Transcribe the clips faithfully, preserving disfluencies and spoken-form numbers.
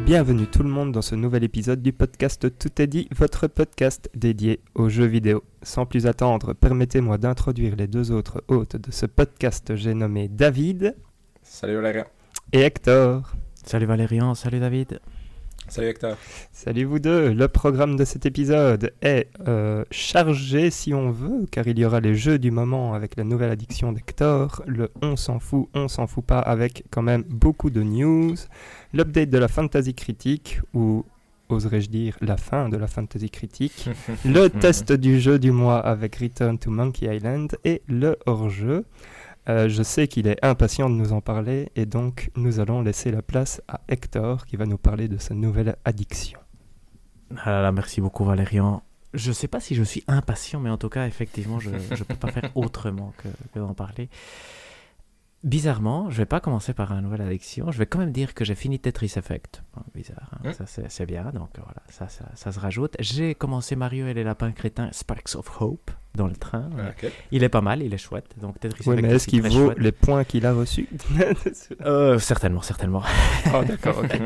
Bienvenue tout le monde dans ce nouvel épisode du podcast Tout est dit, votre podcast dédié aux jeux vidéo. Sans plus attendre, permettez-moi d'introduire les deux autres hôtes de ce podcast, j'ai nommé David. Salut Valérian. Et Hector. Salut Valérian, salut David. Salut Hector. Salut vous deux. Le programme de cet épisode est euh, chargé si on veut, car il y aura les jeux du moment avec la nouvelle addiction d'Hector, le on s'en fout, on s'en fout pas avec quand même beaucoup de news, l'update de la fantasy critique, ou oserais-je dire la fin de la fantasy critique, le test du jeu du mois avec Return to Monkey Island et le hors-jeu. Euh, je sais qu'il est impatient de nous en parler et donc nous allons laisser la place à Hector qui va nous parler de sa nouvelle addiction. Ah là là, merci beaucoup Valérian. Je ne sais pas si je suis impatient, mais en tout cas, effectivement, je ne peux pas faire autrement que, que d'en parler. Bizarrement, je ne vais pas commencer par une nouvelle addiction. Je vais quand même dire que j'ai fini Tetris Effect. Bon, bizarre, hein, mmh. ça c'est, c'est bien, donc voilà, ça, ça, ça se rajoute. J'ai commencé Mario et les lapins crétins Sparks of Hope dans le train. Okay. Il est pas mal, il est chouette. Donc Tetris oui, Effect, mais est-ce qu'il vaut chouette. Les points qu'il a reçus euh, Certainement, certainement. Oh d'accord, ok.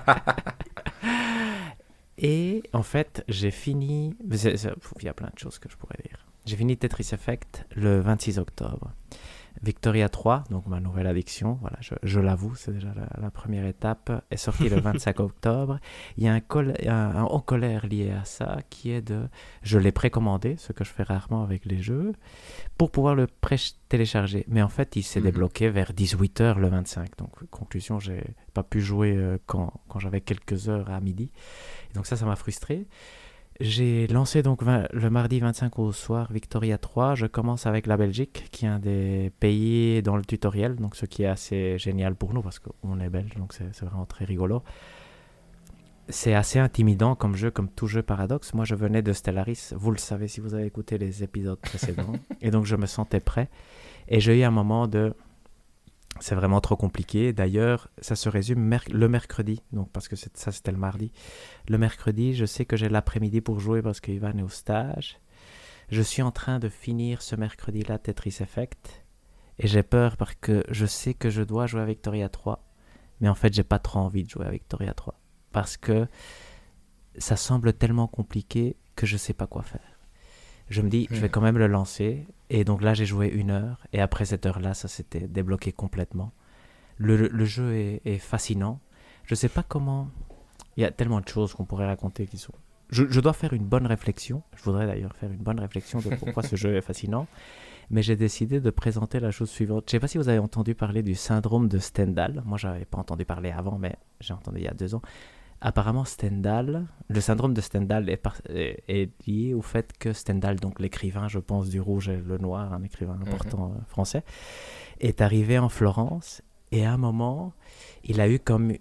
Et en fait, j'ai fini... C'est, c'est, il y a plein de choses que je pourrais dire. J'ai fini Tetris Effect le vingt-six octobre. Victoria trois, donc ma nouvelle addiction, voilà, je, je l'avoue, c'est déjà la, la première étape, est sortie le vingt-cinq octobre. Il y a un, col- un, un en colère lié à ça qui est de... Je l'ai précommandé, ce que je fais rarement avec les jeux, pour pouvoir le pré-télécharger. Mais en fait, il s'est mm-hmm. débloqué vers dix-huit heures le vingt-cinq. Donc, conclusion, j'ai pas pu jouer euh, quand, quand j'avais quelques heures à midi. Et donc ça, ça m'a frustré. J'ai lancé donc vingt, le mardi vingt-cinq au soir Victoria trois. Je commence avec la Belgique, qui est un des pays dans le tutoriel, donc ce qui est assez génial pour nous parce qu'on est belge, donc c'est, c'est vraiment très rigolo. C'est assez intimidant comme jeu, comme tout jeu Paradox. Moi, je venais de Stellaris, vous le savez si vous avez écouté les épisodes précédents, et donc je me sentais prêt. Et j'ai eu un moment de... C'est vraiment trop compliqué. D'ailleurs, ça se résume mer- le mercredi, donc parce que c'est, ça c'était le mardi. Le mercredi, je sais que j'ai l'après-midi pour jouer parce qu'Ivan est au stage. Je suis en train de finir ce mercredi-là Tetris Effect et j'ai peur parce que je sais que je dois jouer à Victoria trois, mais en fait, j'ai pas trop envie de jouer à Victoria trois parce que ça semble tellement compliqué que je sais pas quoi faire. Je me dis, mmh. je vais quand même le lancer. Et donc là, j'ai joué une heure. Et après cette heure-là, ça s'était débloqué complètement. Le, le, le jeu est, est fascinant. Je ne sais pas comment... Il y a tellement de choses qu'on pourrait raconter qui sont... Je, je dois faire une bonne réflexion. Je voudrais d'ailleurs faire une bonne réflexion de pourquoi ce jeu est fascinant. Mais j'ai décidé de présenter la chose suivante. Je ne sais pas si vous avez entendu parler du syndrome de Stendhal. Moi, je n'avais pas entendu parler avant, mais j'ai entendu il y a deux ans. Apparemment, Stendhal, le syndrome de Stendhal est, par, est, est lié au fait que Stendhal, donc l'écrivain, je pense, du Rouge et le Noir, un écrivain important mm-hmm. euh, français, est arrivé en Florence et à un moment, il a eu comme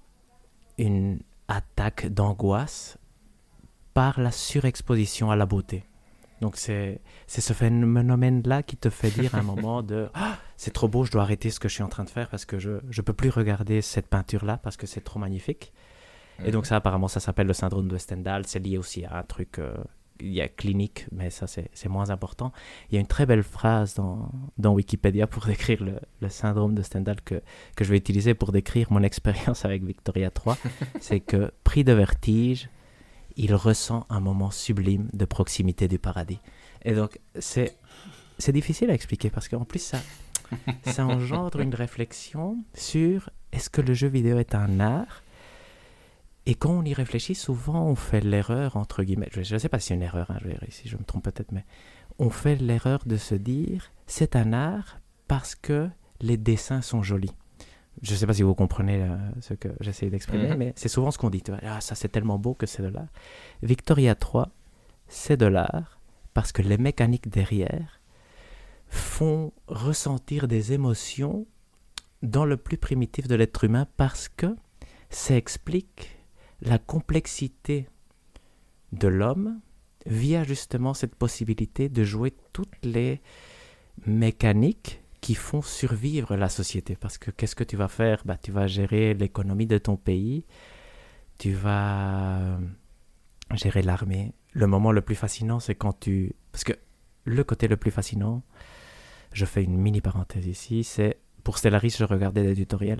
une attaque d'angoisse par la surexposition à la beauté. Donc c'est, c'est ce phénomène-là qui te fait dire à un moment de ah, « c'est trop beau, je dois arrêter ce que je suis en train de faire parce que je ne peux plus regarder cette peinture-là parce que c'est trop magnifique ». Et donc ça, apparemment, ça s'appelle le syndrome de Stendhal. C'est lié aussi à un truc euh, il y a clinique, mais ça, c'est, c'est moins important. Il y a une très belle phrase dans, dans Wikipédia pour décrire le, le syndrome de Stendhal que, que je vais utiliser pour décrire mon expérience avec Victoria trois. C'est que, pris de vertige, il ressent un moment sublime de proximité du paradis. Et donc, c'est, c'est difficile à expliquer parce qu'en plus, ça, ça engendre une réflexion sur est-ce que le jeu vidéo est un art ? Et quand on y réfléchit, souvent on fait l'erreur, entre guillemets, je ne sais pas si c'est une erreur, hein, je vais, si je me trompe peut-être, mais on fait l'erreur de se dire c'est un art parce que les dessins sont jolis. Je ne sais pas si vous comprenez euh, ce que j'essaie d'exprimer, mm-hmm. mais c'est souvent ce qu'on dit. Ah, ça c'est tellement beau que c'est de l'art. Victoria trois, c'est de l'art parce que les mécaniques derrière font ressentir des émotions dans le plus primitif de l'être humain parce que ça explique la complexité de l'homme via justement cette possibilité de jouer toutes les mécaniques qui font survivre la société. Parce que qu'est-ce que tu vas faire ? Bah, tu vas gérer l'économie de ton pays, tu vas gérer l'armée. Le moment le plus fascinant, c'est quand tu... Parce que le côté le plus fascinant, je fais une mini parenthèse ici, c'est pour Stellaris, je regardais des tutoriels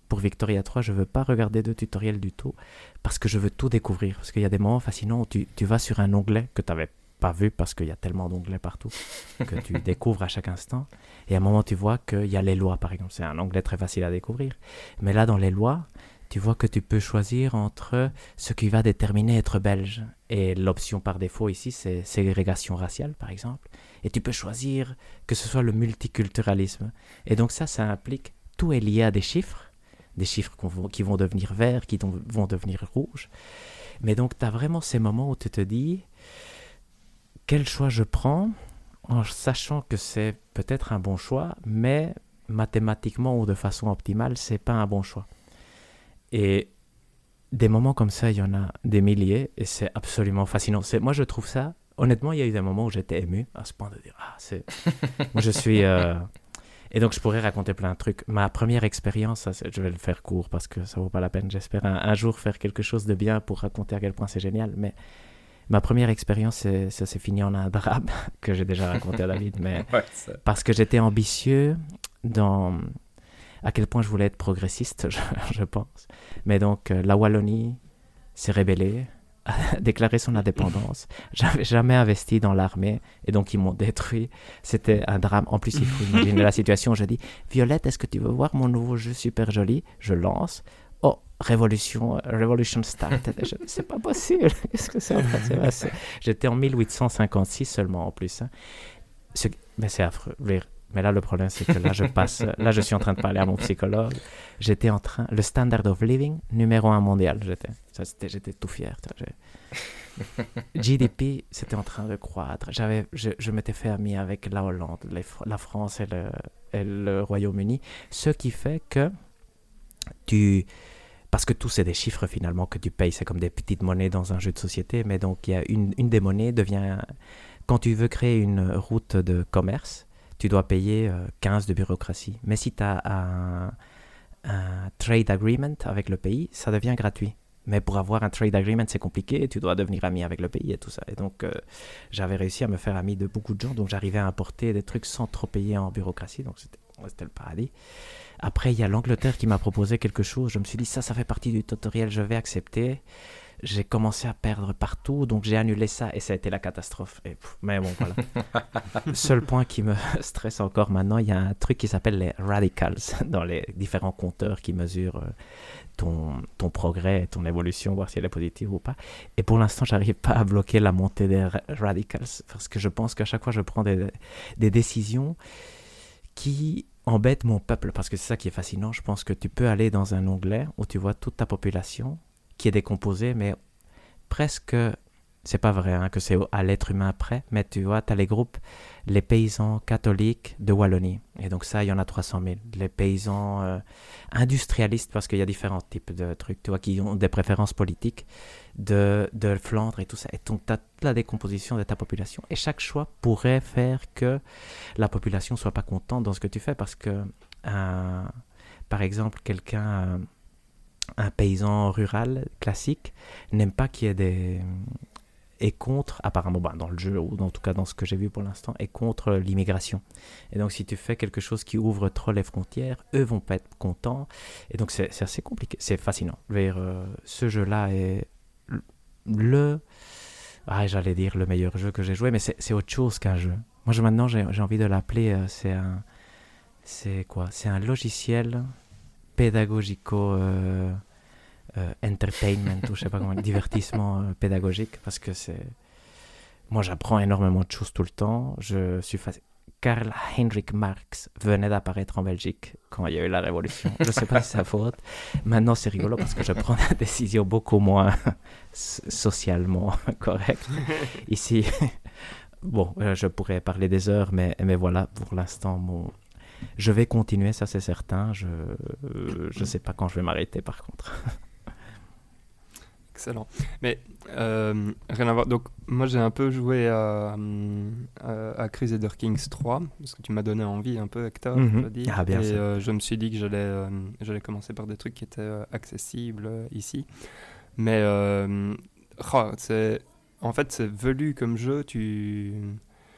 pour Victoria trois, je ne veux pas regarder de tutoriel du tout parce que je veux tout découvrir. Parce qu'il y a des moments fascinants où tu, tu vas sur un onglet que tu n'avais pas vu parce qu'il y a tellement d'onglets partout que tu découvres à chaque instant. Et à un moment, tu vois qu'il y a les lois, par exemple. C'est un onglet très facile à découvrir. Mais là, dans les lois, tu vois que tu peux choisir entre ce qui va déterminer être belge. Et l'option par défaut ici, c'est ségrégation raciale, par exemple. Et tu peux choisir que ce soit le multiculturalisme. Et donc ça, ça implique, tout est lié à des chiffres, des chiffres qu'on, qui vont devenir verts, qui don, vont devenir rouges. Mais donc, tu as vraiment ces moments où tu te dis, quel choix je prends, en sachant que c'est peut-être un bon choix, mais mathématiquement ou de façon optimale, c'est pas un bon choix. Et des moments comme ça, il y en a des milliers et c'est absolument fascinant. C'est, moi, je trouve ça, honnêtement, il y a eu des moments où j'étais ému à ce point de dire, ah, c'est... moi, je suis... Euh... Et donc, je pourrais raconter plein de trucs. Ma première expérience, ça, je vais le faire court parce que ça vaut pas la peine. J'espère un, un jour faire quelque chose de bien pour raconter à quel point c'est génial. Mais ma première expérience, c'est, ça s'est fini en un drame que j'ai déjà raconté à David. Mais ouais, ça... parce que j'étais ambitieux dans... à quel point je voulais être progressiste, je, je pense. Mais donc, euh, la Wallonie s'est rébellée, a déclaré son indépendance. J'avais jamais investi dans l'armée, et donc ils m'ont détruit. C'était un drame. En plus, il faut imaginer la situation. Je dis, Violette, est-ce que tu veux voir mon nouveau jeu super joli? Je lance. Oh, révolution, uh, Revolution Start. Je, c'est pas possible. Qu'est-ce que c'est en fait? C'est, j'étais en mille huit cent cinquante-six seulement, en plus. Hein. Ce, mais c'est affreux. Mais là, le problème, c'est que là, je passe... Là, je suis en train de parler à mon psychologue. J'étais en train... Le standard of living, numéro un mondial, j'étais. Ça, c'était, j'étais tout fier. G D P, c'était en train de croître. J'avais, je, je m'étais fait ami avec la Hollande, les, la France et le, et le Royaume-Uni. Ce qui fait que tu... Parce que tout, c'est des chiffres, finalement, que tu payes. C'est comme des petites monnaies dans un jeu de société. Mais donc, il y a une, une des monnaies devient... Quand tu veux créer une route de commerce, tu dois payer euh, quinze de bureaucratie. Mais si tu as un, un trade agreement avec le pays, ça devient gratuit. Mais pour avoir un trade agreement, c'est compliqué. Tu dois devenir ami avec le pays et tout ça. Et donc, euh, j'avais réussi à me faire ami de beaucoup de gens. Donc, j'arrivais à importer des trucs sans trop payer en bureaucratie. Donc, c'était, c'était le paradis. Après, il y a l'Angleterre qui m'a proposé quelque chose. Je me suis dit, ça, ça fait partie du tutoriel. Je vais accepter. J'ai commencé à perdre partout, donc j'ai annulé ça et ça a été la catastrophe. Et pff, mais bon, voilà. Le seul point qui me stresse encore maintenant, il y a un truc qui s'appelle les radicals dans les différents compteurs qui mesurent ton, ton progrès, ton évolution, voir si elle est positive ou pas. Et pour l'instant, j'arrive pas à bloquer la montée des ra- radicals parce que je pense qu'à chaque fois, je prends des, des décisions qui embêtent mon peuple parce que c'est ça qui est fascinant. Je pense que tu peux aller dans un onglet où tu vois toute ta population qui est décomposé, mais presque, c'est pas vrai hein, que c'est à l'être humain près, mais tu vois, tu as les groupes, les paysans catholiques de Wallonie, et donc ça, il y en a trois cent mille, les paysans euh, industrialistes, parce qu'il y a différents types de trucs, tu vois, qui ont des préférences politiques, de, de Flandre et tout ça, et donc tu as toute la décomposition de ta population, et chaque choix pourrait faire que la population soit pas contente dans ce que tu fais, parce que, euh, par exemple, quelqu'un... Euh, un paysan rural classique n'aime pas qu'il y ait des... est contre, apparemment bah, dans le jeu, ou en tout cas dans ce que j'ai vu pour l'instant, est contre l'immigration. Et donc si tu fais quelque chose qui ouvre trop les frontières, eux vont pas être contents. Et donc c'est, c'est assez compliqué, c'est fascinant. Je veux dire, euh, ce jeu-là est le... Ah, j'allais dire le meilleur jeu que j'ai joué, mais c'est, c'est autre chose qu'un jeu. Moi je, maintenant j'ai, j'ai envie de l'appeler, euh, c'est un... C'est quoi? C'est un logiciel... pédagogico euh, euh, entertainment ou je sais pas comment, divertissement euh, pédagogique parce que c'est moi j'apprends énormément de choses tout le temps. Je suis fa... Karl Heinrich Marx venait d'apparaître en Belgique quand il y a eu la révolution. Je sais pas si c'est sa faute. Maintenant c'est rigolo parce que je prends des décisions beaucoup moins socialement correctes ici. Bon, euh, je pourrais parler des heures, mais mais voilà, pour l'instant mon je vais continuer, ça c'est certain. Je ne sais pas quand je vais m'arrêter par contre. Excellent. Mais euh, rien à voir. Donc moi j'ai un peu joué à, à, à Crusader Kings trois, parce que tu m'as donné envie un peu, Hector. Mm-hmm. Je dis. Ah, bien Et sûr. euh, je me suis dit que j'allais, euh, j'allais commencer par des trucs qui étaient euh, accessibles euh, ici. Mais euh, oh, c'est, en fait c'est velu comme jeu. Tu...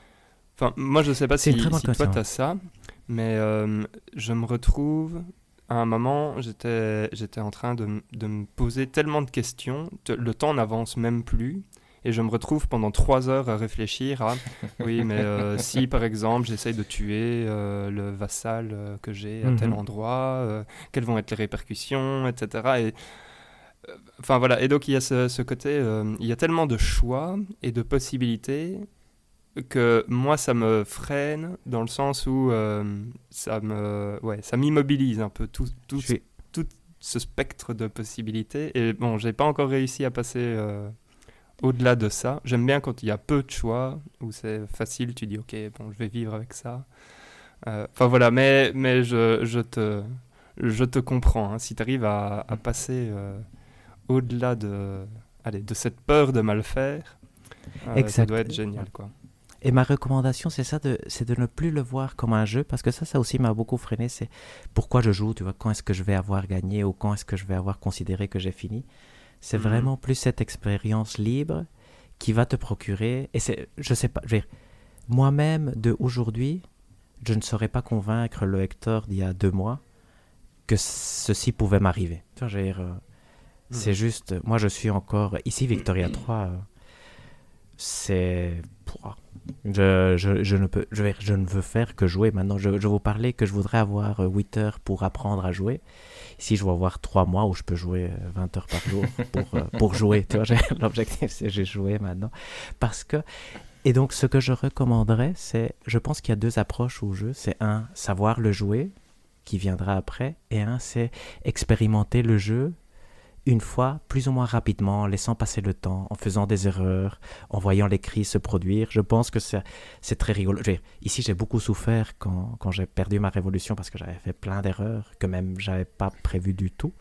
Enfin, moi je sais pas c'est si, si toi tu as ça. Mais euh, je me retrouve à un moment, j'étais, j'étais en train de, m- de me poser tellement de questions, te- le temps n'avance même plus, et je me retrouve pendant trois heures à réfléchir à, oui, mais euh, si par exemple j'essaye de tuer euh, le vassal euh, que j'ai à tel Mhm. endroit, euh, quelles vont être les répercussions, et cetera. Et, euh, enfin voilà, et donc il y a ce, ce côté, euh, il y a tellement de choix et de possibilités que moi ça me freine dans le sens où euh, ça me ouais ça m'immobilise un peu tout tout, Je suis... tout ce spectre de possibilités et bon j'ai pas encore réussi à passer euh, au-delà de ça. J'aime bien quand il y a peu de choix où c'est facile, tu dis ok bon je vais vivre avec ça. Euh, enfin voilà, mais mais je, je te je te comprends hein. Si tu arrives à, à passer euh, au-delà de allez de cette peur de mal faire, euh, ça doit Exact. être génial quoi. Et ma recommandation, c'est ça, de, c'est de ne plus le voir comme un jeu, parce que ça, ça aussi m'a beaucoup freiné, c'est pourquoi je joue, tu vois, quand est-ce que je vais avoir gagné ou quand est-ce que je vais avoir considéré que j'ai fini. C'est Mhm. vraiment plus cette expérience libre qui va te procurer, et c'est, je sais pas, je veux dire, moi-même, de aujourd'hui, je ne saurais pas convaincre le Hector d'il y a deux mois que ceci pouvait m'arriver. Tu vois, je veux dire, euh, c'est Mhm. juste, moi je suis encore, ici Victoria trois, euh, c'est... pouah, Je, je, je ne peux, je, vais- je ne veux faire que jouer maintenant. Je, je vous parlais que je voudrais avoir euh, huit heures pour apprendre à jouer. Ici, je vais avoir trois mois où je peux jouer euh, vingt heures par jour pour, euh, pour jouer. Tu vois, j'ai- l'objectif, c'est j'ai joué maintenant. Parce que, et donc, ce que je recommanderais, c'est, je pense qu'il y a deux approches au jeu. C'est un, savoir le jouer, qui viendra après, et un, c'est expérimenter le jeu une fois, plus ou moins rapidement, en laissant passer le temps, en faisant des erreurs, en voyant les crises se produire. Je pense que c'est, c'est très rigolo. Je veux dire, ici, j'ai beaucoup souffert quand, quand j'ai perdu ma révolution parce que j'avais fait plein d'erreurs que même j'avais pas prévues du tout.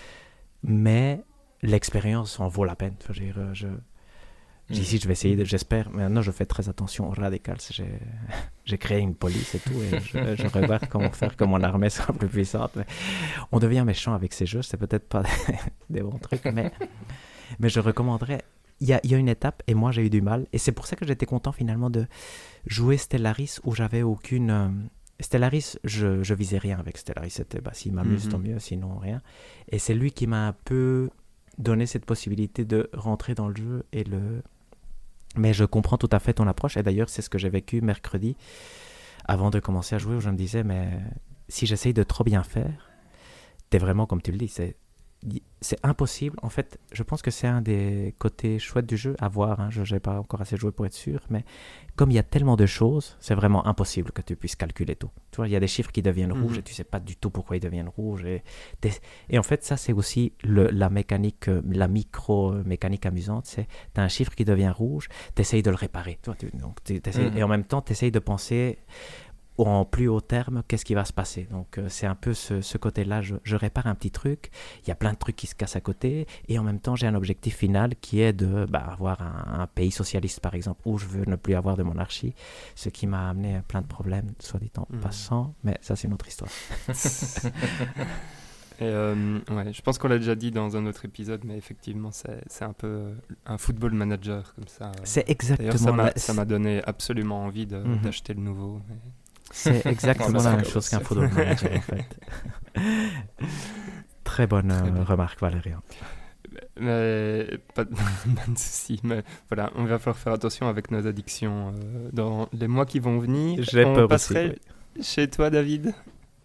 Mais l'expérience en vaut la peine. Je veux dire, euh, je, Mm. ici, je vais essayer, de, j'espère. Maintenant, je fais très attention au radical. J'ai, j'ai créé une police et tout, et je, je regarde comment faire que mon armée soit plus puissante. Mais on devient méchant avec ces jeux. C'est peut-être pas des, des bons trucs, mais mais je recommanderais. Il y a, il y a une étape, et moi j'ai eu du mal, et c'est pour ça que j'étais content finalement de jouer Stellaris où j'avais aucune. euh, Stellaris, je, je visais rien avec Stellaris. C'était bah, s'il m'amuse, tant Mhm. mieux, sinon rien. Et c'est lui qui m'a un peu donné cette possibilité de rentrer dans le jeu et le. Mais je comprends tout à fait ton approche, et d'ailleurs, c'est ce que j'ai vécu mercredi avant de commencer à jouer où je me disais, mais si j'essaye de trop bien faire, t'es vraiment, comme tu le dis, c'est c'est impossible. En fait, je pense que c'est un des côtés chouettes du jeu à voir. Hein. Je n'ai pas encore assez joué pour être sûr, mais comme il y a tellement de choses, c'est vraiment impossible que tu puisses calculer tout. Tu vois, il y a des chiffres qui deviennent rouges Mhm. et tu sais pas du tout pourquoi ils deviennent rouges. Et, des- et en fait, ça, c'est aussi le- la mécanique, euh, la micro-mécanique amusante. C'est, tu as un chiffre qui devient rouge, tu essayes de le réparer. Tu vois, tu- donc, tu- t'essayes- Mhm. Et en même temps, tu essayes de penser en plus haut terme, qu'est-ce qui va se passer. Donc euh, c'est un peu ce, ce côté-là, je, je répare un petit truc, il y a plein de trucs qui se cassent à côté, et en même temps j'ai un objectif final qui est de bah, avoir un, un pays socialiste par exemple, où je veux ne plus avoir de monarchie, ce qui m'a amené à plein de problèmes, soit dit en Mhm. passant, mais ça c'est une autre histoire. Et euh, ouais, je pense qu'on l'a déjà dit dans un autre épisode, mais effectivement, c'est, c'est un peu euh, un football manager comme ça. C'est D'ailleurs, ça exactement m'a, la... ça m'a donné absolument envie de, Mhm. d'acheter le nouveau. mais- C'est exactement Ouais, la mais même c'est chose qu'un comme football manager en fait. Très bonne Très euh, bien. remarque Valérian. Mais pas de, pas de souci. Mais voilà, on va falloir faire attention avec nos addictions euh, dans les mois qui vont venir. J'ai on peur passerait aussi. Oui. chez toi, David.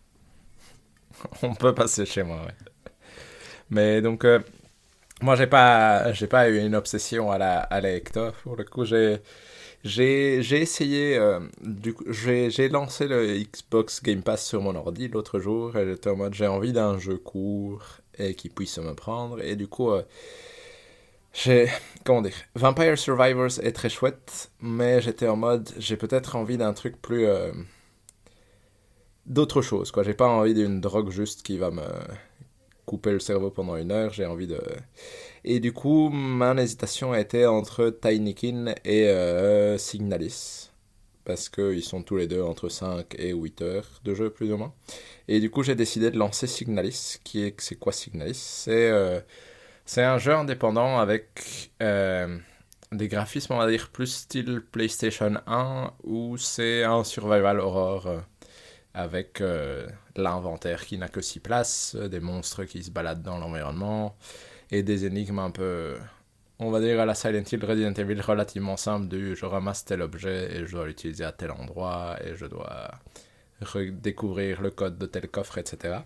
On peut passer chez moi, ouais. Mais donc, euh, moi, j'ai pas, j'ai pas eu une obsession à la, à la Hector. Pour le coup, j'ai, j'ai, j'ai essayé, euh, du coup, j'ai, j'ai lancé le Xbox Game Pass sur mon ordi l'autre jour et j'étais en mode, j'ai envie d'un jeu court et qui puisse me prendre. Et du coup, euh, j'ai, comment dire, Vampire Survivors est très chouette, mais j'étais en mode, j'ai peut-être envie d'un truc plus, euh, d'autre chose, quoi. J'ai pas envie d'une drogue juste qui va me couper le cerveau pendant une heure, j'ai envie de... Et du coup, mon hésitation était entre Tinykin et euh, Signalis. Parce qu'ils sont tous les deux entre cinq et huit heures de jeu, plus ou moins. Et du coup, j'ai décidé de lancer Signalis. Qui est, c'est quoi Signalis ? C'est, euh, c'est un jeu indépendant avec euh, des graphismes, on va dire, plus style PlayStation un, où c'est un survival horror euh, avec euh, l'inventaire qui n'a que six places, des monstres qui se baladent dans l'environnement, et des énigmes un peu, on va dire à la Silent Hill, Resident Evil, relativement simples, du je ramasse tel objet et je dois l'utiliser à tel endroit, et je dois redécouvrir le code de tel coffre, et cetera.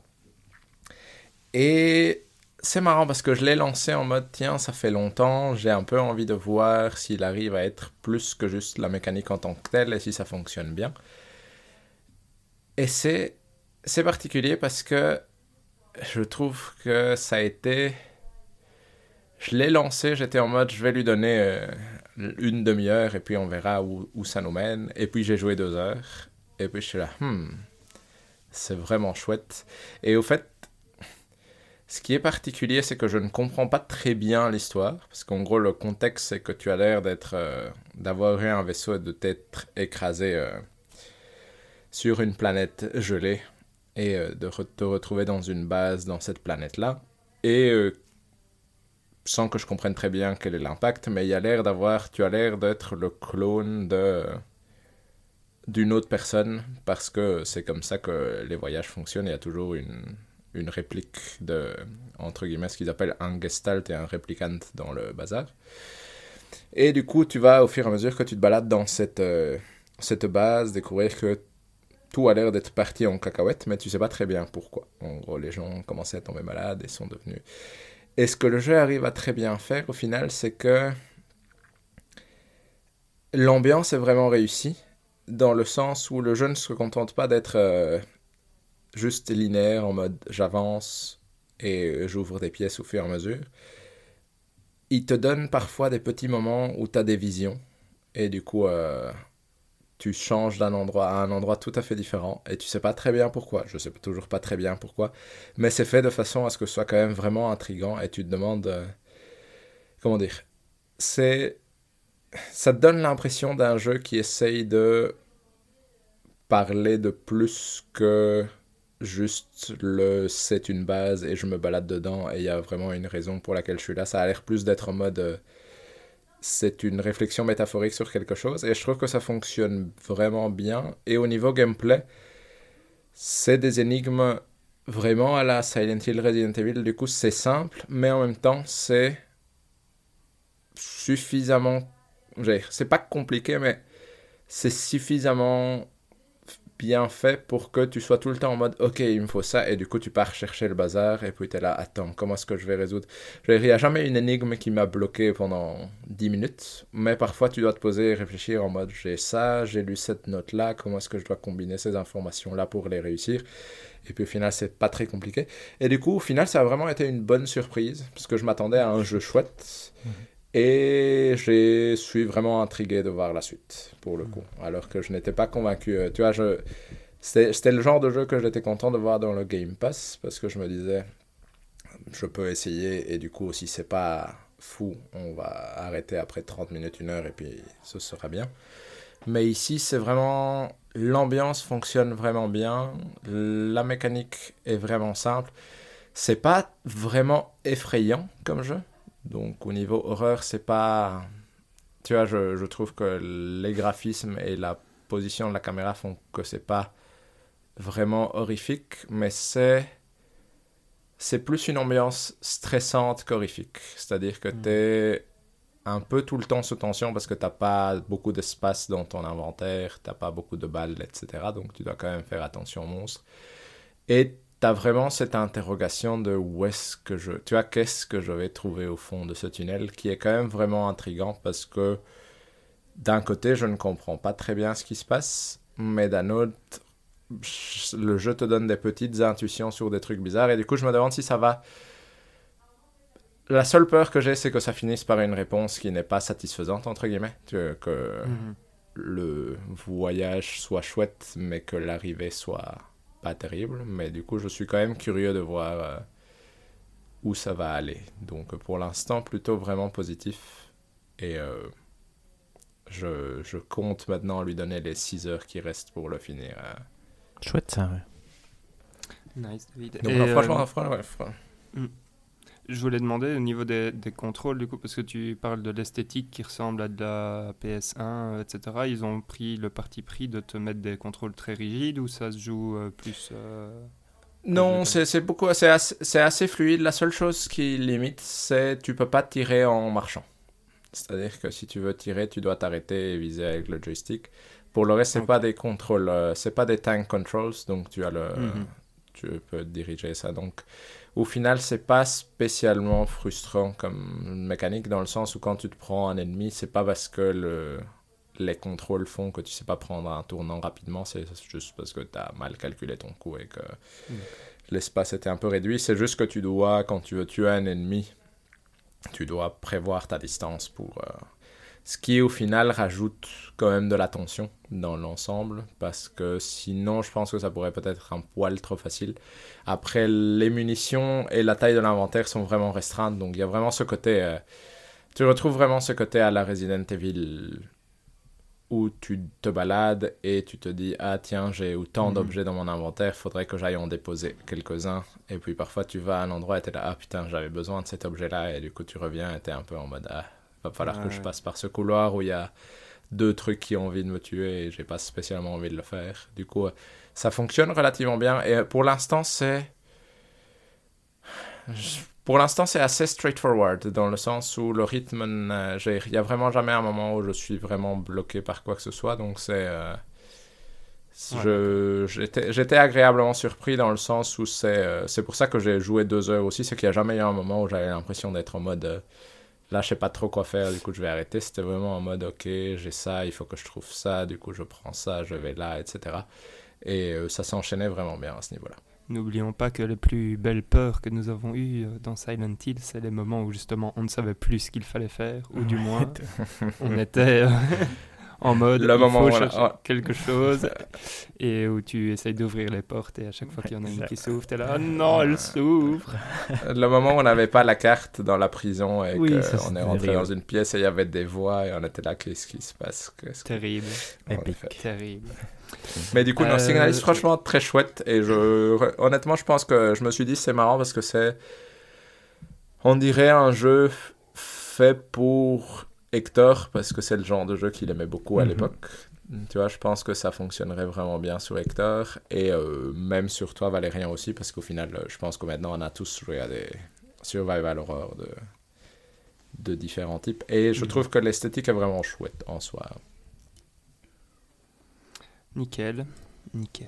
Et c'est marrant parce que je l'ai lancé en mode, tiens, ça fait longtemps, j'ai un peu envie de voir s'il arrive à être plus que juste la mécanique en tant que telle, et si ça fonctionne bien. Et c'est, c'est particulier parce que je trouve que ça a été... Je l'ai lancé, j'étais en mode, je vais lui donner euh, une demi-heure et puis on verra où, où ça nous mène. Et puis j'ai joué deux heures. Et puis je suis là, hmm, c'est vraiment chouette. Et au fait, ce qui est particulier, c'est que je ne comprends pas très bien l'histoire. Parce qu'en gros, le contexte, c'est que tu as l'air d'être, euh, d'avoir eu un vaisseau et de t'être écrasé euh, sur une planète gelée. Et euh, de re- te retrouver dans une base dans cette planète-là. Et... Euh, sans que je comprenne très bien quel est l'impact, mais il y a l'air d'avoir, tu as l'air d'être le clone de, d'une autre personne, parce que c'est comme ça que les voyages fonctionnent. Il y a toujours une, une réplique de, entre guillemets, ce qu'ils appellent un gestalt et un replicant dans le bazar. Et du coup, tu vas, au fur et à mesure que tu te balades dans cette, euh, cette base, découvrir que tout a l'air d'être parti en cacahuète, mais tu sais pas très bien pourquoi. En gros, les gens ont commencé à tomber malades et sont devenus... Et ce que le jeu arrive à très bien faire, au final, c'est que l'ambiance est vraiment réussie, dans le sens où le jeu ne se contente pas d'être euh, juste linéaire, en mode j'avance et j'ouvre des pièces au fur et à mesure. Il te donne parfois des petits moments où tu as des visions, et du coup, euh, tu changes d'un endroit à un endroit tout à fait différent, et tu sais pas très bien pourquoi. Je sais toujours pas très bien pourquoi, mais c'est fait de façon à ce que ce soit quand même vraiment intriguant, et tu te demandes... Euh, comment dire, c'est... Ça te donne l'impression d'un jeu qui essaye de parler de plus que juste le c'est une base et je me balade dedans et il y a vraiment une raison pour laquelle je suis là. Ça a l'air plus d'être en mode euh, c'est une réflexion métaphorique sur quelque chose et je trouve que ça fonctionne vraiment bien. Et au niveau gameplay, c'est des énigmes vraiment à la Silent Hill, Resident Evil. Du coup, c'est simple, mais en même temps, c'est suffisamment... C'est pas compliqué, mais c'est suffisamment bien fait pour que tu sois tout le temps en mode ok, il me faut ça, et du coup tu pars chercher le bazar et puis t'es là, attends, comment est-ce que je vais résoudre? Il n'y a jamais une énigme qui m'a bloqué pendant dix minutes, mais parfois tu dois te poser et réfléchir en mode j'ai ça, j'ai lu cette note là, comment est-ce que je dois combiner ces informations là pour les réussir? Et puis au final c'est pas très compliqué, et du coup au final ça a vraiment été une bonne surprise parce que je m'attendais à un jeu chouette. Mmh. Et je suis vraiment intrigué de voir la suite, pour le coup. Alors que je n'étais pas convaincu. Tu vois, je... c'était, c'était le genre de jeu que j'étais content de voir dans le Game Pass, parce que je me disais, je peux essayer, et du coup, si c'est pas fou, on va arrêter après trente minutes, une heure, et puis ce sera bien. Mais ici, c'est vraiment... L'ambiance fonctionne vraiment bien, la mécanique est vraiment simple. C'est pas vraiment effrayant comme jeu. Donc au niveau horreur, c'est pas... Tu vois, je, je trouve que les graphismes et la position de la caméra font que c'est pas vraiment horrifique, mais c'est... C'est plus une ambiance stressante qu'horrifique. C'est-à-dire que t'es un peu tout le temps sous tension parce que t'as pas beaucoup d'espace dans ton inventaire, t'as pas beaucoup de balles, et cetera. Donc tu dois quand même faire attention aux monstres. Et t'as vraiment cette interrogation de où est-ce que je... Tu vois, qu'est-ce que je vais trouver au fond de ce tunnel, qui est quand même vraiment intriguant parce que d'un côté, je ne comprends pas très bien ce qui se passe, mais d'un autre, le jeu te donne des petites intuitions sur des trucs bizarres et du coup, je me demande si ça va... La seule peur que j'ai, c'est que ça finisse par une réponse qui n'est pas satisfaisante, entre guillemets, que mm-hmm. le voyage soit chouette, mais que l'arrivée soit... pas terrible, mais du coup je suis quand même curieux de voir euh, où ça va aller. Donc pour l'instant plutôt vraiment positif et euh, je, je compte maintenant lui donner les six heures qui restent pour le finir. Euh. Chouette ça, ouais. Nice, David. Donc non, franchement, euh... franchement, ouais, franchement. Mm. Je voulais demander au niveau des, des contrôles, du coup, parce que tu parles de l'esthétique qui ressemble à de la P S un, et cetera. Ils ont pris le parti pris de te mettre des contrôles très rigides ou ça se joue euh, plus... Euh... Non, c'est, c'est beaucoup, c'est assez, c'est assez fluide. La seule chose qui limite, c'est tu peux pas tirer en marchant. C'est-à-dire que si tu veux tirer, tu dois t'arrêter et viser avec le joystick. Pour le reste, c'est Ok. pas des contrôles, euh, c'est pas des tank controls, donc tu as le, Mhm. tu peux diriger ça. Donc, au final, c'est pas spécialement frustrant comme mécanique dans le sens où quand tu te prends un ennemi, c'est pas parce que le, les contrôles font que tu sais pas prendre un tournant rapidement, c'est juste parce que tu as mal calculé ton coup et que Mhm. l'espace était un peu réduit. C'est juste que tu dois, quand tu veux tuer un ennemi, tu dois prévoir ta distance pour... euh, ce qui au final rajoute quand même de la tension dans l'ensemble, parce que sinon je pense que ça pourrait peut-être être un poil trop facile. Après, les munitions et la taille de l'inventaire sont vraiment restreintes, donc il y a vraiment ce côté... euh, tu retrouves vraiment ce côté à la Resident Evil où tu te balades et tu te dis « Ah tiens, j'ai autant Mhm. d'objets dans mon inventaire, faudrait que j'aille en déposer quelques-uns. » Et puis parfois tu vas à un endroit et t'es là « Ah putain, j'avais besoin de cet objet-là. » Et du coup tu reviens et t'es un peu en mode « Ah, va falloir que je Ouais. passe par ce couloir où il y a deux trucs qui ont envie de me tuer et j'ai pas spécialement envie de le faire. » Du coup, euh, ça fonctionne relativement bien. Et euh, pour l'instant, c'est... Je- Pour l'instant, c'est assez straightforward, dans le sens où le rythme, n'a- j'ai- il n'y a vraiment jamais un moment où je suis vraiment bloqué par quoi que ce soit, donc c'est... euh, Ouais, je, j'étais, j'étais agréablement surpris dans le sens où c'est, euh, c'est pour ça que j'ai joué deux heures aussi, c'est qu'il n'y a jamais eu un moment où j'avais l'impression d'être en mode... euh, là, je sais pas trop quoi faire, du coup, je vais arrêter. C'était vraiment en mode, ok, j'ai ça, il faut que je trouve ça, du coup, je prends ça, je vais là, et cetera. Et euh, ça s'enchaînait vraiment bien à ce niveau-là. N'oublions pas que les plus belles peurs que nous avons eues euh, dans Silent Hill, c'est les moments où justement on ne savait plus ce qu'il fallait faire, ou du moins on était euh, en mode Le il moment faut où on a- chercher oh. quelque chose, et où tu essayes d'ouvrir les portes et à chaque fois qu'il y en a une qui s'ouvre, t'es là, ah non, elle s'ouvre. Le moment où on n'avait pas la carte dans la prison et Oui, ça, qu'on c'est est rentré terrible. dans une pièce et il y avait des voix et on était là, qu'est-ce qui se passe? Qu'est-ce que- Terrible, on a Épique. fait? terrible. Mais du coup, non, Euh, Signalis, franchement, très chouette. Et je, re- honnêtement, je pense que je me suis dit, c'est marrant parce que c'est, on dirait un jeu f- fait pour Hector, parce que c'est le genre de jeu qu'il aimait beaucoup à Mhm. l'époque. Tu vois, je pense que ça fonctionnerait vraiment bien sur Hector. Et euh, même sur toi, Valérien aussi, parce qu'au final, euh, je pense que maintenant, on a tous joué à des survival horror de, de différents types. Et je Mhm. trouve que l'esthétique est vraiment chouette en soi. Nickel, nickel.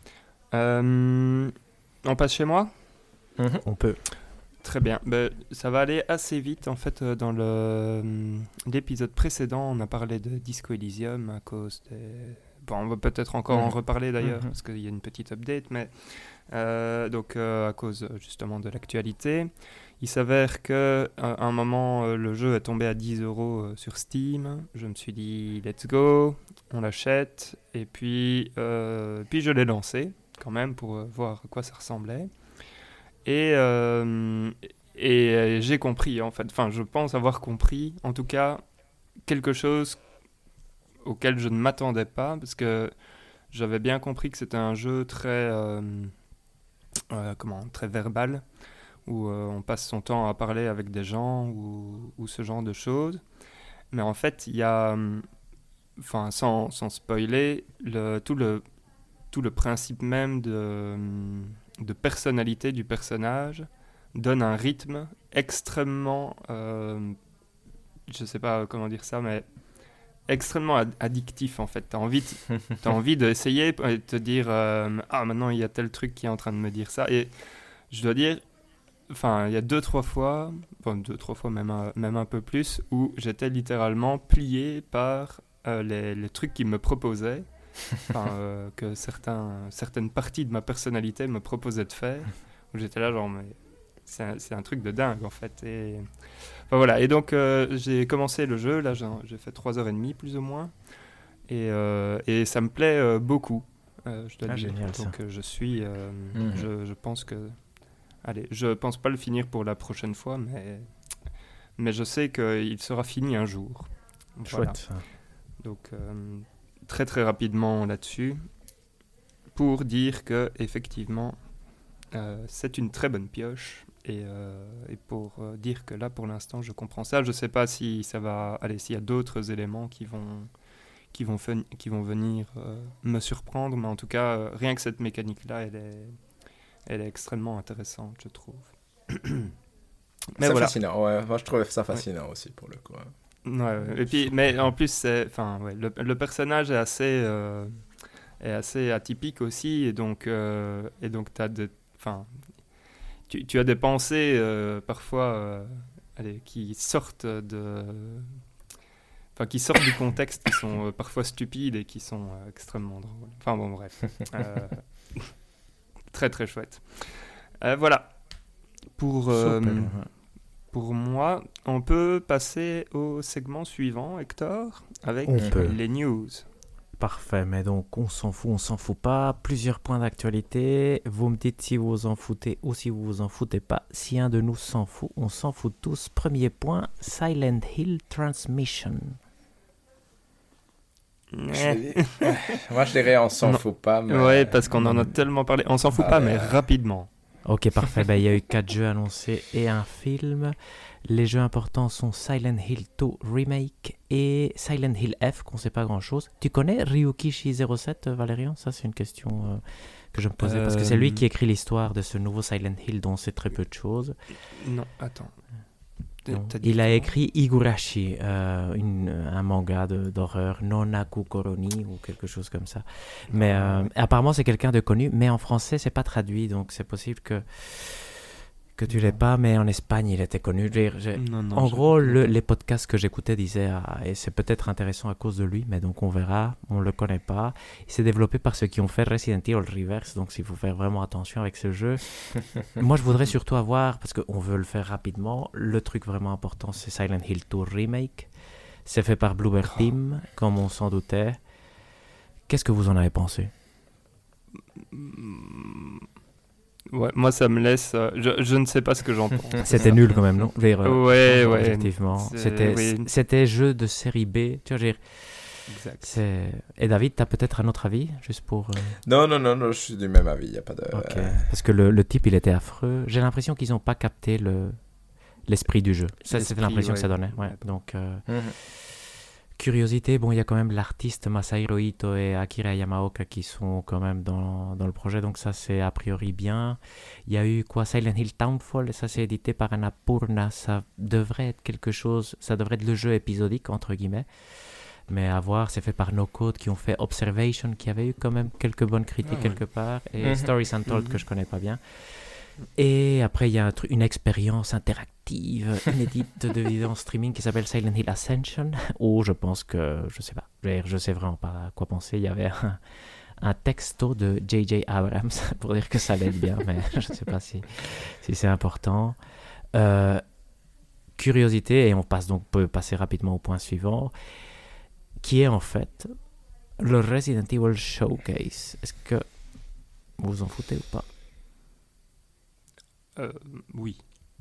Euh, on passe chez moi? On peut. Très bien. Ben, ça va aller assez vite. En fait, euh, dans le, euh, l'épisode précédent, on a parlé de Disco Elysium à cause des... Bon, on va peut-être encore en Mhm. reparler d'ailleurs, Mhm. parce qu'il y a une petite update, mais euh, donc euh, à cause euh, justement de l'actualité, il s'avère que à un moment, euh, le jeu est tombé à dix euros euh, sur Steam. Je me suis dit, let's go, on l'achète, et puis, euh, puis je l'ai lancé quand même pour euh, voir à quoi ça ressemblait. Et, euh, et euh, j'ai compris, en fait, enfin, je pense avoir compris, en tout cas, quelque chose auquel je ne m'attendais pas, parce que j'avais bien compris que c'était un jeu très, euh, euh, comment, très verbal, où euh, on passe son temps à parler avec des gens ou, ou ce genre de choses. Mais en fait, il y a, hum, enfin, sans, sans spoiler, le, tout, le, tout le principe même de, hum, de personnalité du personnage donne un rythme extrêmement, euh, je sais pas comment dire ça, mais extrêmement ad- addictif en fait. T'as envie, de- t'as envie d'essayer et de te dire euh, ah maintenant il y a tel truc qui est en train de me dire ça. Et je dois dire, enfin il y a deux trois fois, bon deux trois fois même un, même un peu plus, où j'étais littéralement plié par euh, les, les trucs qu'ils me proposaient. Enfin, euh, que certains, certaines parties de ma personnalité me proposaient de faire, où j'étais là genre mais c'est un, c'est un truc de dingue en fait. Et enfin, voilà, et donc euh, j'ai commencé le jeu, là j'ai, j'ai fait trois heures trente plus ou moins, et, euh, et ça me plaît euh, beaucoup, euh, je dois Ah, dire. génial, ça. Donc euh, je suis, euh, Mhm. je, je pense que, allez, je pense pas le finir pour la prochaine fois, mais, mais je sais qu'il sera fini un jour. Voilà. Chouette. Ça. Donc euh, très très rapidement là-dessus, pour dire que effectivement euh, c'est une très bonne pioche. Et, euh, et pour euh, dire que là, pour l'instant, je comprends ça. Je ne sais pas si ça va... Allez, s'il y a d'autres éléments qui vont, qui vont, fen- qui vont venir euh, me surprendre. Mais en tout cas, euh, rien que cette mécanique-là, elle est, elle est extrêmement intéressante, je trouve. Mais c'est voilà. fascinant, ouais. Moi je trouve ça fascinant ouais. aussi pour le coup. Ouais, ouais. Et puis, mais en plus, c'est, enfin, ouais, le, le personnage est assez, euh, est assez atypique aussi, et donc, euh, et donc t'as de, enfin, tu, tu as des pensées euh, parfois, euh, allez, qui sortent de, enfin, qui sortent du contexte, qui sont euh, parfois stupides et qui sont euh, extrêmement drôles. Enfin bon, bref, euh, très très chouette. Euh, voilà. Pour, euh, pour moi, on peut passer au segment suivant, Hector, avec les news. Parfait, mais donc on s'en fout, on s'en fout pas. Plusieurs points d'actualité. Vous me dites si vous vous en foutez ou si vous vous en foutez pas. Si un de nous s'en fout, on s'en fout tous. Premier point, Silent Hill Transmission. Je Moi je dirais on s'en non. fout pas. Mais... Ouais, parce qu'on en a tellement parlé. On s'en fout ah, pas, mais euh... rapidement. Ok, parfait. Ben, il y a eu quatre jeux annoncés et un film. Les jeux importants sont Silent Hill deux Remake et Silent Hill F, qu'on ne sait pas grand-chose. Tu connais Ryukishi zéro sept, Valérian? Ça, c'est une question euh, que je me posais, euh... parce que c'est lui qui écrit l'histoire de ce nouveau Silent Hill dont on sait très peu de choses. Non, attends. Non. Il a écrit Higurashi, euh, une, un manga de, d'horreur, Nonaku Koroni ou quelque chose comme ça. Mais euh, apparemment c'est quelqu'un de connu, mais en français c'est pas traduit, donc c'est possible que que tu l'aies pas. Mais en Espagne il était connu. J'ai, j'ai... Non, non, en gros, le, les podcasts que j'écoutais disaient ah, et c'est peut-être intéressant à cause de lui, mais donc on verra. On le connaît pas. Il s'est développé par ceux qui ont fait Resident Evil Reverse, donc il faut faire vraiment attention avec ce jeu. Moi je voudrais surtout avoir, parce qu'on veut le faire rapidement, le truc vraiment important c'est Silent Hill deux Remake. C'est fait par Bloober Team, comme on s'en doutait. Qu'est-ce que vous en avez pensé? Ouais, moi ça me laisse. Euh, je, je ne sais pas ce que j'en pense. C'était nul quand même, non? Dire, euh, Ouais, ouais. Effectivement. C'était, oui. c'était jeu de série B. Tu vois, dire. Exact. C'est... Et David, tu as peut-être un autre avis, juste pour. Euh... Non, non, non, non, je suis du même avis. Y a pas de. Okay. Parce que le, le type, il était affreux. J'ai l'impression qu'ils n'ont pas capté le l'esprit du jeu. Ça, c'était l'impression ouais. que ça donnait. Ouais. Donc. Euh... Mm-hmm. Curiosité, bon, il y a quand même l'artiste Masahiro Ito et Akira Yamaoka qui sont quand même dans, dans le projet, donc ça c'est a priori bien. Il y a eu quoi, Silent Hill Townfall, ça c'est édité par Annapurna, ça devrait être quelque chose, ça devrait être le jeu épisodique entre guillemets, mais à voir, c'est fait par No Code qui ont fait Observation, qui avait eu quand même quelques bonnes critiques oh, quelque ouais. part, et mm-hmm. Stories Untold mm-hmm. que je connais pas bien. Et après, il y a un truc, une expérience interactive, inédite de vidéo en streaming qui s'appelle Silent Hill Ascension, où je pense que, je sais pas, je sais vraiment pas à quoi penser. Il y avait un, un texto de J J Abrams pour dire que ça allait être bien, mais je sais pas si, si c'est important. Euh, curiosité, et on passe donc, peut passer rapidement au point suivant, qui est en fait le Resident Evil Showcase. Est-ce que vous vous en foutez ou pas? Euh, oui.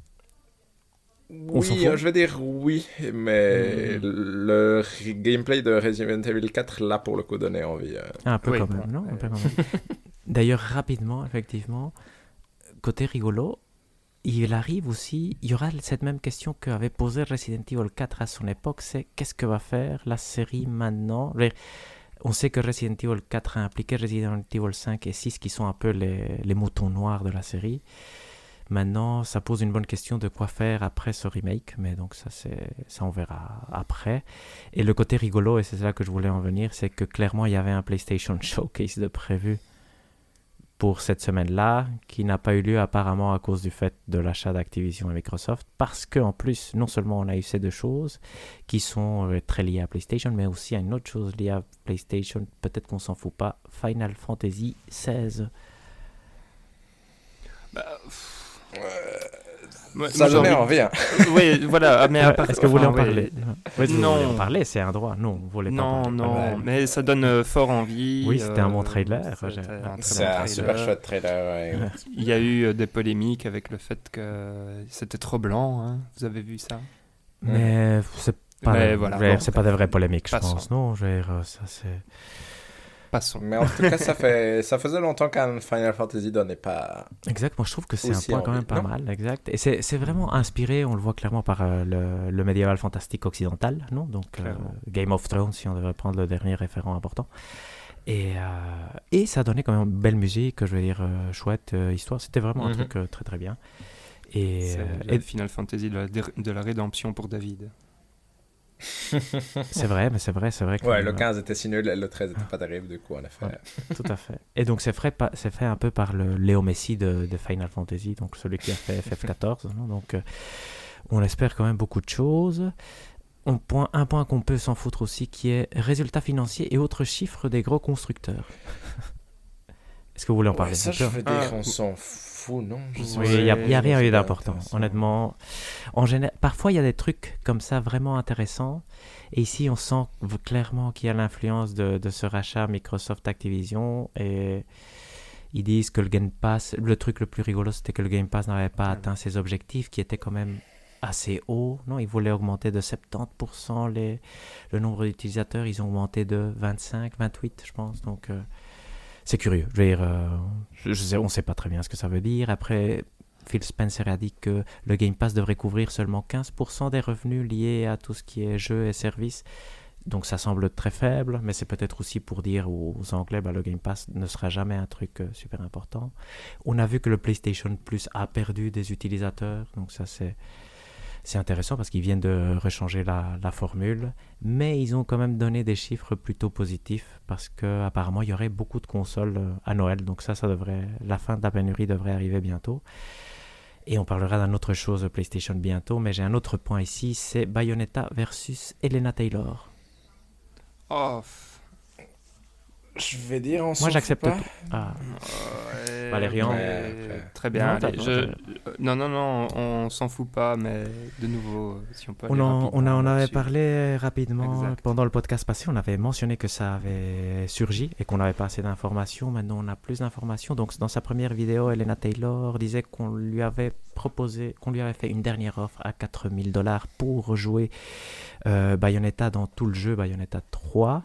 Oui, euh, je vais dire oui, mais mmh. le gameplay de Resident Evil quatre, là, pour le coup, donnait envie. Euh... Un peu oui, quand même, non? Un peu quand même. D'ailleurs, rapidement, effectivement, côté rigolo, il arrive aussi, il y aura cette même question qu'avait posée Resident Evil quatre à son époque, c'est qu'est-ce que va faire la série maintenant? On sait que Resident Evil quatre a impliqué Resident Evil cinq et six, qui sont un peu les, les moutons noirs de la série. Maintenant, ça pose une bonne question de quoi faire après ce remake, mais donc ça, c'est, ça on verra après. Et le côté rigolo, et c'est là que je voulais en venir, c'est que clairement, il y avait un PlayStation Showcase de prévu pour cette semaine-là, qui n'a pas eu lieu apparemment à cause du fait de l'achat d'Activision et Microsoft, parce qu'en plus, non seulement on a eu ces deux choses qui sont euh, très liées à PlayStation, mais aussi à une autre chose liée à PlayStation, peut-être qu'on s'en fout pas, Final Fantasy seize. Bah... Ouais, ça donnait envie. Hein. Oui, voilà. Mais part... Est-ce que vous voulez enfin, en parler? Oui, vous non. voulez en parler, c'est un droit. Non, vous voulez pas non, en parler. Non, non, mais ça donne euh, fort envie. Oui, c'était euh, un bon trailer. C'était un c'est un, un super chouette trailer. Ouais. Il y a eu euh, des polémiques avec le fait que c'était trop blanc. Hein. Vous avez vu ça? Mais c'est pas, mais de, voilà, bon, bon, c'est pas des vraies polémiques, je passons. pense. Non, je veux dire, ça c'est... Passons. Mais en tout cas, ça, fait, ça faisait longtemps qu'un Final Fantasy donnait pas. Exact, moi je trouve que c'est un point envie, quand même pas non? mal, exact. Et c'est, c'est vraiment inspiré, on le voit clairement par euh, le, le médiéval fantastique occidental, non? Donc euh, Game of Thrones, si on devrait prendre le dernier référent important. Et, euh, et ça donnait quand même une belle musique, je veux dire, euh, chouette euh, histoire. C'était vraiment mm-hmm. un truc euh, très très bien. Et, c'est euh, le et... Final Fantasy de la, de la rédemption pour David. C'est vrai, mais c'est vrai, c'est vrai que... Ouais, le quinze était si nul, le treize était pas terrible, du coup, en effet. Ouais, tout à fait. Et donc, c'est fait, c'est fait un peu par le Léo Messi de, de Final Fantasy, donc celui qui a fait F F quatorze. Non donc, euh, on espère quand même beaucoup de choses. On point, un point qu'on peut s'en foutre aussi, qui est résultats financiers et autres chiffres des gros constructeurs. Est-ce que vous voulez en parler? Ouais, ça, je veux dire, ah, on s'en fout, non? Oui, il n'y a, y a rien eu d'important, honnêtement. En général, parfois, il y a des trucs comme ça vraiment intéressants. Et ici, on sent clairement qu'il y a l'influence de, de ce rachat Microsoft Activision. Et ils disent que le Game Pass... Le truc le plus rigolo, c'était que le Game Pass n'avait pas atteint ses objectifs, qui étaient quand même assez hauts. Non, ils voulaient augmenter de soixante-dix pour cent les, le nombre d'utilisateurs. Ils ont augmenté de vingt-cinq, vingt-huit, je pense. Donc... Euh, c'est curieux. Je veux dire, euh, je, je sais, on ne sait pas très bien ce que ça veut dire. Après, Phil Spencer a dit que le Game Pass devrait couvrir seulement quinze pour cent des revenus liés à tout ce qui est jeux et services. Donc ça semble très faible, mais c'est peut-être aussi pour dire aux Anglais, bah, le Game Pass ne sera jamais un truc euh, super important. On a vu que le PlayStation Plus a perdu des utilisateurs, donc ça c'est... C'est intéressant parce qu'ils viennent de rechanger la, la formule, mais ils ont quand même donné des chiffres plutôt positifs parce qu'apparemment il y aurait beaucoup de consoles à Noël, donc ça, ça devrait, la fin de la pénurie devrait arriver bientôt. Et on parlera d'une autre chose PlayStation bientôt, mais j'ai un autre point ici, c'est Bayonetta versus Elena Taylor. Oh, je vais dire, on Moi j'accepte pas. Tout. Ah. Ouais, Valérian. Ouais, très bien. Non, allez, je... non, non, non, on s'en fout pas, mais de nouveau, si on peut. On en, on, a, on avait parlé rapidement exact. Pendant le podcast passé. On avait mentionné que ça avait surgi et qu'on n'avait pas assez d'informations. Maintenant, on a plus d'informations. Donc, dans sa première vidéo, Elena Taylor disait qu'on lui avait proposé, qu'on lui avait fait une dernière offre à quatre mille dollars pour jouer euh, Bayonetta dans tout le jeu, Bayonetta trois.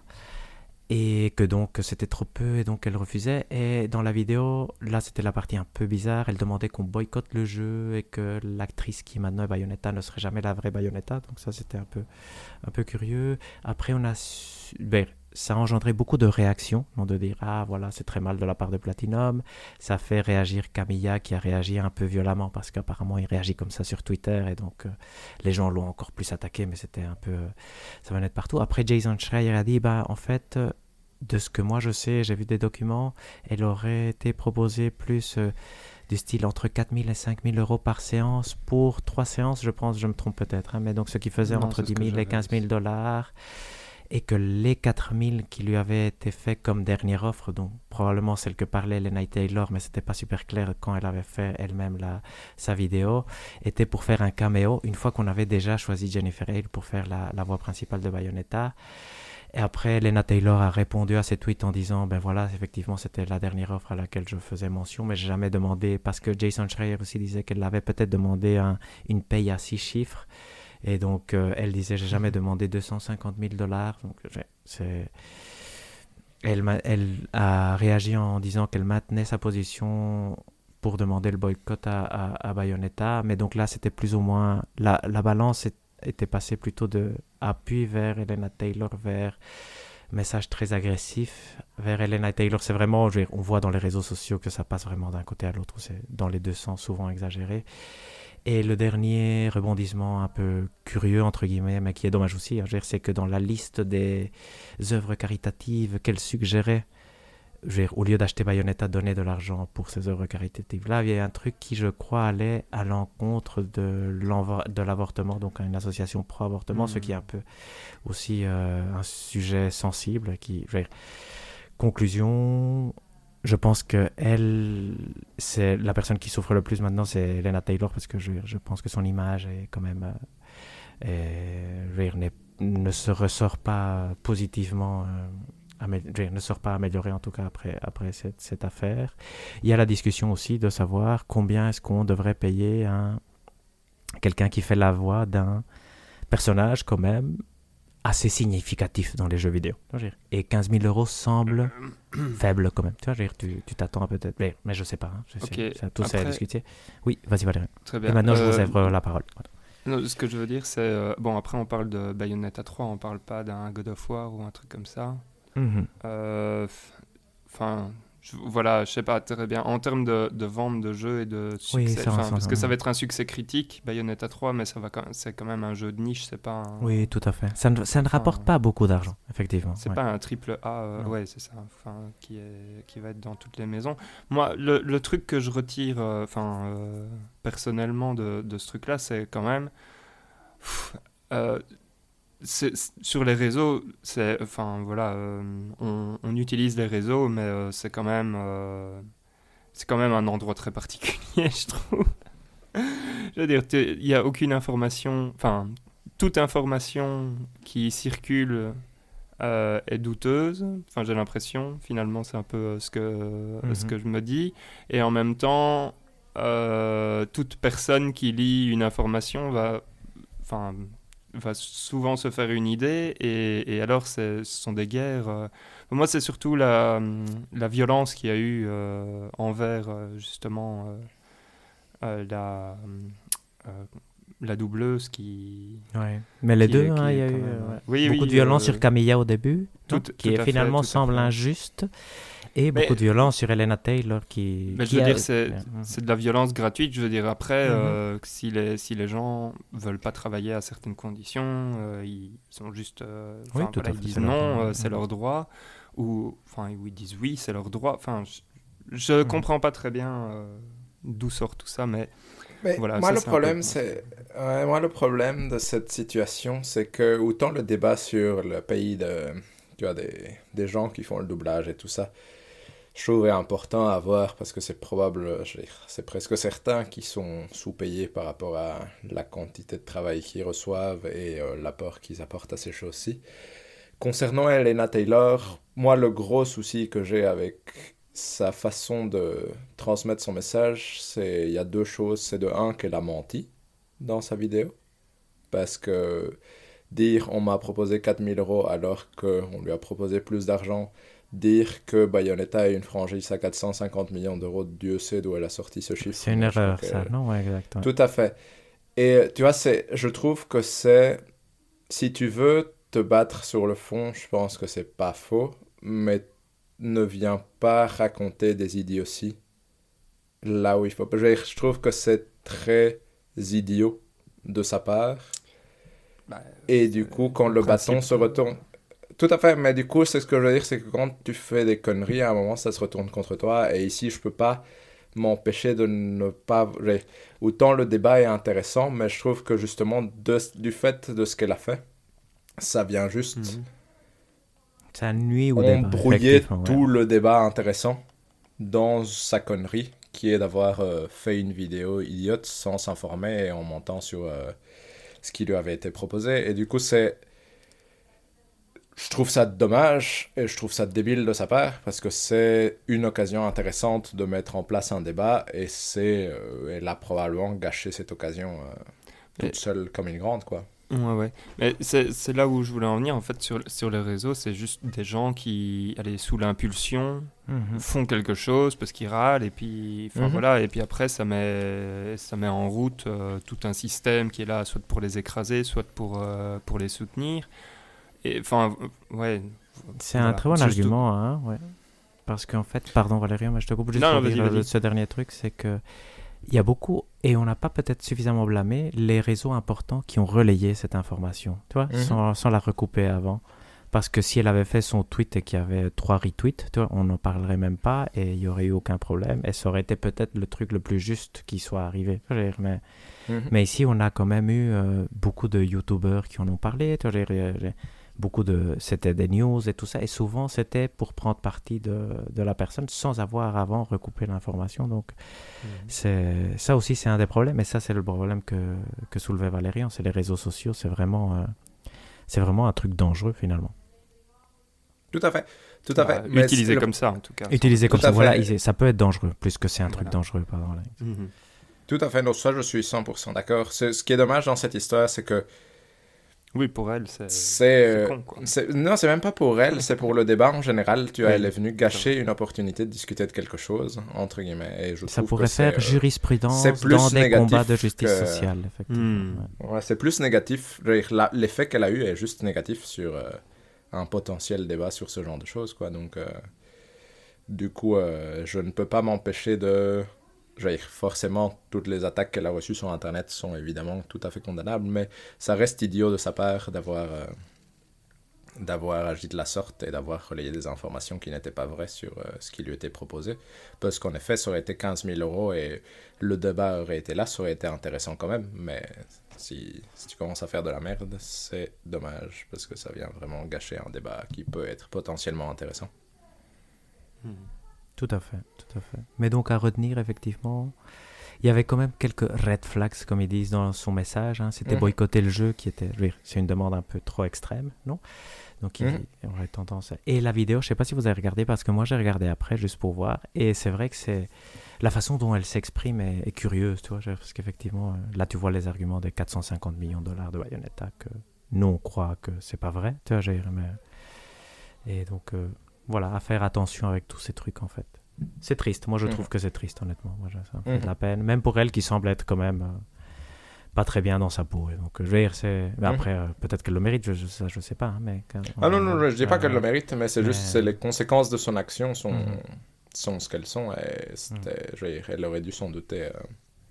Et que donc c'était trop peu et donc elle refusait. Et dans la vidéo, là c'était la partie un peu bizarre, elle demandait qu'on boycotte le jeu et que l'actrice qui maintenant est Bayonetta ne serait jamais la vraie Bayonetta. Donc ça c'était un peu, un peu curieux. Après on a... Su... Ben, ça a engendré beaucoup de réactions, non, de dire ah voilà c'est très mal de la part de Platinum. Ça fait réagir Camilla qui a réagi un peu violemment parce qu'apparemment il réagit comme ça sur Twitter et donc euh, les gens l'ont encore plus attaqué, mais c'était un peu... Euh, ça venait de partout. Après Jason Schreier a dit bah en fait... Euh, de ce que moi je sais, j'ai vu des documents, elle aurait été proposée plus euh, du style entre quatre mille et cinq mille euros par séance pour trois séances, je pense, je me trompe peut-être, hein, mais donc ce qui faisait non, entre dix mille et quinze mille dollars, et que les quatre mille qui lui avaient été faits comme dernière offre, donc probablement celle que parlait Elena Taylor, mais c'était pas super clair quand elle avait fait elle-même la, sa vidéo, était pour faire un caméo, une fois qu'on avait déjà choisi Jennifer Hale pour faire la, la voix principale de Bayonetta. Et après, Elena Taylor a répondu à ces tweets en disant ben voilà, effectivement, c'était la dernière offre à laquelle je faisais mention, mais je n'ai jamais demandé, parce que Jason Schreier aussi disait qu'elle avait peut-être demandé un, une paye à six chiffres. Et donc, euh, elle disait j'ai jamais demandé deux cent cinquante mille dollars. Donc, c'est... Elle, elle a réagi en disant qu'elle maintenait sa position pour demander le boycott à, à, à Bayonetta. Mais donc là, c'était plus ou moins... La, la balance est était passé plutôt de appui vers Elena Taylor, vers message très agressif vers Elena Taylor. C'est vraiment, je veux dire, on voit dans les réseaux sociaux que ça passe vraiment d'un côté à l'autre, c'est dans les deux sens souvent exagéré. Et le dernier rebondissement un peu curieux, entre guillemets, mais qui est dommage aussi, hein, je veux dire, c'est que dans la liste des œuvres caritatives qu'elle suggérait, je veux dire, au lieu d'acheter Bayonetta, donner de l'argent pour ces œuvres caritatives-là, il y a un truc qui, je crois, allait à l'encontre de, de l'avortement, donc une association pro-avortement, mmh. ce qui est un peu aussi euh, un sujet sensible. Qui, je veux dire, conclusion, je pense que elle, c'est la personne qui souffre le plus maintenant, c'est Elena Taylor, parce que je, je pense que son image est quand même, euh, est, je veux dire, ne se ressort pas positivement. Euh, ne sera pas amélioré en tout cas après, après cette, cette affaire. Il y a la discussion aussi de savoir combien est-ce qu'on devrait payer un, quelqu'un qui fait la voix d'un personnage quand même assez significatif dans les jeux vidéo. Et quinze mille euros semble faible quand même. Tu vois, je veux dire, tu, tu t'attends peut-être, mais, mais je sais pas. Hein. Je okay. sais, ça, tout ça à discuter. Oui, vas-y Valérie. Très bien. Et maintenant euh... je vous ouvre la parole. Voilà. Non, ce que je veux dire, c'est... Euh, bon, après on parle de Bayonetta trois, on parle pas d'un God of War ou un truc comme ça. Mhm. Euh, Enfin, je- voilà, je sais pas très bien. En termes de, de vente de jeux et de Oui, succès, ça va, enfin, ça parce va, que ça ouais. va être un succès critique, Bayonetta trois, mais ça va quand- c'est quand même un jeu de niche, c'est pas un, Oui, tout à fait. Ça ne, ça ne rapporte enfin, pas beaucoup d'argent, effectivement. c'est ouais. pas un triple A, euh, Non. ouais, c'est ça, enfin, qui est, qui va être dans toutes les maisons. Moi, le, le truc que je retire, euh, enfin, euh, personnellement de, de ce truc-là, c'est quand même, pff, euh, c'est- c'est- sur les réseaux, c'est, enfin, voilà, euh, on, on utilise les réseaux, mais euh, c'est quand même, euh, c'est quand même un endroit très particulier, je trouve. Je veux dire, t'es- il n'y a aucune information, enfin, toute information qui circule euh, est douteuse. Enfin, j'ai l'impression, finalement, c'est un peu euh, ce que, euh, ce Mhm. que je me dis. Et en même temps, euh, toute personne qui lit une information va, enfin, va souvent se faire une idée. Et, et alors, c'est- ce sont des guerres. euh. Moi, c'est surtout la, hum, la violence qu'il y a eu euh, envers, euh, justement, euh, euh, la, hum, euh, la doubleuse qui, Ouais. Mais les qui deux, est, qui hein, il y est a quand eu même, euh, euh, ouais. oui, beaucoup oui, de violence euh, sur Camilla au début, tout, non tout qui à finalement fait, tout à semble fait. injuste, et Mais beaucoup de violence sur Elena Taylor qui, Mais je qui veux a... dire, c'est, Mhm. c'est de la violence gratuite. Je veux dire, après, Mhm. euh, si, les, si les gens veulent pas travailler à certaines conditions, euh, ils sont juste. euh, Oui, Enfin, tout voilà, à ils fait, disent c'est leur non, droit. euh, c'est Mhm. leur droit. Ou, enfin, ou ils disent oui, c'est leur droit. Enfin, je, je Mhm. comprends pas très bien euh, d'où sort tout ça, mais Mais voilà, moi, ça, le c'est un peu problème, mon c'est... ouais, moi, le problème de cette situation, c'est que autant le débat sur le pays de... Tu vois, des, des gens qui font le doublage et tout ça, je trouve est important à voir parce que c'est probable, je veux dire, c'est presque certain qu'ils sont sous-payés par rapport à la quantité de travail qu'ils reçoivent et euh, l'apport qu'ils apportent à ces choses-ci. Concernant Elena Taylor, moi, le gros souci que j'ai avec sa façon de transmettre son message, c'est il y a deux choses. C'est de un, qu'elle a menti dans sa vidéo. Parce que dire on m'a proposé quatre mille euros alors qu'on lui a proposé plus d'argent, dire que Bayonetta est une franchise à quatre cent cinquante millions d'euros, Dieu sait d'où elle a sorti ce chiffre. C'est une mais je crois erreur, que- ça, non? Ouais, exact. ouais. Tout à fait. Et tu vois, c'est, je trouve que c'est, si tu veux te battre sur le fond, je pense que c'est pas faux, mais ne viens pas raconter des idioties là où il faut. Je veux dire, je trouve que c'est très idiot de sa part. Bah, Et du coup, quand le principe, bâton se euh, retourne... Tout à fait, mais du coup, c'est ce que je veux dire, c'est que quand tu fais des conneries, à un moment, ça se retourne contre toi. Et ici, je peux pas m'empêcher de ne pas... j'ai- Autant le débat est intéressant, mais je trouve que justement, de- du fait de ce qu'elle a fait, ça vient juste mhm. Ça nuit au débat, embrouiller effectivement, ouais. tout le débat intéressant dans sa connerie, qui est d'avoir euh, fait une vidéo idiote sans s'informer et en montant sur euh, ce qui lui avait été proposé. Et du coup, c'est... Je trouve ça dommage et je trouve ça débile de sa part parce que c'est une occasion intéressante de mettre en place un débat et c'est euh, elle a probablement gâché cette occasion euh, toute Mais- seule comme une grande, quoi. Ouais, ouais. Mais c'est, c'est là où je voulais en venir. En fait, sur, sur les réseaux, c'est juste des gens qui, allez, sous l'impulsion, Mhm. font quelque chose parce qu'ils râlent et puis, enfin Mhm. voilà, et puis après, ça met, ça met en route euh, tout un système qui est là, soit pour les écraser, soit pour, euh, pour les soutenir. Et enfin, euh, ouais. C'est un Voilà. très bon Surtout- argument, hein, ouais. Parce qu'en fait, pardon Valérian, mais je te coupe juste Non, pour non, dire vas-y, euh, vas-y. ce dernier truc, c'est que il y a beaucoup, et on n'a pas peut-être suffisamment blâmé, les réseaux importants qui ont relayé cette information, tu vois, Mhm. sans, sans la recouper avant. Parce que si elle avait fait son tweet et qu'il y avait trois retweets, tu vois, on n'en parlerait même pas et il n'y aurait eu aucun problème. Et ça aurait été peut-être le truc le plus juste qui soit arrivé. Je veux dire, Mais, Mhm. mais ici, on a quand même eu euh, beaucoup de youtubeurs qui en ont parlé. Tu vois, j'ai- j'ai- j'ai- beaucoup de, c'était des news et tout ça. Et souvent, c'était pour prendre parti de, de la personne sans avoir avant recoupé l'information. Donc, c'est, ça aussi, c'est un des problèmes. Et ça, c'est le problème que, que soulevait Valérian. C'est les réseaux sociaux. C'est vraiment, euh, c'est vraiment un truc dangereux, finalement. Tout à fait, tout à Bah, fait. Mais utilisé c'est le- comme ça, en tout cas. Utilisé Tout comme à ça, voilà, fait. il- ça peut être dangereux, plus que c'est un truc Voilà. dangereux. Pardon, voilà. Mhm. Tout à fait, non, ça je suis cent pour cent d'accord. C'est- Ce qui est dommage dans cette histoire, c'est que Oui, pour elle, c'est, c'est... c'est euh, con, quoi. c'est- Non, c'est même pas pour elle, c'est pour le débat en général. Tu vois, Oui. elle est venue gâcher une opportunité de discuter de quelque chose, entre guillemets. Et je Ça trouve pourrait que c'est, faire euh, jurisprudence c'est plus dans des négatif combats de justice que- sociale, effectivement. Hmm. ouais. Ouais, c'est plus négatif. Je veux dire, la- L'effet qu'elle a eu est juste négatif sur euh, un potentiel débat sur ce genre de choses, quoi. Donc, euh, du coup, euh, je ne peux pas m'empêcher de... Je veux dire, forcément, toutes les attaques qu'elle a reçues sur Internet sont évidemment tout à fait condamnables, mais ça reste idiot de sa part d'avoir, euh, d'avoir agi de la sorte et d'avoir relayé des informations qui n'étaient pas vraies sur euh, ce qui lui était proposé. Parce qu'en effet, ça aurait été quinze mille euros et le débat aurait été là, ça aurait été intéressant quand même, mais si, si tu commences à faire de la merde, c'est dommage, parce que ça vient vraiment gâcher un débat qui peut être potentiellement intéressant. Mmh. Tout à fait, tout à fait. Mais donc à retenir, effectivement, il y avait quand même quelques red flags, comme ils disent dans son message. Hein. C'était mmh. boycotter le jeu, qui était, je veux dire, c'est une demande un peu trop extrême, non? Donc il mmh. aurait tendance. À... Et la vidéo, je ne sais pas si vous avez regardé, parce que moi j'ai regardé après juste pour voir. Et c'est vrai que c'est la façon dont elle s'exprime est, est curieuse, tu vois, parce qu'effectivement, là tu vois les arguments des quatre cent cinquante millions de dollars de Bayonetta que nous on croit que c'est pas vrai, tu vois, j'ai mais... et donc. Euh... Voilà, à faire attention avec tous ces trucs en fait. C'est triste, moi je mmh. trouve que c'est triste honnêtement. Moi, ça me fait mmh. de la peine, même pour elle qui semble être quand même euh, pas très bien dans sa peau. Et donc je veux dire, c'est... Mais après, euh, peut-être qu'elle le mérite, je, je, je sais pas. Hein, mais quand... Ah non, non, je dis pas euh... qu'elle le mérite, mais c'est mais... juste c'est les conséquences de son action sont, mmh. sont ce qu'elles sont. Et c'était, mmh. je veux dire, elle aurait dû s'en douter. Euh...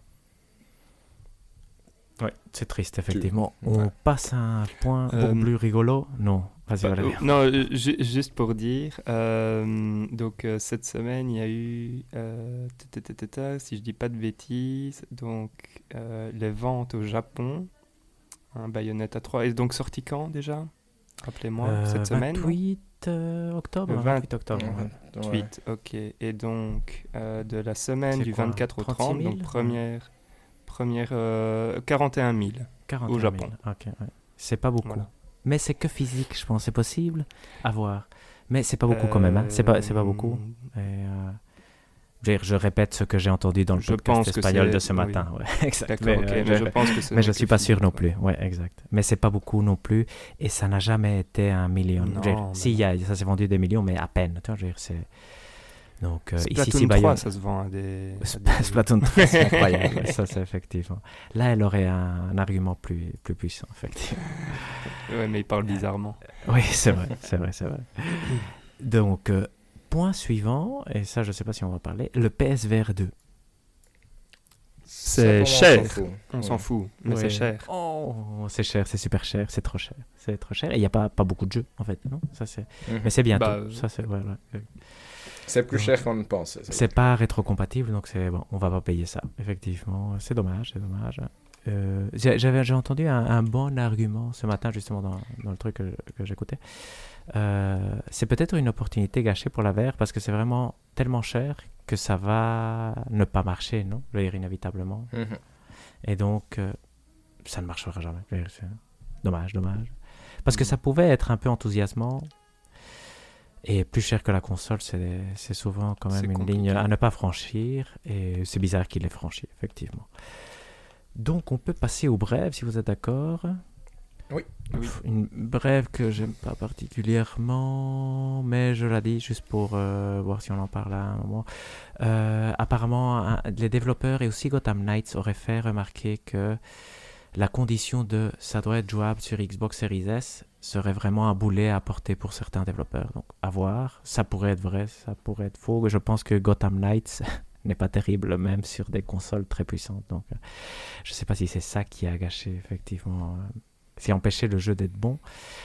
Oui, c'est triste, effectivement. Tu... On ouais. passe à un point euh... beaucoup plus rigolo. Non. Vas-y, bah, non, euh, ju- juste pour dire, euh, donc euh, cette semaine il y a eu, euh, si je dis pas de bêtises, donc euh, les ventes au Japon, hein, Bayonetta trois, est donc sorti quand déjà? Rappelez-moi, euh, cette semaine. vingt-huit euh, octobre. vingt... vingt-huit octobre. vingt-huit, ouais. Ok. Et donc euh, de la semaine c'est du quoi, vingt-quatre au trente, donc première, première euh, quarante et un mille au Japon. Ok. Ouais. C'est pas beaucoup. Voilà. Mais c'est que physique, je pense. C'est possible à voir. Mais c'est pas beaucoup euh, quand même. Hein. C'est pas, c'est pas beaucoup. Et, euh, je, je répète ce que j'ai entendu dans le je podcast espagnol de ce matin. Oui. Ouais, exact. Mais, okay, euh, mais je, je pense que c'est mais je suis pas sûr non plus. Ouais, exact. Mais c'est pas beaucoup non plus. Et ça n'a jamais été un million. Non, dire, mais... Si, y a, ça s'est vendu des millions, mais à peine. Tu vois, je veux dire, c'est... Donc, euh, Splatoon ici, si trois, Bayonne... ça se vend à des... À des... Splatoon trois, c'est incroyable. Ça, c'est effectivement. Là, elle aurait un, un argument plus, plus puissant, effectivement. Ouais, mais il parle bizarrement. Oui, c'est vrai, c'est vrai, c'est vrai. Donc, euh, point suivant, et ça, je ne sais pas si on va parler, le P S V R deux. C'est cher. On s'en fout, mais ouais. c'est cher. Oh, c'est cher, c'est super cher, c'est trop cher. C'est trop cher. Et il n'y a pas, pas beaucoup de jeux, en fait, non ça, c'est... Mm-hmm. Mais c'est bientôt. Bah, ça, c'est... Ouais, ouais. C'est plus donc, cher qu'on ne pense. C'est, c'est pas rétrocompatible, donc c'est bon, on va pas payer ça. Effectivement, c'est dommage, c'est dommage. Euh, j'avais, j'ai entendu un, un bon argument ce matin, justement, dans, dans le truc que, que j'écoutais. Euh, c'est peut-être une opportunité gâchée pour la V R parce que c'est vraiment tellement cher que ça va ne pas marcher, non? Je veux dire, inévitablement. Mm-hmm. Et donc, euh, ça ne marchera jamais. Je veux dire, c'est dommage, dommage. Parce mm-hmm. que ça pouvait être un peu enthousiasmant. Et plus cher que la console, c'est, c'est souvent quand même c'est une compliqué. Ligne à ne pas franchir. Et c'est bizarre qu'il l'ait franchi, effectivement. Donc, on peut passer aux brèves, si vous êtes d'accord. Oui. oui. Une brève que j'aime pas particulièrement, mais je la dis juste pour euh, voir si on en parle à un moment. Euh, apparemment, un, les développeurs et aussi Gotham Knights auraient fait remarquer que la condition de « ça doit être jouable sur Xbox Series S » serait vraiment un boulet à porter pour certains développeurs. Donc, à voir. Ça pourrait être vrai, ça pourrait être faux. Je pense que Gotham Knights n'est pas terrible, même sur des consoles très puissantes. Donc, euh, je ne sais pas si c'est ça qui a gâché, effectivement, euh, qui a empêché le jeu d'être bon.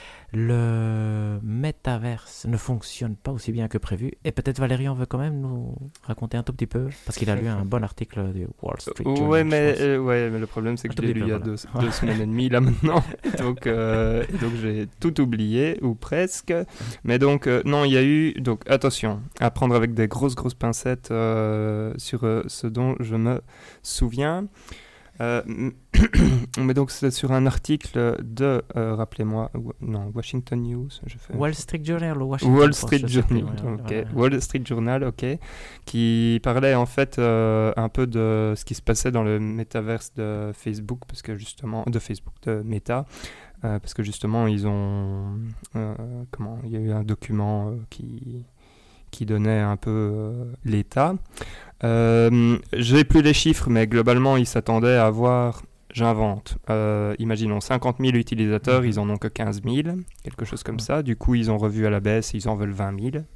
Le métaverse ne fonctionne pas aussi bien que prévu. Et peut-être Valérian veut quand même nous raconter un tout petit peu, parce qu'il a lu un bon article du Wall Street Journal. Ouais, mais, euh, ouais, mais le problème, c'est que un je l'ai lu il y a voilà. deux, deux semaines et demie, là, maintenant. donc, euh, donc, j'ai tout oublié, ou presque. Mais donc, euh, non, il y a eu... Donc, attention, à prendre avec des grosses, grosses pincettes euh, sur euh, ce dont je me souviens. Euh, mais donc c'est sur un article de, euh, rappelez-moi, w- non, Washington News, je fais... Wall Street Journal ou Washington Wall Post, Street Journal, ok, ouais. Wall Street Journal, ok, qui parlait en fait euh, un peu de ce qui se passait dans le métaverse de Facebook, parce que justement, de Facebook, de Meta, euh, parce que justement ils ont, euh, comment, il y a eu un document euh, qui qui donnait un peu euh, l'état. Euh, je n'ai plus les chiffres, mais globalement, ils s'attendaient à avoir, j'invente. Euh, imaginons cinquante mille utilisateurs, Mhm. ils en ont que quinze mille, quelque chose comme ça. Du coup, ils ont revu à la baisse, ils en veulent vingt mille.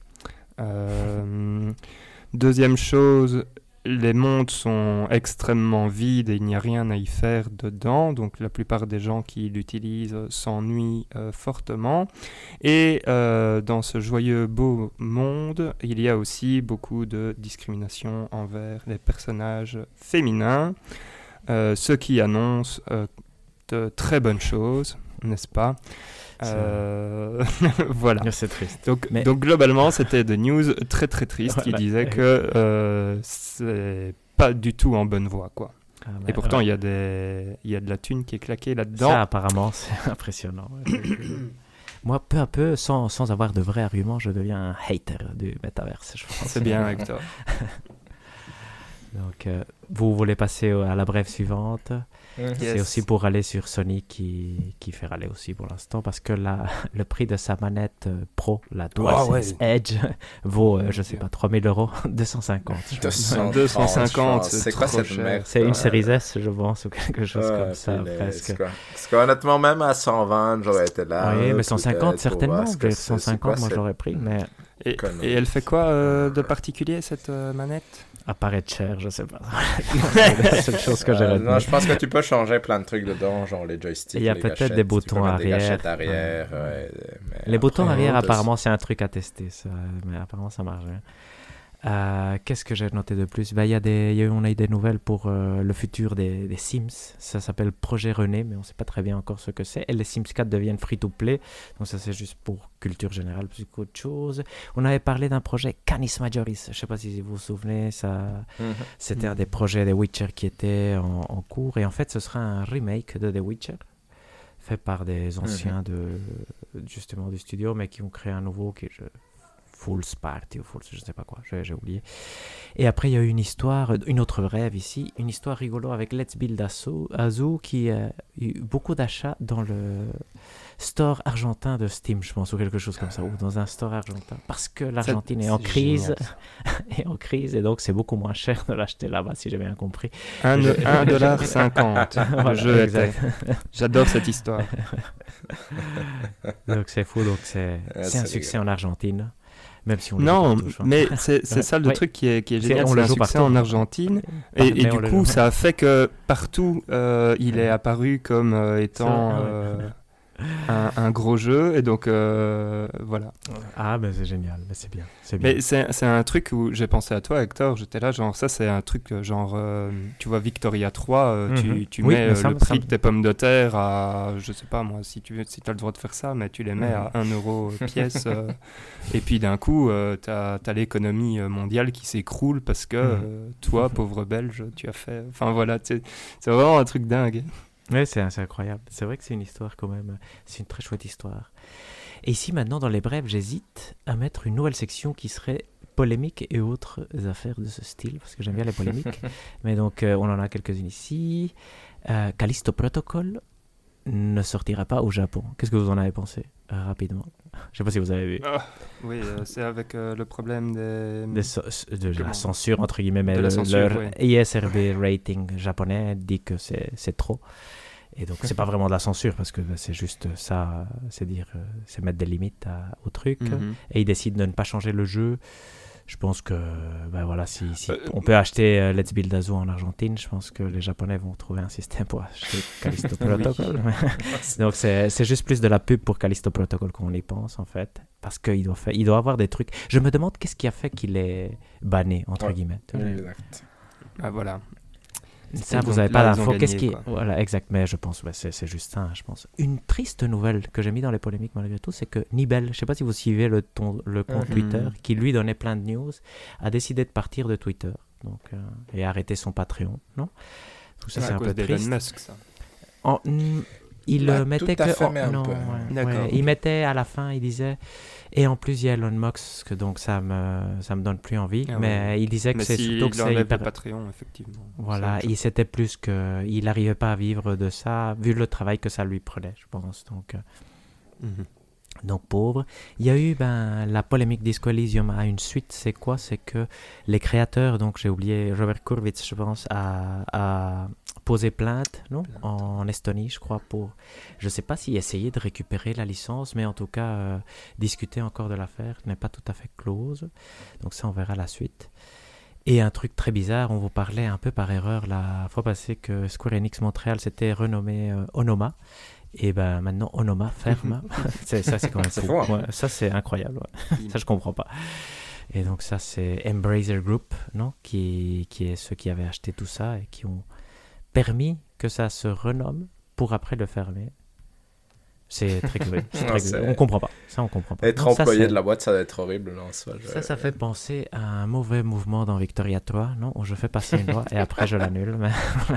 Euh, deuxième chose, les mondes sont extrêmement vides et il n'y a rien à y faire dedans. Donc la plupart des gens qui l'utilisent s'ennuient euh, fortement. Et euh, dans ce joyeux beau monde, il y a aussi beaucoup de discrimination envers les personnages féminins. Euh, ce qui annonce euh, de très bonnes choses, n'est-ce pas? Euh, voilà. C'est triste. Donc, Mais- donc globalement, c'était des news très très tristes qui Voilà. disaient que euh, c'est pas du tout en bonne voie, quoi. Ah, Et mais pourtant, ouais. il y a des, il y a de la thune qui est claquée là-dedans. Ça, apparemment, c'est impressionnant. Moi, peu à peu, sans, sans avoir de vrais arguments, je deviens un hater du métaverse, je pense. C'est bien, Hector. Donc, euh, vous voulez passer au- à la brève suivante. Mhm. C'est Yes. aussi pour aller sur Sony qui, qui fait râler aussi pour l'instant parce que la, le prix de sa manette euh, Pro, la DualSense ouais. Edge, vaut, euh, je sais pas, trois mille euros, deux cent cinquante. je pense. deux cent cinquante, c'est c'est quoi trop cette cher. merde? C'est une quoi? série S, je pense, ou quelque chose Ouais, comme ça, puis les- presque. quoi. Parce qu'honnêtement, même à cent vingt, j'aurais été là. oui, euh, mais cent cinquante, peut-être, pour certainement. voir ce que Vers c'est. cent C'est cinquante, quoi moi, cette- j'aurais pris, mais Et, Connerie. et elle fait quoi euh, de particulier, cette euh, manette? apparaître cher, je sais pas. C'est la seule chose que j'ai Euh, retenue. non, je pense que tu peux changer plein de trucs dedans, genre les joysticks. Il y a les peut-être gâchettes, des tu peux boutons mettre des arrière. gâchettes arrière. ouais, mais Les boutons après, arrière, de- apparemment, c'est un truc à tester, ça. Mais apparemment, ça marche bien. Euh, Qu'est-ce que j'ai noté de plus? Bah, il y a des, il y a eu, on a eu des nouvelles pour euh, le futur des, des Sims. Ça s'appelle Projet René, mais on ne sait pas très bien encore ce que c'est. Et les Sims quatre deviennent free-to-play. Donc ça, c'est juste pour culture générale plus qu'autre chose. On avait parlé d'un projet Canis Majoris. Je ne sais pas si vous vous souvenez. Ça, Mhm. c'était un des projets des Witcher qui était en, en cours. Et en fait, ce sera un remake de The Witcher fait par des anciens de, justement du studio, mais qui ont créé un nouveau qui est je- Fool's Party ou Fool's, je sais pas quoi, j'ai, j'ai oublié. Et après, il y a eu une histoire, une autre rêve ici, une histoire rigolo avec Let's Build Azu, Azu qui a eu beaucoup d'achats dans le store argentin de Steam, je pense, ou quelque chose comme ça, ou dans un store argentin, parce que l'Argentine Ça, est en c'est crise, génial. est en crise, et donc c'est beaucoup moins cher de l'acheter là-bas, si j'ai bien compris. un dollar cinquante. Voilà, Le jeu exact. était. J'adore cette histoire. Donc c'est fou, donc c'est, Ouais, c'est un c'est succès en Argentine, même si on le Non, joue partout, hein. mais c'est c'est ça le Ouais. truc qui est, qui est C'est- génial, on c'est le un joue succès partout. en Argentine. Ah, Et, et mais on du le coup, joue. ça a fait que partout, euh, il est Ouais. apparu comme euh, étant Ça, ouais. euh, un, un gros jeu. Et donc, euh, voilà. Ah, mais c'est génial, mais c'est bien, c'est bien. Mais c'est c'est un truc où j'ai pensé à toi, Hector. J'étais là, genre, ça, c'est un truc, euh, genre, euh, tu vois, Victoria trois, euh, Mhm. tu, tu Oui, mets mais euh, ça le me- ça prix me- de tes pommes de terre à, je sais pas moi, si tu veux, si as le droit de faire ça, mais tu les mets Mhm. à un euro pièce. euh, et puis d'un coup, euh, t'as as, l'économie euh, mondiale qui s'écroule parce que Mhm. euh, toi, pauvre Belge, tu as fait. Enfin voilà, tu sais, c'est vraiment un truc dingue. Oui, c'est, c'est incroyable. C'est vrai que c'est une histoire quand même. C'est une très chouette histoire. Et ici, maintenant, dans les brèves, j'hésite à mettre une nouvelle section qui serait polémique et autres affaires de ce style, parce que j'aime bien les polémiques. Mais donc, euh, on en a quelques-unes ici. Euh, Callisto Protocol ne sortira pas au Japon. Qu'est-ce que vous en avez pensé, euh, rapidement? Je sais pas si vous avez vu. Oui, euh, c'est avec euh, le problème des. Des so- de Comment la censure, entre guillemets, mais De la le- censure, leur ouais. I S R B rating japonais dit que c'est, c'est trop. Et donc, c'est pas vraiment de la censure, parce que bah, c'est juste ça, c'est dire, euh, c'est mettre des limites à- au truc. Mhm. Et ils décident de ne pas changer le jeu. Je pense que, ben voilà, si, si Euh, on peut acheter euh, Let's Build Azu en Argentine, je pense que les Japonais vont trouver un système pour acheter Callisto Protocol. Donc, c'est, c'est juste plus de la pub pour Callisto Protocol qu'on y pense, en fait. Parce qu'il doit, faire, il doit avoir des trucs. Je me demande qu'est-ce qui a fait qu'il est banné, entre Ouais. guillemets. Exact. Ah voilà. Ça, Ils vous ont- n'avez là, pas ils ont d'infos. Qu'est-ce gagné, qui est... quoi. Voilà, exact. Mais je pense, ouais, c'est, c'est juste ça, hein, je pense. Une triste nouvelle que j'ai mis dans les polémiques malgré tout, c'est que Nibel, je ne sais pas si vous suivez le, ton, le compte Mhm. Twitter, qui lui donnait plein de news, a décidé de partir de Twitter donc, euh, et arrêter son Patreon. Non Tout ça, C'est c'est à un cause peu d'Elon triste. Musk, ça. En- mm, il Bah, euh, mettait tout à que fait, en- mais un non, peu. ouais, D'accord, ouais. ok. Il mettait à la fin, il disait, et en plus il y a Elon Musk, donc ça me ça me donne plus envie, Ah mais ouais. il disait que Mais c'est s'il surtout que c'est enlève hyper... le Patreon, effectivement. Voilà, c'est il c'était plus que il n'arrivait pas à vivre de ça vu le travail que ça lui prenait, je pense. Donc euh, Mhm. Donc pauvre. Il y a eu ben, la polémique Disco Elysium a une suite, c'est quoi? C'est que les créateurs, donc j'ai oublié, Robert Kurwitz je pense, a, a posé plainte, non plainte. En Estonie je crois, pour, je ne sais pas s'il essayait de récupérer la licence, mais en tout cas euh, discuter encore de l'affaire n'est pas tout à fait close, donc ça on verra la suite. Et un truc très bizarre, on vous parlait un peu par erreur la fois passée que Square Enix Montréal s'était renommé euh, Onoma. Et ben maintenant Onoma ferme. c'est, ça c'est quand même c'est fou. fou, hein. Ouais, ça c'est incroyable. Ouais. Ça je comprends pas. Et donc ça c'est Embracer Group, non, qui qui est ceux qui avaient acheté tout ça et qui ont permis que ça se renomme pour après le fermer. C'est très curieux. C'est très c'est... On comprend pas. Ça on comprend pas. Être non, employé ça, de la boîte, ça doit être horrible. Non, ça, je... ça, ça fait penser à un mauvais mouvement dans Victoria trois, non, où je fais passer une loi et après je l'annule. Mais,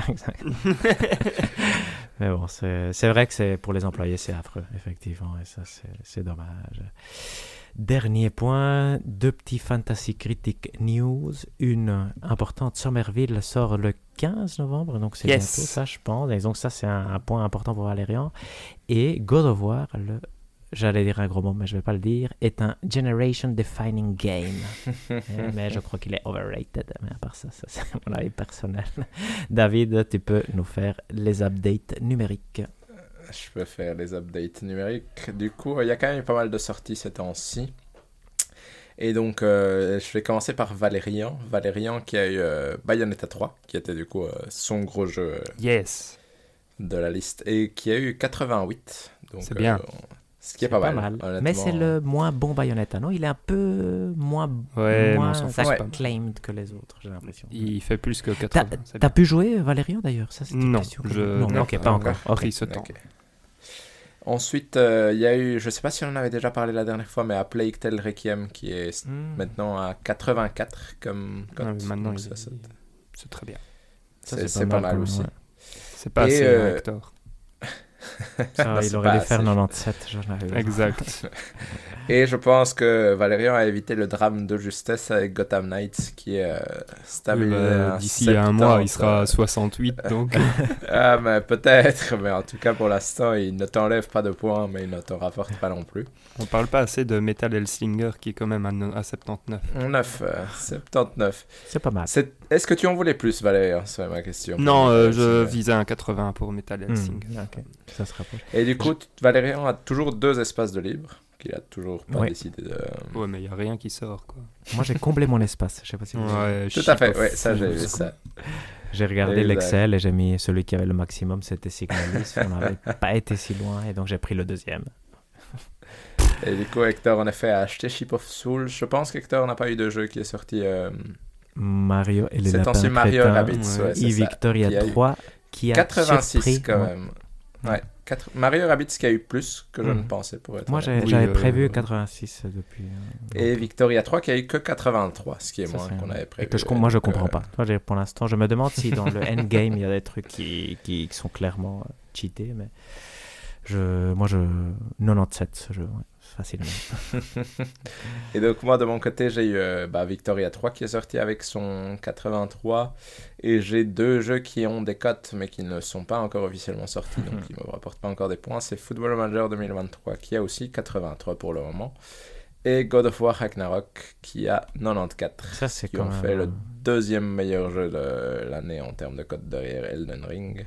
mais bon, c'est, c'est vrai que c'est, pour les employés, c'est affreux, effectivement, et ça, c'est, c'est dommage. Dernier point, deux petits Fantasy Critic News. Une importante, Somerville sort le quinze novembre, donc c'est yes. bientôt ça, je pense. Et donc ça, c'est un, un point important pour Valérian. Et God of War, le, j'allais dire un gros mot, mais je ne vais pas le dire, est un Generation Defining Game. Mais je crois qu'il est overrated. Mais à part ça, ça c'est mon avis personnel. David, tu peux nous faire les updates numériques. Je peux faire les updates numériques. Du coup, il y a quand même eu pas mal de sorties ces temps-ci. Et donc, euh, je vais commencer par Valérian. Valérian qui a eu euh, Bayonetta trois, qui était du coup euh, son gros jeu euh, yes. de la liste, et qui a eu quatre-vingt-huit. Donc, c'est bien. Euh, ce qui est, est pas, pas mal. mal. Mais c'est le moins bon Bayonetta, non? Il est un peu moins, ouais, moins acclaimed que les autres, j'ai l'impression. Il fait plus que quatre-vingts. T'as, t'as pu jouer Valérian d'ailleurs? Ça, non, question je... non, non, ok, pas encore. Pris ce temps. Okay. Ensuite, il euh, y a eu, je ne sais pas si on en avait déjà parlé la dernière fois, mais à Plague Tale Requiem, qui est mm. maintenant à quatre-vingt-quatre comme cote. Ah, maintenant, ça, c'est... c'est très bien. Ça, c'est, c'est, c'est pas, mal, mal aussi. Ouais. C'est pas Et assez, euh... Hector. Ça, il aurait dû faire quatre-vingt-dix-sept, j'en avais. Exact. Et je pense que Valérian a évité le drame de justesse avec Gotham Knights, qui est euh, stabilisé. Oui, bah, d'ici à un mois, il sera à soixante-huit, donc. Ah, mais peut-être, mais en tout cas, pour l'instant, il ne t'enlève pas de points, mais il ne te rapporte pas non plus. On parle pas assez de Metal Hellsinger, qui est quand même à, no- à soixante-dix-neuf. neuf, euh, soixante-dix-neuf. C'est pas mal. C'est... Est-ce que tu en voulais plus, Valérian? C'est ma question. Non, euh, je visais un quatre-vingts pour Metal Hellsinger. Mmh, okay. Ça se rapproche. Et du coup, je... Valérian a toujours deux espaces de libre, qu'il a toujours pas ouais. décidé de... Ouais, mais il n'y a rien qui sort, quoi. Moi, j'ai comblé mon espace, je sais pas si vous ouais, Tout à fait, ouais, ça, j'ai vu ça. J'ai regardé exact. L'Excel et j'ai mis celui qui avait le maximum, c'était Signalis. On n'avait pas été si loin, et donc j'ai pris le deuxième. Et du coup, Hector, en effet, a acheté Ship of Souls. Je pense qu'Hector n'a pas eu de jeu qui est sorti... Euh... Mario et les c'est lapins crétins. Mario Rabbids, ouais, ouais, Victoria trois, qui a quatre-vingt-six surpris, quand ouais. même. Ouais. quatre... Mario Rabbids qui a eu plus que je mmh. ne pensais pour être moi j'ai, oui, j'avais euh... prévu quatre-vingt-six depuis euh, et Victoria trois qui a eu que quatre-vingt-trois, ce qui est ça, moins c'est... qu'on avait prévu. Et que je, moi je comprends euh... pas moi, j'ai, pour l'instant je me demande si dans le endgame il y a des trucs qui, qui, qui sont clairement euh, cheatés, mais je, moi je quatre-vingt-dix-sept ce jeu, ouais, facilement. Et donc moi de mon côté j'ai eu euh, bah, Victoria trois qui est sorti avec son quatre-vingt-trois, et j'ai deux jeux qui ont des cotes mais qui ne sont pas encore officiellement sortis, donc qui ne me rapportent pas encore des points. C'est Football Manager deux mille vingt-trois qui a aussi quatre-vingt-trois pour le moment, et God of War Ragnarok qui a quatre-vingt-quatorze. Ça, c'est qui quand ont même... fait le deuxième meilleur jeu de l'année en termes de cotes derrière Elden Ring,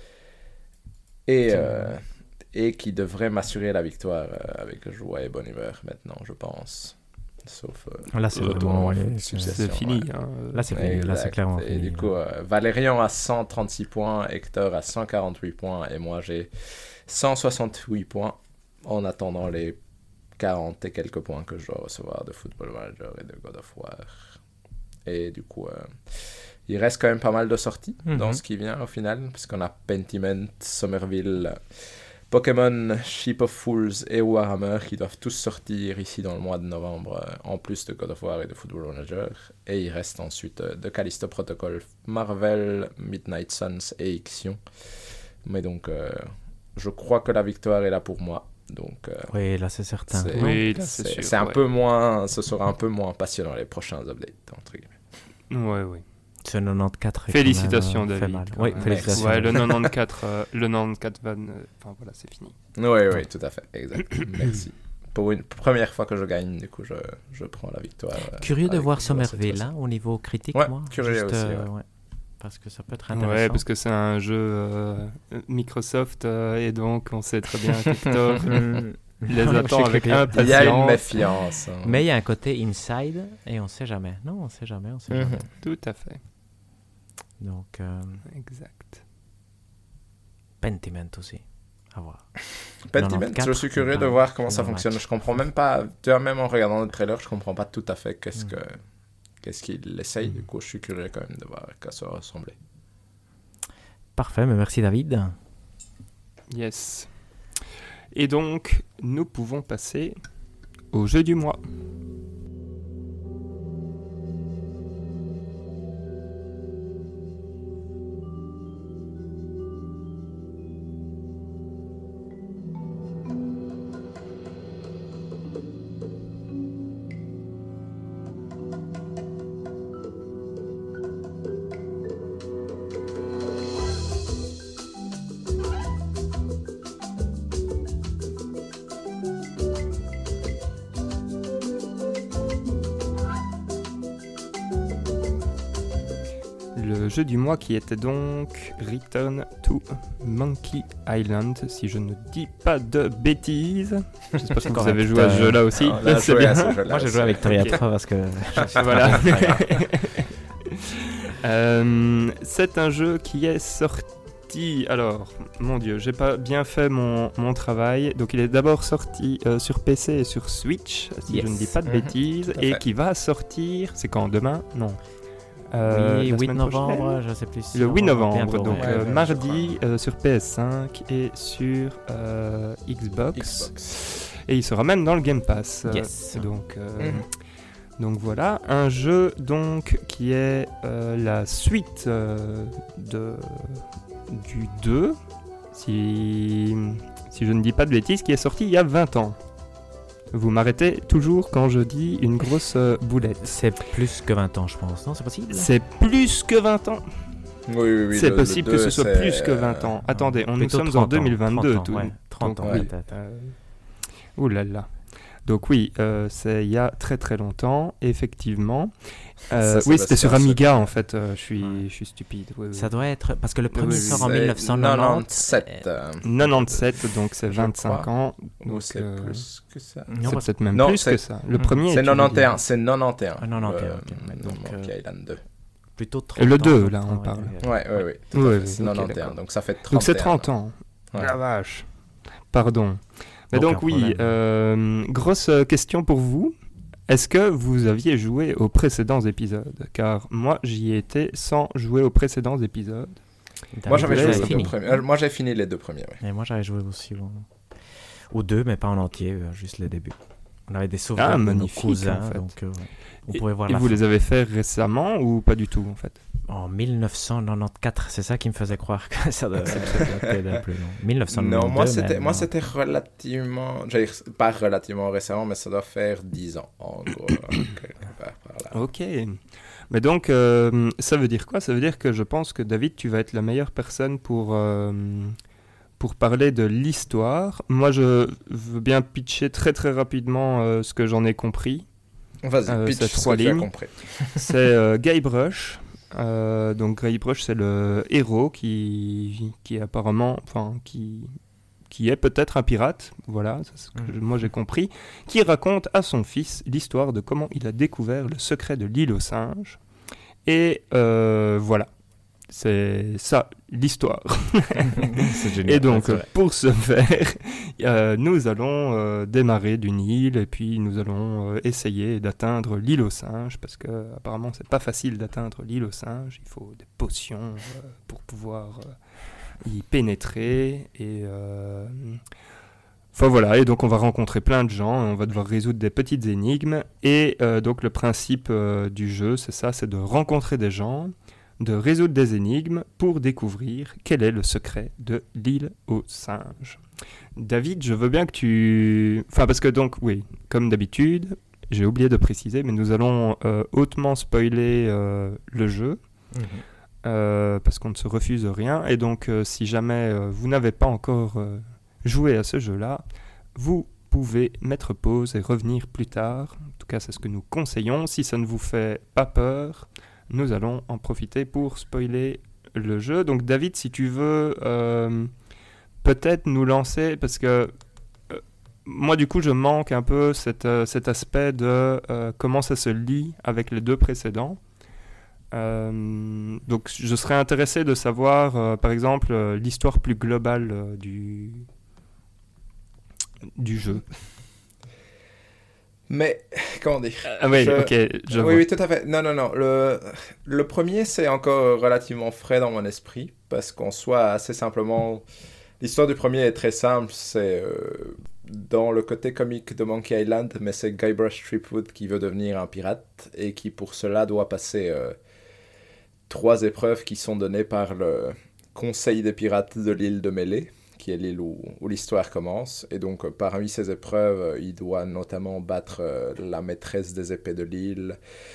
et euh, et qui devrait m'assurer la victoire euh, avec joie et bonne humeur maintenant, je pense. Sauf euh, là c'est vraiment ouais, c'est, c'est fini. Ouais. Hein. Là c'est fini, là c'est clairement et fini. Et du coup, euh, Valérian a cent trente-six points, Hector a cent quarante-huit points, et moi j'ai cent soixante-huit points, en attendant les quarante et quelques points que je dois recevoir de Football Manager et de God of War. Et du coup, euh, il reste quand même pas mal de sorties mm-hmm. dans ce qui vient au final, puisqu'on a Pentiment, Somerville, Pokémon, Ship of Fools et Warhammer qui doivent tous sortir ici dans le mois de novembre, euh, en plus de God of War et de Football Manager. Et il reste ensuite euh, de Callisto Protocol, Marvel, Midnight Suns et Ixion. Mais donc, euh, je crois que la victoire est là pour moi. Donc, euh, oui, là c'est certain. C'est, oui, là, c'est, c'est, sûr, c'est un ouais. peu moins, ce sera un peu moins passionnant les prochains updates, entre guillemets. Ouais, oui. Ce quatre-vingt-quatre. Félicitations, même, euh, David. Oui, félicitations. Ouais, le quatre-vingt-quatre, euh, le quatre-vingt-quatre van, euh, enfin voilà, c'est fini. Oui, oui, tout à fait, exact. Merci. pour une première fois que je gagne, du coup, je, je prends la victoire. Euh, curieux de voir Somerville là là, au niveau critique, ouais, moi. curieux Juste, aussi. euh, Ouais. ouais. Parce que ça peut être intéressant. Ouais, parce que c'est un jeu euh, Microsoft euh, et donc on sait très bien qu'Hector les attend avec impatience. Il y a une méfiance. Hein. Mais il y a un côté inside et on sait jamais. Non, on sait jamais, on sait Mm-hmm. jamais. Tout à fait. Donc, euh, exact. Pentiment aussi. À voir. Pentiment, je suis curieux de voir comment ça match. fonctionne. Je comprends même pas, tu vois, même en regardant le trailer, je comprends pas tout à fait qu'est-ce Mm. que qu'est-ce qu'il essaye. Du coup, je suis curieux quand même de voir à quoi ça va ressembler. Parfait, mais merci David. Yes. Et donc, nous pouvons passer au jeu du mois. Le jeu du mois qui était donc Return to Monkey Island, si je ne dis pas de bêtises. J'espère que vous correct. avez joué à ce jeu-là aussi. Non, là, C'est joué à bien. ce jeu-là Moi j'ai aussi. joué avec Victoria Ok. trois parce que je suis Voilà. pas bien. Euh, c'est un jeu qui est sorti. Alors, mon Dieu, j'ai pas bien fait mon, mon travail. Donc, il est d'abord sorti euh, sur P C et sur Switch, si Yes. je ne dis pas de Mhm, bêtises, tout à et fait. qui va sortir. C'est quand demain Non. Euh, oui, la huit semaine novembre, prochaine je sais plus. Le huit novembre, Bientôt, donc ouais. euh, Ouais, ouais, mardi je euh, sur P S cinq et sur euh, Xbox. Xbox. Et il sera même dans le Game Pass. euh, Yes. Donc, euh, Mhm. donc voilà, un jeu donc qui est euh, la suite euh, de, du deux, si, si je ne dis pas de bêtises, qui est sorti il y a vingt ans. Vous m'arrêtez toujours quand je dis une grosse euh, boulette. C'est plus que vingt ans, je pense. Non, c'est possible. C'est plus que vingt ans. Oui, oui, oui. C'est le- le possible que deux, ce soit c'est, plus que euh, vingt ans. Attendez, on, nous Plutôt sommes en trente ans, deux mille vingt-deux. trente ans, tout. ouais, trente ans Donc, oui. peut-être. Euh, Ouh là là. Donc oui, euh, c'est il y a très très longtemps, effectivement. Euh, Ça, ça oui, doit c'était se sur faire, Amiga ça. en fait. euh, je suis, Ouais. je suis stupide. Oui, oui. Ça doit être parce que le premier oui, sort en c'est mille neuf cent quatre-vingt-dix-sept. quatre-vingt-dix-sept. euh, quatre-vingt-dix-sept, donc c'est Je vingt-cinq crois. ans. Ou Donc, c'est euh, plus que ça. Non, c'est parce- peut-être même Non, plus c'est- que ça. Le Mhm. premier. C'est tu veux dire. quatre-vingt-onze, c'est quatre-vingt-onze. Ah, quatre-vingt-onze, le- ok, ouais. le Donc, Monkey euh, Island deux. plutôt trente Et le ans, deux, donc, là, on ouais, parle. ouais. Ouais, ouais, ouais. Tout Ouais, à ouais, fait, c'est ok, quatre-vingt-onze, d'accord. donc ça fait trente et un. Donc c'est trente ans. Ouais. La vache. Pardon. Mais Aucun donc oui, problème. euh, grosse euh, question pour vous. Est-ce que vous aviez joué aux précédents épisodes? Car moi, j'y étais sans jouer aux précédents épisodes. Moi, j'avais Ouais, joué c'est aux deux fini. premiers. Euh, Moi, j'ai fini les deux premiers, ouais. Et moi, j'avais joué aussi au... aux deux, mais pas en entier, euh, juste les débuts. On avait des sauvegardes Ah, de nos magnifique, cousins, en fait. donc euh, ouais. on Et, pouvait voir et la vous fin. les avez fait récemment ou pas du tout en fait? En mille neuf cent quatre-vingt-quatorze, c'est ça qui me faisait croire que ça devait être d'un plus long. mille neuf cent quatre-vingt-douze, Non, moi, mais c'était, moi, non. c'était relativement... J'allais dire, pas relativement récemment, mais ça doit faire dix ans, en gros. euh, quelque part par là. Ok. Mais donc, euh, ça veut dire quoi? Ça veut dire que je pense que David, tu vas être la meilleure personne pour, euh, pour parler de l'histoire. Moi, je veux bien pitcher très très rapidement euh, ce que j'en ai compris. Vas-y, Euh, pitch c'est ce trois que tu as lignes. compris. C'est euh, Guybrush. Euh, donc Guybrush, c'est le héros qui, qui est apparemment, enfin, qui, qui est peut-être un pirate. Voilà, c'est ce que Mhm. je- moi j'ai compris. Qui raconte à son fils l'histoire de comment il a découvert le secret de l'île aux singes. Et euh, voilà, c'est ça l'histoire. C'est génial. Et donc, c'est vrai. pour ce faire, euh, nous allons euh, démarrer d'une île et puis nous allons euh, essayer d'atteindre l'île aux singes parce que apparemment c'est pas facile d'atteindre l'île aux singes. Il faut des potions euh, pour pouvoir euh, y pénétrer et euh, enfin voilà. Et donc on va rencontrer plein de gens et on va devoir résoudre des petites énigmes. Et euh, donc le principe euh, du jeu, c'est ça, c'est de rencontrer des gens, de résoudre des énigmes pour découvrir quel est le secret de l'île aux singes. David, je veux bien que tu... Enfin, parce que donc, oui, comme d'habitude, j'ai oublié de préciser, mais nous allons euh, hautement spoiler euh, le jeu, Mhm. euh, parce qu'on ne se refuse rien. Et donc, euh, si jamais euh, vous n'avez pas encore euh, joué à ce jeu-là, vous pouvez mettre pause et revenir plus tard. En tout cas, c'est ce que nous conseillons. Si ça ne vous fait pas peur, nous allons en profiter pour spoiler le jeu. Donc David, si tu veux euh, peut-être nous lancer, parce que euh, moi du coup je manque un peu cet, euh, cet aspect de euh, comment ça se lie avec les deux précédents. Euh, donc je serais intéressé de savoir euh, par exemple euh, l'histoire plus globale euh, du, du jeu. Mais, comment dire Ah oui, je... ok, je oui, vois. oui, tout à fait. Non, non, non. Le, le premier, c'est encore relativement frais dans mon esprit, parce qu'en soi, assez simplement, l'histoire du premier est très simple. C'est euh, dans le côté comique de Monkey Island, mais c'est Guybrush Threepwood qui veut devenir un pirate, et qui pour cela doit passer euh, trois épreuves qui sont données par le Conseil des pirates de l'île de Melee, qui est l'île où, où l'histoire commence. Et donc, euh, parmi ces épreuves, euh, il doit notamment battre euh, la maîtresse des épées de l'île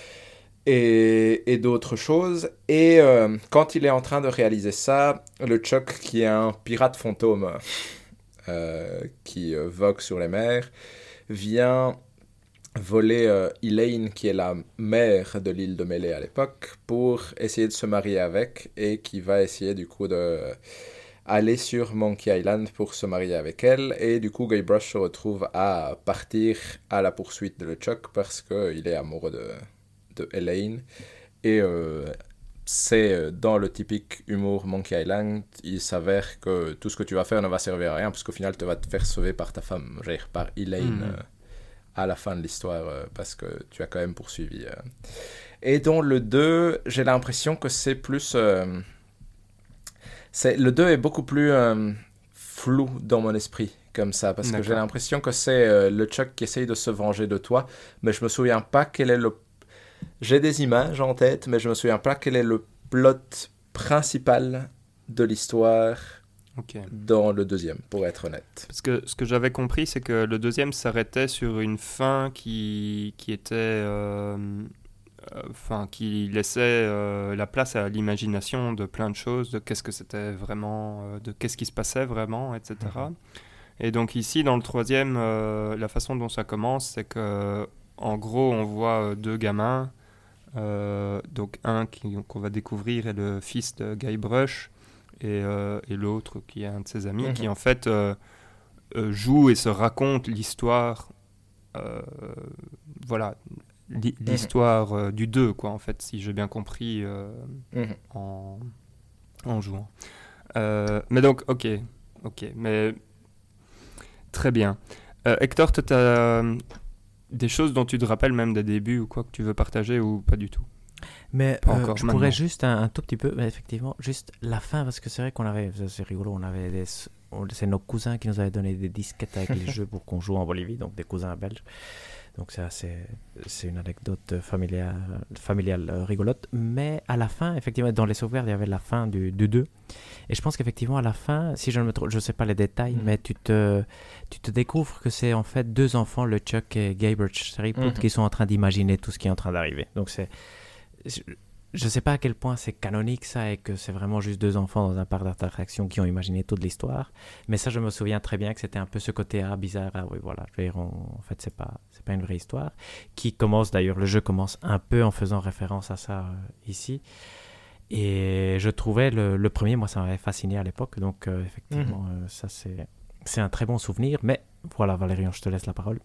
et, et d'autres choses. Et euh, quand il est en train de réaliser ça, le Chuck, qui est un pirate fantôme euh, qui euh, vogue sur les mers, vient voler euh, Elaine, qui est la mère de l'île de Melee à l'époque, pour essayer de se marier avec, et qui va essayer du coup de aller sur Monkey Island pour se marier avec elle, et du coup Guybrush se retrouve à partir à la poursuite de LeChuck parce qu'il est amoureux de, de Elaine, et euh, c'est dans le typique humour Monkey Island, il s'avère que tout ce que tu vas faire ne va servir à rien, parce qu'au final tu vas te faire sauver par ta femme, genre par Elaine, mmh. euh, à la fin de l'histoire, euh, parce que tu as quand même poursuivi. Euh. Et dans le deux, j'ai l'impression que c'est plus... Euh, C'est, le deux est beaucoup plus euh, flou dans mon esprit, comme ça, parce D'accord. que j'ai l'impression que c'est euh, le Chuck qui essaye de se venger de toi, mais je me souviens pas quel est le... J'ai des images en tête, mais je me souviens pas quel est le plot principal de l'histoire okay. dans le deuxième, pour être honnête. Parce que ce que j'avais compris, c'est que le deuxième s'arrêtait sur une fin qui, qui était... Euh... Enfin, qui laissait euh, la place à l'imagination de plein de choses, de qu'est-ce que c'était vraiment, euh, de qu'est-ce qui se passait vraiment, et cetera. Mm-hmm. Et donc ici, dans le troisième, euh, la façon dont ça commence, c'est que, en gros, on voit deux gamins. Euh, donc un qui, qu'on va découvrir est le fils de Guybrush, et, euh, et l'autre qui est un de ses amis, mm-hmm. qui en fait euh, euh, joue et se raconte l'histoire. Euh, voilà. L'histoire euh, du deux, quoi, en fait, si j'ai bien compris euh, mmh. en, en jouant. Euh, mais donc, ok, ok, mais très bien. Euh, Hector, tu as des choses dont tu te rappelles même des débuts ou quoi que tu veux partager ou pas du tout? Mais euh, encore, je maintenant. pourrais juste un, un tout petit peu, mais effectivement, juste la fin, parce que c'est vrai qu'on avait, c'est rigolo, on avait des, on, c'est nos cousins qui nous avaient donné des disquettes avec les jeux pour qu'on joue en Bolivie, donc des cousins belges. Donc ça, c'est, c'est une anecdote familiale, familiale euh, rigolote. Mais à la fin, effectivement, dans les sauvegardes, il y avait la fin du, du deux. Et je pense qu'effectivement, à la fin, si je ne me trompe, je ne sais pas les détails, mmh. mais tu te, tu te découvres que c'est en fait deux enfants, le Chuck et Guybrush Threepwood, mmh. qui sont en train d'imaginer tout ce qui est en train d'arriver. Donc c'est... Je ne sais pas à quel point c'est canonique ça et que c'est vraiment juste deux enfants dans un parc d'attractions qui ont imaginé toute l'histoire. Mais ça, je me souviens très bien que c'était un peu ce côté ah, bizarre. Ah oui, voilà. Je veux dire, on, en fait, c'est pas, c'est pas une vraie histoire. Qui commence d'ailleurs, le jeu commence un peu en faisant référence à ça euh, ici. Et je trouvais le, le premier, moi, ça m'avait fasciné à l'époque. Donc, euh, effectivement, mmh. euh, ça, c'est, c'est un très bon souvenir. Mais voilà, Valérian, je te laisse la parole.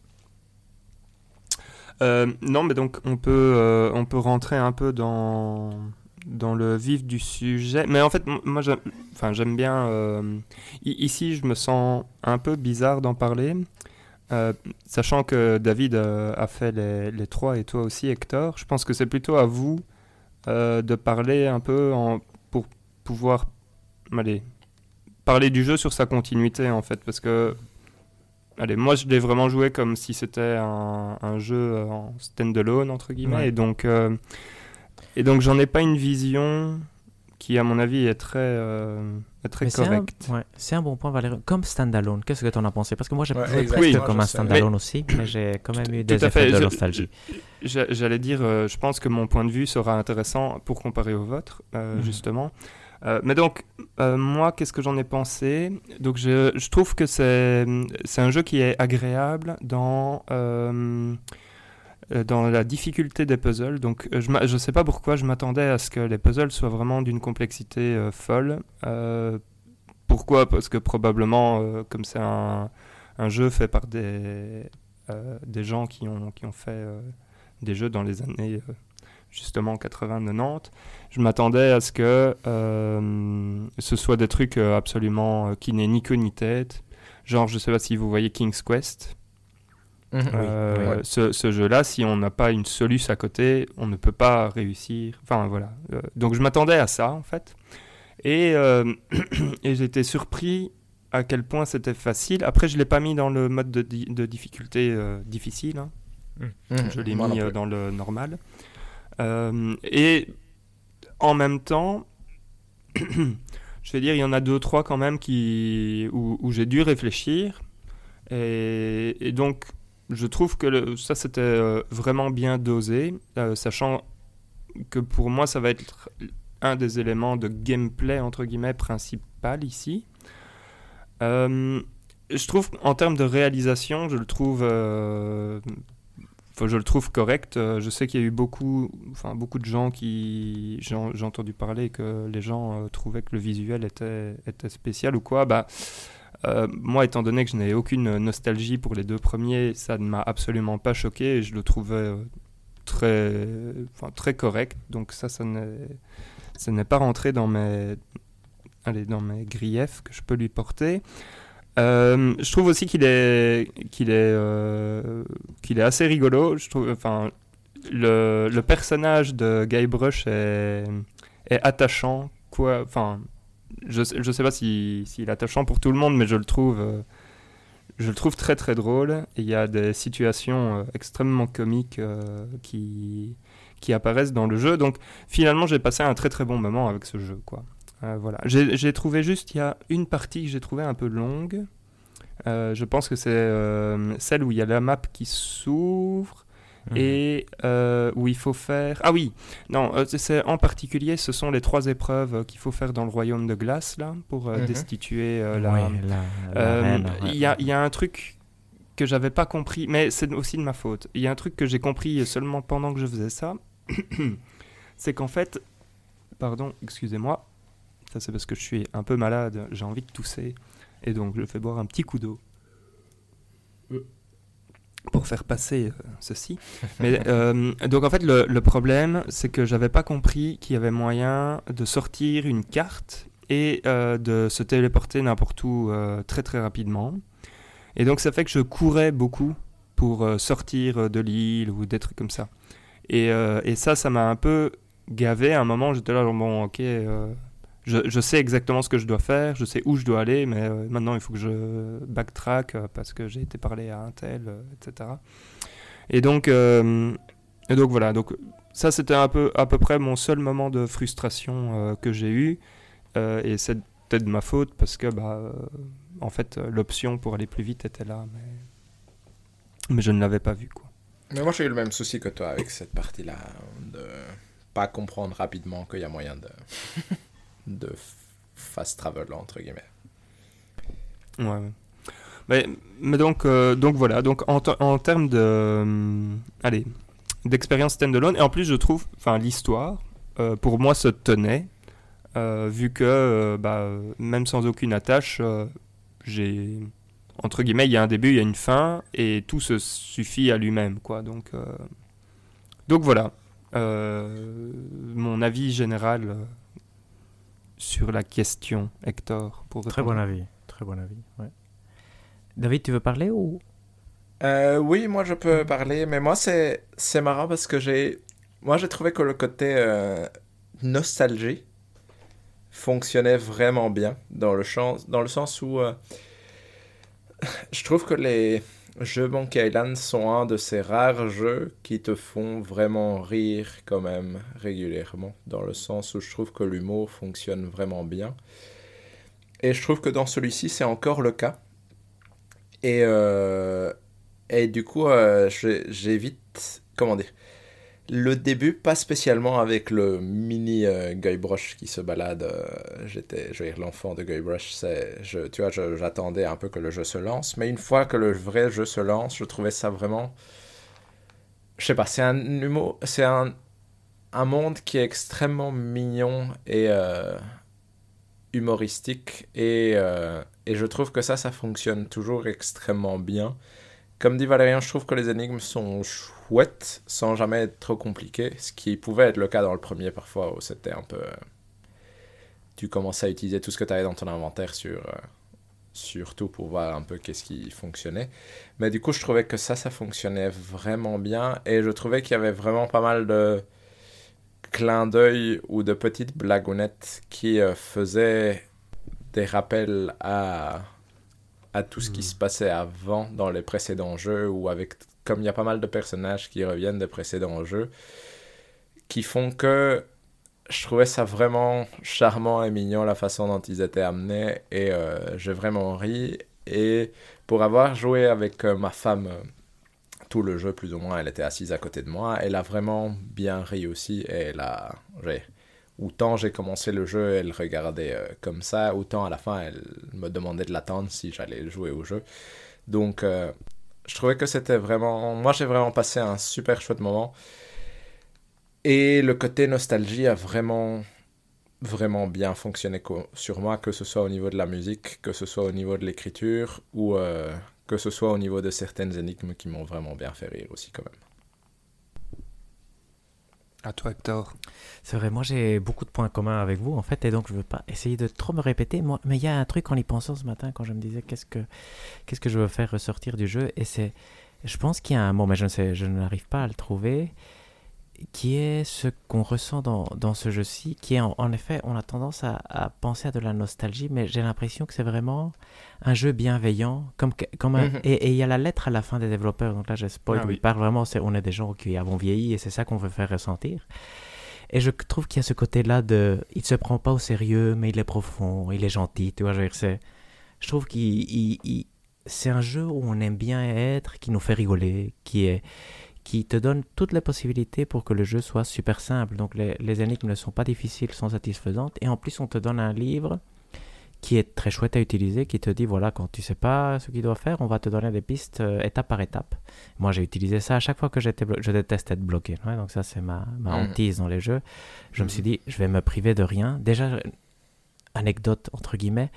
Euh, non, mais donc on peut, euh, on peut rentrer un peu dans, dans le vif du sujet. Mais en fait, m- moi, j'aime, enfin, j'aime bien... Euh, i- ici, je me sens un peu bizarre d'en parler, euh, sachant que David euh, a fait les, les trois et toi aussi, Hector. Je pense que c'est plutôt à vous euh, de parler un peu en, pour pouvoir allez, parler du jeu sur sa continuité, en fait, parce que... Allez, moi je l'ai vraiment joué comme si c'était un, un jeu en stand-alone, entre guillemets, ouais. et, donc, euh, et donc j'en ai pas une vision qui, à mon avis, est très, euh, est très Mais correcte. C'est un, ouais, c'est un bon point, Valérie. Comme stand-alone, qu'est-ce que tu en as pensé? Parce que moi j'ai ouais, joué presque oui, comme un stand-alone mais, aussi, mais j'ai quand même eu des effets de je, nostalgie. Je, j'allais dire, euh, je pense que mon point de vue sera intéressant pour comparer au vôtre, euh, mmh. justement. Euh, mais donc, euh, moi, qu'est-ce que j'en ai pensé? Donc, je, je trouve que c'est, c'est un jeu qui est agréable dans, euh, euh, dans la difficulté des puzzles. Donc, euh, je ne sais pas pourquoi je m'attendais à ce que les puzzles soient vraiment d'une complexité euh, folle. Euh, pourquoi? Parce que probablement, euh, comme c'est un, un jeu fait par des, euh, des gens qui ont, qui ont fait euh, des jeux dans les années... Euh, justement quatre-vingts quatre-vingt-dix, je m'attendais à ce que euh, ce soit des trucs euh, absolument euh, qui n'aient ni queue ni tête. Genre, je sais pas si vous voyez King's Quest. Mmh, Euh, oui, ouais. ce, ce jeu-là, si on n'a pas une soluce à côté, on ne peut pas réussir. Enfin, voilà. Euh, donc, je m'attendais à ça, en fait. Et, euh, et j'étais surpris à quel point c'était facile. Après, je ne l'ai pas mis dans le mode de, di- de difficulté euh, difficile. Hein. Mmh, Je l'ai moi non mis euh, plus. dans le normal. Euh, et en même temps, je vais dire, il y en a deux, trois quand même qui, où, où j'ai dû réfléchir. Et, et donc, je trouve que le, ça, c'était euh, vraiment bien dosé, euh, sachant que pour moi, ça va être un des éléments de gameplay, entre guillemets, principal ici. Euh, je trouve qu'en termes de réalisation, je le trouve... Euh, Enfin, je le trouve correct. Euh, je sais qu'il y a eu beaucoup, enfin, beaucoup de gens qui... J'ai, j'ai entendu parler que les gens euh, trouvaient que le visuel était, était spécial ou quoi. Bah, euh, moi, étant donné que je n'avais aucune nostalgie pour les deux premiers, ça ne m'a absolument pas choqué et je le trouvais euh, très, enfin, très correct. Donc ça, ça n'est, ça n'est pas rentré dans mes, allez, dans mes griefs que je peux lui porter. Euh, je trouve aussi qu'il est, qu'il est, euh, qu'il est assez rigolo. Je trouve, enfin, le, le personnage de Guybrush est, est attachant. Quoi, enfin, je, je sais pas si, s'il est attachant pour tout le monde, mais je le trouve, euh, je le trouve très très drôle. Et il y a des situations euh, extrêmement comiques euh, qui, qui apparaissent dans le jeu. Donc, finalement, j'ai passé un très très bon moment avec ce jeu, quoi. Euh, voilà. J'ai, j'ai trouvé juste, il y a une partie que j'ai trouvée un peu longue. Euh, je pense que c'est euh, celle où il y a la map qui s'ouvre mmh. et euh, où il faut faire... Ah oui, non, euh, c'est, en particulier, ce sont les trois épreuves qu'il faut faire dans le royaume de glace, là, pour euh, mmh. destituer euh, la... Oui, la, la euh, reine. Il ouais. y, a, y a un truc que j'avais pas compris, mais c'est aussi de ma faute. Il y a un truc que j'ai compris seulement pendant que je faisais ça, c'est qu'en fait... Pardon, excusez-moi. Ça, c'est parce que je suis un peu malade, j'ai envie de tousser. Et donc, je fais boire un petit coup d'eau pour faire passer euh, ceci. Mais, euh, donc, en fait, le, le problème, c'est que j'avais pas compris qu'il y avait moyen de sortir une carte et euh, de se téléporter n'importe où euh, très, très rapidement. Et donc, ça fait que je courais beaucoup pour euh, sortir de l'île ou des trucs comme ça. Et, euh, et ça, ça m'a un peu gavé. À un moment, j'étais là, genre, bon, ok... Euh, Je, je sais exactement ce que je dois faire, je sais où je dois aller, mais euh, maintenant il faut que je backtrack euh, parce que j'ai été parler à un tel, euh, et cetera. Et donc, euh, et donc voilà, donc, ça c'était un peu, à peu près mon seul moment de frustration euh, que j'ai eu, euh, et c'est peut-être de ma faute parce que bah, euh, en fait l'option pour aller plus vite était là, mais, mais je ne l'avais pas vue, quoi. Mais moi j'ai eu le même souci que toi avec cette partie-là, de pas comprendre rapidement qu'il y a moyen de... de fast travel entre guillemets. Ouais. ouais. Mais, mais donc euh, donc voilà, donc en, t- en termes de euh, allez, d'expérience standalone, et en plus je trouve, enfin l'histoire euh, pour moi se tenait euh, vu que euh, bah, même sans aucune attache euh, j'ai entre guillemets il y a un début, il y a une fin et tout se suffit à lui-même, quoi. Donc euh, donc voilà euh, mon avis général euh, sur la question, Hector, pour Très bon avis, très bon avis. Ouais. David, tu veux parler ou euh, Oui, moi je peux parler, mais moi c'est c'est marrant parce que j'ai moi j'ai trouvé que le côté euh, nostalgie fonctionnait vraiment bien dans le sens dans le sens où euh, je trouve que les jeux Monkey Island sont un de ces rares jeux qui te font vraiment rire quand même régulièrement, dans le sens où je trouve que l'humour fonctionne vraiment bien. Et je trouve que dans celui-ci, c'est encore le cas. Et, euh, et du coup, euh, j'ai, j'évite... Comment dire ? Le début, pas spécialement avec le mini euh, Guybrush qui se balade. Euh, j'étais, je veux dire, l'enfant de Guybrush. C'est, je, tu vois, je, j'attendais un peu que le jeu se lance. Mais une fois que le vrai jeu se lance, je trouvais ça vraiment... Je sais pas, c'est un humour... C'est un, un monde qui est extrêmement mignon et euh, humoristique. Et, euh, et je trouve que ça, ça fonctionne toujours extrêmement bien. Comme dit Valérien, je trouve que les énigmes sont chouettes sans jamais être trop compliquées, ce qui pouvait être le cas dans le premier parfois où c'était un peu... Euh, tu commençais à utiliser tout ce que tu avais dans ton inventaire sur, euh, sur tout pour voir un peu qu'est-ce qui fonctionnait. Mais du coup, je trouvais que ça, ça fonctionnait vraiment bien et je trouvais qu'il y avait vraiment pas mal de clins d'œil ou de petites blagounettes qui euh, faisaient des rappels à... à tout ce qui se passait avant dans les précédents jeux ou avec comme il y a pas mal de personnages qui reviennent des précédents jeux qui font que je trouvais ça vraiment charmant et mignon la façon dont ils étaient amenés et euh, j'ai vraiment ri et pour avoir joué avec euh, ma femme euh, tout le jeu plus ou moins, elle était assise à côté de moi, elle a vraiment bien ri aussi et elle a j'ai autant j'ai commencé le jeu, elle regardait euh, comme ça, autant à la fin, elle me demandait de l'attendre si j'allais jouer au jeu. Donc, euh, je trouvais que c'était vraiment... Moi, j'ai vraiment passé un super chouette moment. Et le côté nostalgie a vraiment, vraiment bien fonctionné co- sur moi, que ce soit au niveau de la musique, que ce soit au niveau de l'écriture, ou euh, que ce soit au niveau de certaines énigmes qui m'ont vraiment bien fait rire aussi quand même. À toi, Hector. C'est vrai, moi j'ai beaucoup de points communs avec vous en fait, et donc je veux pas essayer de trop me répéter. Moi, mais il y a un truc en y pensant ce matin quand je me disais qu'est-ce que qu'est-ce que je veux faire ressortir du jeu, et c'est, je pense qu'il y a un mot, mais je ne sais, je n'arrive pas à le trouver, qui est ce qu'on ressent dans, dans ce jeu-ci, qui est en, en effet, on a tendance à, à penser à de la nostalgie, mais j'ai l'impression que c'est vraiment un jeu bienveillant, comme, comme un, Mhm. et il y a la lettre à la fin des développeurs, donc là je spoil, Ah où oui. ils parlent vraiment, c'est, on est des gens qui avons vieilli, et c'est ça qu'on veut faire ressentir. Et je trouve qu'il y a ce côté-là de, il ne se prend pas au sérieux, mais il est profond, il est gentil, tu vois, je veux dire, c'est, je trouve qu'il, il- il- c'est un jeu où on aime bien être, qui nous fait rigoler, qui est, qui te donne toutes les possibilités pour que le jeu soit super simple. Donc les, les énigmes ne sont pas difficiles, sont satisfaisantes, et en plus on te donne un livre qui est très chouette à utiliser, qui te dit voilà, quand tu sais pas ce qu'il doit faire, on va te donner des pistes euh, étape par étape. Moi j'ai utilisé ça à chaque fois que j'étais blo- je déteste être bloqué, ouais, donc ça c'est ma, ma Mhm. hantise dans les jeux. Je me Mhm. suis dit je vais me priver de rien. Déjà, anecdote entre guillemets,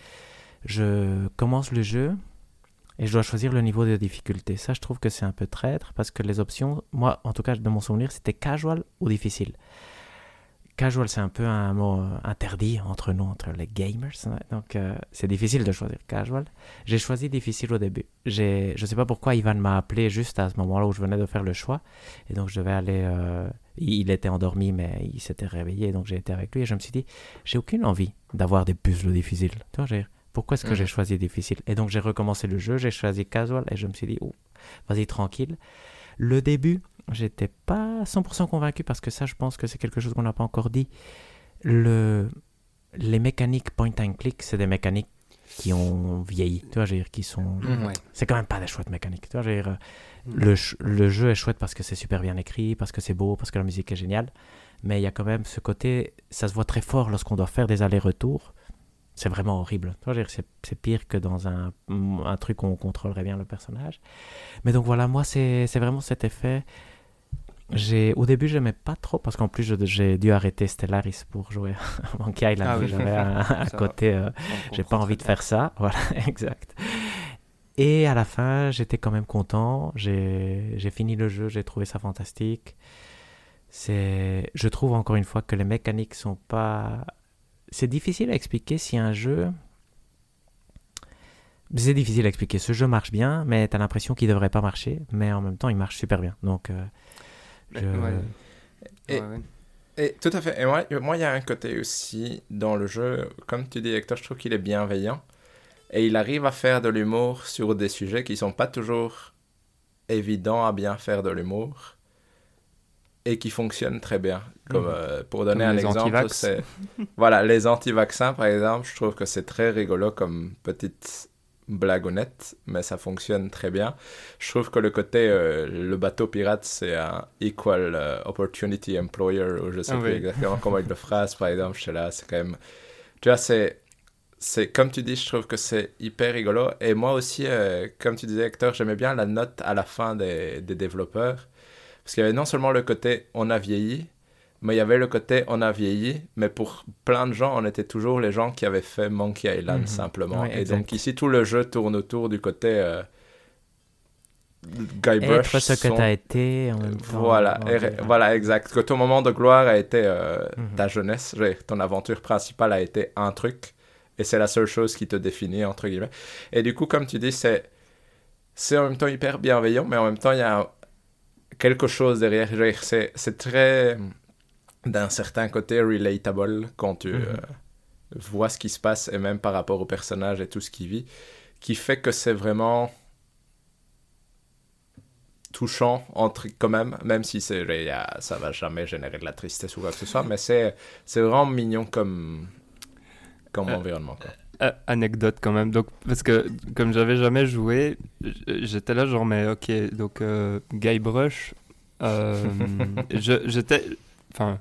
je commence le jeu et je dois choisir le niveau de difficulté. Ça je trouve que c'est un peu traître, parce que les options, moi en tout cas de mon souvenir, c'était casual ou difficile. Casual, c'est un peu un mot euh, interdit entre nous, entre les gamers. Ouais. Donc, euh, c'est difficile de choisir casual. J'ai choisi difficile au début. J'ai, je ne sais pas pourquoi Ivan m'a appelé juste à ce moment-là où je venais de faire le choix. Et donc, je devais aller... Euh, il, il était endormi, mais il s'était réveillé. Donc, j'ai été avec lui et je me suis dit, j'ai aucune envie d'avoir des puzzles difficiles. Tu vois, j'ai, pourquoi est-ce que Mhm. j'ai choisi difficile? Et donc, j'ai recommencé le jeu, j'ai choisi casual et je me suis dit, oh, vas-y, tranquille. Le début... J'étais pas cent pour cent convaincu, parce que ça, je pense que c'est quelque chose qu'on n'a pas encore dit. Le... Les mécaniques point and click, c'est des mécaniques qui ont vieilli, tu vois, je veux dire, qui sont... Mhm. Ouais. C'est quand même pas des chouettes mécaniques, tu vois, je veux dire, Mm. le, ch- le jeu est chouette parce que c'est super bien écrit, parce que c'est beau, parce que la musique est géniale, mais il y a quand même ce côté, ça se voit très fort lorsqu'on doit faire des allers-retours. C'est vraiment horrible, tu vois, je veux dire, c'est, c'est pire que dans un, un truc où on contrôlerait bien le personnage. Mais donc voilà, moi, c'est, c'est vraiment cet effet... J'ai, au début, j'aimais pas trop, parce qu'en plus, je- j'ai dû arrêter Stellaris pour jouer à Monkey Island. Ah oui. J'avais un, un Ça côté, euh, On j'ai pas comprend envie de très bien. faire ça. Voilà, exact. Et à la fin, j'étais quand même content. J'ai, j'ai fini le jeu, j'ai trouvé ça fantastique. C'est, je trouve encore une fois que les mécaniques sont pas... C'est difficile à expliquer si un jeu... C'est difficile à expliquer. Ce jeu marche bien, mais t'as l'impression qu'il devrait pas marcher. Mais en même temps, il marche super bien. Donc... euh, Mais, je- ouais. Et- Ouais, ouais. Et tout à fait. Et moi, moi, il y a un côté aussi dans le jeu, comme tu dis, Hector, je trouve qu'il est bienveillant. Et il arrive à faire de l'humour sur des sujets qui sont pas toujours évidents à bien faire de l'humour. Et qui fonctionnent très bien. Comme, Mhm. euh, pour donner Comme un les exemple, anti-vax. c'est... Voilà, les anti-vaccins, par exemple, je trouve que c'est très rigolo comme petite blagounette, mais ça fonctionne très bien. Je trouve que le côté, euh, le bateau pirate, c'est un equal euh, opportunity employer, ou je sais ah, plus oui. exactement comment il le phrase, par exemple, je sais là, c'est quand même... Tu vois, c'est... c'est comme tu dis, je trouve que c'est hyper rigolo. Et moi aussi, euh, comme tu disais, Hector, j'aimais bien la note à la fin des, des développeurs. Parce qu'il y avait non seulement le côté « on a vieilli », mais il y avait le côté « on a vieilli », mais pour plein de gens, on était toujours les gens qui avaient fait Monkey Island, mm-hmm. simplement. Oui, et exact. Donc ici, tout le jeu tourne autour du côté euh, Guybrush. Être ce que son... tu as été en même temps. Voilà, et, voilà, exact. Que ton moment de gloire a été euh, mm-hmm. ta jeunesse, ton aventure principale a été un truc, et c'est la seule chose qui te définit, entre guillemets. Et du coup, comme tu dis, c'est, c'est en même temps hyper bienveillant, mais en même temps, il y a quelque chose derrière. C'est, c'est très... d'un certain côté relatable quand tu mm-hmm. euh, vois ce qui se passe et même par rapport au personnage et tout ce qu'il vit, qui fait que c'est vraiment touchant entre quand même, même si c'est, y a, ça va jamais générer de la tristesse ou quoi que ce soit, mais c'est, c'est vraiment mignon comme, comme euh, environnement, quoi. Euh, anecdote quand même, donc, parce que comme j'avais jamais joué, j'étais là genre mais ok, donc euh, Guybrush, euh, je, j'étais... Enfin,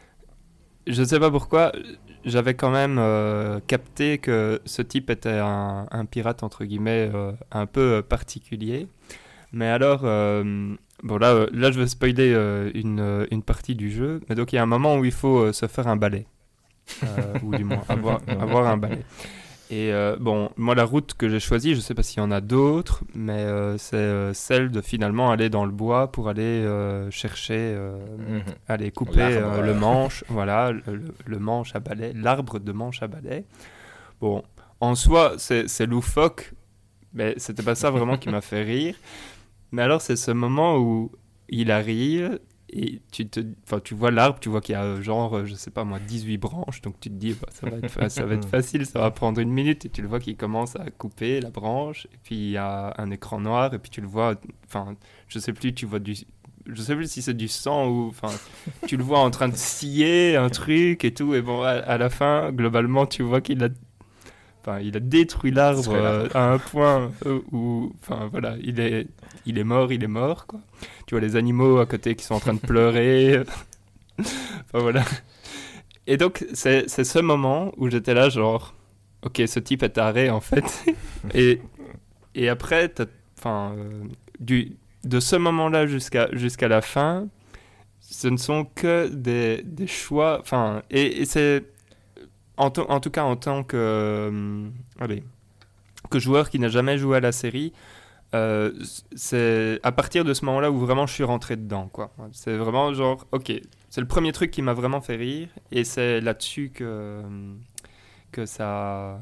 je sais pas pourquoi, j'avais quand même euh, capté que ce type était un, un pirate, entre guillemets, euh, un peu particulier. Mais alors, euh, bon là, euh, là je vais spoiler euh, une, une partie du jeu. Mais donc il y a un moment où il faut euh, se faire un balai. Euh, ou du moins avoir, avoir un balai. Et euh, bon, moi la route que j'ai choisie, je sais pas s'il y en a d'autres, mais euh, c'est euh, celle de finalement aller dans le bois pour aller euh, chercher, euh, mm-hmm. aller couper euh, le manche, voilà, le, le manche à balai, l'arbre de manche à balai. Bon, en soi, c'est, c'est loufoque, mais c'était pas ça vraiment qui m'a fait rire. Mais alors, c'est ce moment où il arrive... Et tu, te, tu vois l'arbre, tu vois qu'il y a genre, je sais pas moi, dix-huit branches, donc tu te dis, bah, ça, va être, ça va être facile, ça va prendre une minute, et tu le vois qu'il commence à couper la branche, et puis il y a un écran noir, et puis tu le vois, enfin, je sais plus, tu vois du... Je sais plus si c'est du sang ou... Enfin, tu le vois en train de scier un truc et tout, et bon, à, à la fin, globalement, tu vois qu'il a... Enfin, il a détruit l'arbre euh, à un point euh, où, enfin voilà, il est, il est mort, il est mort, quoi. Tu vois les animaux à côté qui sont en train de pleurer. Enfin voilà. Et donc, c'est, c'est ce moment où j'étais là, genre, ok, ce type est taré, en fait. et, et après, enfin, euh, du, de ce moment-là jusqu'à, jusqu'à la fin, ce ne sont que des, des choix, enfin, et, et c'est... En, to- en tout cas, en tant que, euh, allez, que joueur qui n'a jamais joué à la série, euh, c'est à partir de ce moment-là où vraiment je suis rentré dedans, quoi. C'est vraiment genre, ok, c'est le premier truc qui m'a vraiment fait rire, et c'est là-dessus que, que, ça,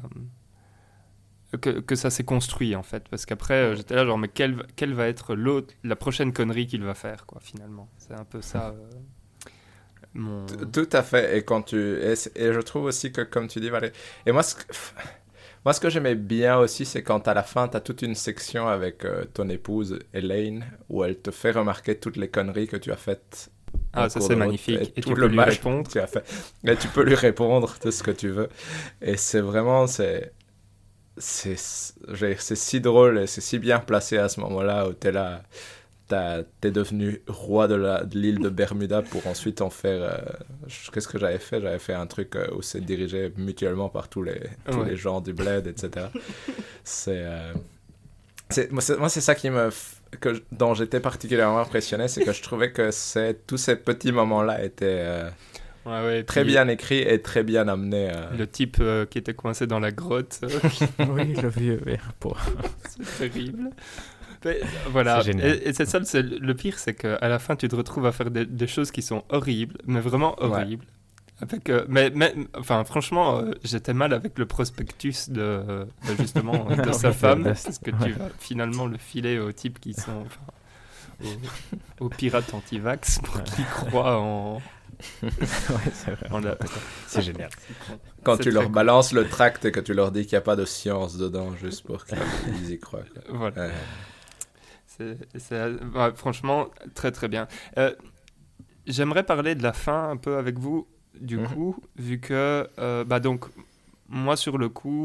que, que ça s'est construit, en fait. Parce qu'après, j'étais là genre, mais quelle, quelle va être l'autre, la prochaine connerie qu'il va faire, quoi, finalement. C'est un peu ça... Euh... Mon... Tout à fait, et quand tu et, et je trouve aussi que comme tu dis Valérie, et moi ce que, moi ce que j'aimais bien aussi, c'est quand à la fin tu as toute une section avec euh, ton épouse Elaine où elle te fait remarquer toutes les conneries que tu as faites. Ah, ça c'est magnifique, et, et tu peux lui répondre. Tu as fait. Et tu peux lui répondre tout ce que tu veux, et c'est vraiment c'est c'est c'est si drôle et c'est si bien placé à ce moment-là où tu es là. T'as, t'es devenu roi de, la, de l'île de Bermuda pour ensuite en faire... Euh, qu'est-ce que j'avais fait? J'avais fait un truc euh, où c'est dirigé mutuellement par tous les, tous ouais. les gens du bled, et cetera. c'est, euh, c'est, moi, c'est... Moi, c'est ça qui me, que, dont j'étais particulièrement impressionné, c'est que je trouvais que c'est, tous ces petits moments-là étaient... Euh, Ouais, ouais, très puis, bien écrit et très bien amené. Euh... Le type euh, qui était coincé dans la grotte. Oui, le vieux. Pour... c'est terrible. Mais, voilà, c'est et, et c'est ça, c'est, le pire, c'est qu'à la fin, tu te retrouves à faire des, des choses qui sont horribles, mais vraiment horribles. Ouais. Avec, euh, mais, mais, enfin, franchement, euh, j'étais mal avec le prospectus de, de justement, de sa femme, parce que tu vas finalement le filer aux types qui sont, enfin, aux, aux pirates anti-vax, pour qu'ils croient en... ouais, c'est vrai. La... C'est génial. Quand c'est tu leur cool. balances le tract et que tu leur dis qu'il n'y a pas de science dedans, juste pour qu'ils y croient. Quoi. Voilà. Ouais. C'est, c'est, ouais, franchement, très très bien. Euh, j'aimerais parler de la fin un peu avec vous, du mm-hmm. coup, vu que, euh, bah donc, moi sur le coup,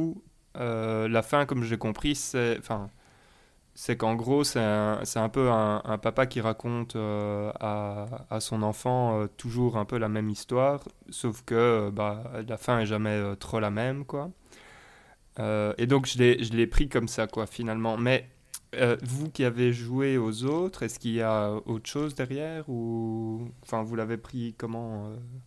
euh, la fin, comme j'ai compris, c'est, enfin, c'est qu'en gros, c'est un, c'est un peu un, un papa qui raconte euh, à, à son enfant euh, toujours un peu la même histoire, sauf que euh, bah, la fin est jamais euh, trop la même, quoi. Euh, et donc, je l'ai, je l'ai pris comme ça, quoi, finalement. Mais euh, vous qui avez joué aux autres, est-ce qu'il y a autre chose derrière ou... Enfin, vous l'avez pris comment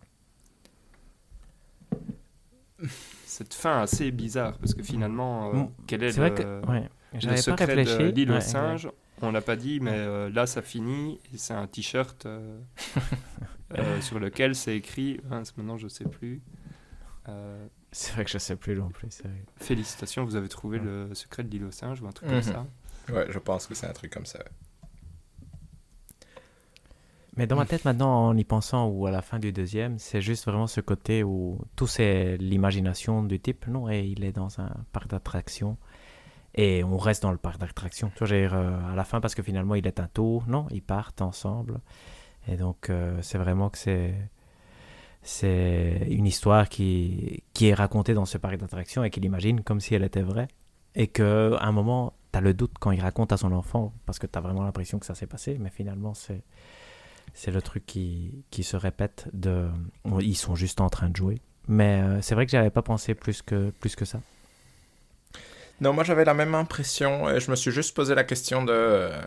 euh, cette fin assez bizarre, parce que finalement, euh, Mm. quel est C'est vrai le, que ouais, le j'avais pas secret de réfléchi. l'île aux Ouais, singes? exact. On l'a pas dit, mais euh, là, ça finit, et c'est un t-shirt euh, euh, sur lequel c'est écrit, hein, maintenant je sais plus, euh, C'est vrai que je sais plus non plus. C'est vrai. félicitations, vous avez trouvé Ouais. le secret de l'île aux singes, ou un truc Mhm. comme ça. Ouais, je pense que c'est un truc comme ça. Ouais. Mais dans ma tête maintenant, en y pensant, ou à la fin du deuxième, c'est juste vraiment ce côté où tout c'est l'imagination du type. Non, et il est dans un parc d'attractions. Et on reste dans le parc d'attractions. Tu vois, je veux dire, euh, à la fin, parce que finalement, il est un tour. Non, ils partent ensemble. Et donc, euh, c'est vraiment que c'est, c'est une histoire qui, qui est racontée dans ce parc d'attractions et qu'il imagine comme si elle était vraie. Et qu'à un moment, tu as le doute quand il raconte à son enfant, parce que tu as vraiment l'impression que ça s'est passé, mais finalement, c'est, c'est le truc qui, qui se répète. De, ils sont juste en train de jouer. Mais euh, c'est vrai que j'avais pas pensé plus que, plus que ça. Non, moi j'avais la même impression et je me suis juste posé la question de... euh,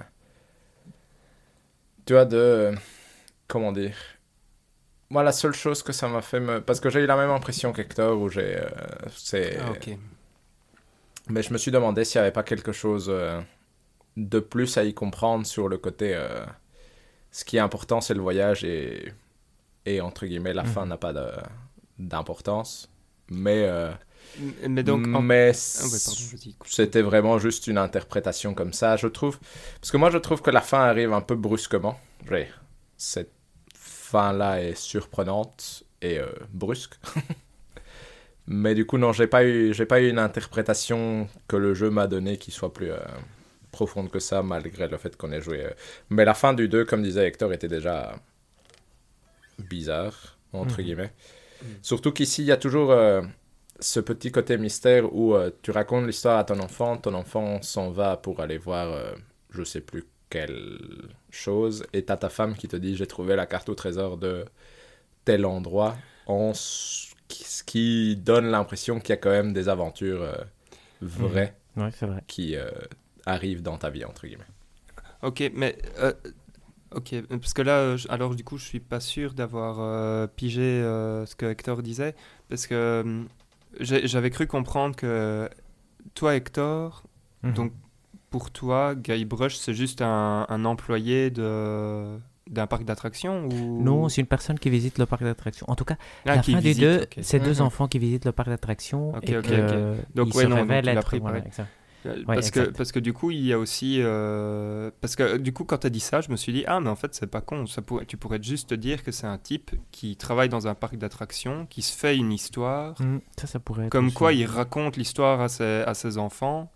Tu vois, de... Comment dire? Moi, la seule chose que ça m'a fait me... Parce que j'ai eu la même impression qu'Hector, où j'ai... euh, c'est... Ah, ok. Mais je me suis demandé s'il n'y avait pas quelque chose euh, de plus à y comprendre sur le côté... euh, Ce qui est important, c'est le voyage et... Et entre guillemets, la fin Mhm. n'a pas de... d'importance. Mais... euh, M- Mais donc, en- mais ah ouais, pardon, vas-y. c'était vraiment juste une interprétation comme ça, je trouve. Parce que moi, je trouve que la fin arrive un peu brusquement. Ouais, cette fin-là est surprenante et euh, brusque. Mais du coup, non, j'ai pas eu, j'ai pas eu une interprétation que le jeu m'a donnée qui soit plus euh, profonde que ça, malgré le fait qu'on ait joué. euh. Mais la fin du deux, comme disait Hector, était déjà bizarre, entre Mhm. guillemets. Mhm. Surtout qu'ici, il y a toujours euh, ce petit côté mystère où euh, tu racontes l'histoire à ton enfant, ton enfant s'en va pour aller voir euh, je sais plus quelle chose, et t'as ta femme qui te dit j'ai trouvé la carte au trésor de tel endroit, en... s- ce qui donne l'impression qu'il y a quand même des aventures euh, vraies Mhm. Ouais, c'est vrai. qui euh, arrivent dans ta vie, entre guillemets. Ok, mais euh, ok, parce que là, euh, je- alors du coup, je suis pas sûr d'avoir euh, pigé euh, ce que Hector disait, parce que euh, j'ai- j'avais cru comprendre que toi, Hector, Mhm. donc pour toi, Guybrush, c'est juste un, un employé de d'un parc d'attractions Non, ou c'est une personne qui visite le parc d'attractions. En tout cas, ah, la qui fin du visite, deux, ok. c'est deux Mhm. enfants qui visitent le parc d'attractions Ok, et ok, que ok. Donc ils ouais, se non, donc révèlent tu l'as être... pris Voilà, pareil. exact. Euh, Ouais, Parce que, exact. parce que du coup, il y a aussi... euh, parce que du coup, quand tu as dit ça, je me suis dit, ah, mais en fait, c'est pas con. Ça pourrait, tu pourrais juste te dire que c'est un type qui travaille dans un parc d'attractions, qui se fait une histoire, Mm, ça, ça pourrait être comme aussi. quoi il raconte l'histoire à ses, à ses enfants.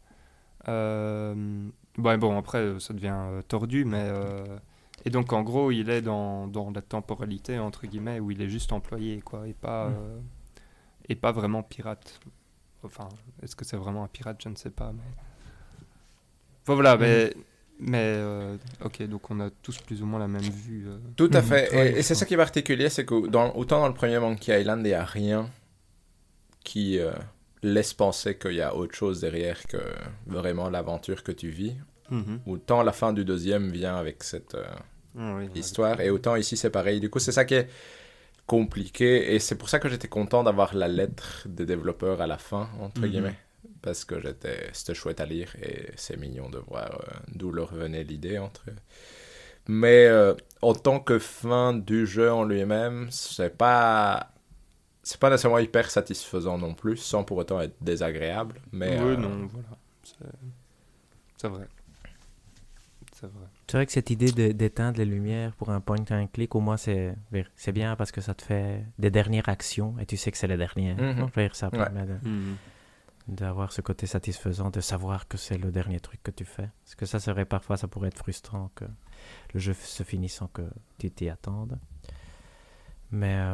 Euh, ouais, bon, après, euh, ça devient euh, tordu, mais... euh, et donc, en gros, il est dans, dans la temporalité, entre guillemets, où il est juste employé, quoi, et pas, Mm. euh, et pas vraiment pirate. Enfin, est-ce que c'est vraiment un pirate? Je ne sais pas, mais... Enfin, voilà, Mhm. mais... Mais, euh, ok, donc on a tous plus ou moins la même vue. euh. Tout à Mhm. fait. Ouais, Et, et c'est je ça qui est particulier, c'est que dans, autant dans le premier Monkey Island, il n'y a rien qui euh, laisse penser qu'il y a autre chose derrière que vraiment l'aventure que tu vis. Mhm. Autant la fin du deuxième vient avec cette euh, Ah oui, on histoire, avait- et autant ici c'est pareil. Du coup, c'est ça qui est compliqué, et c'est pour ça que j'étais content d'avoir la lettre des développeurs à la fin, entre Mhm. guillemets. Parce que j'étais, c'était chouette à lire, et c'est mignon de voir euh, d'où leur venait l'idée entre eux. Mais euh, en tant que fin du jeu en lui-même, c'est pas c'est pas nécessairement hyper satisfaisant non plus, sans pour autant être désagréable. Mais Oui, euh, non, voilà. C'est c'est vrai. C'est vrai. C'est vrai que cette idée de- d'éteindre les lumières pour un point and click, au moins, c'est c'est bien parce que ça te fait des dernières actions et tu sais que c'est les dernières. Mhm. Non, je veux dire, ça Ouais. permet de- Mhm. d'avoir ce côté satisfaisant, de savoir que c'est le dernier truc que tu fais. Parce que ça, c'est vrai, parfois, ça pourrait être frustrant que le jeu se finisse sans que tu t'y attendes. Mais euh,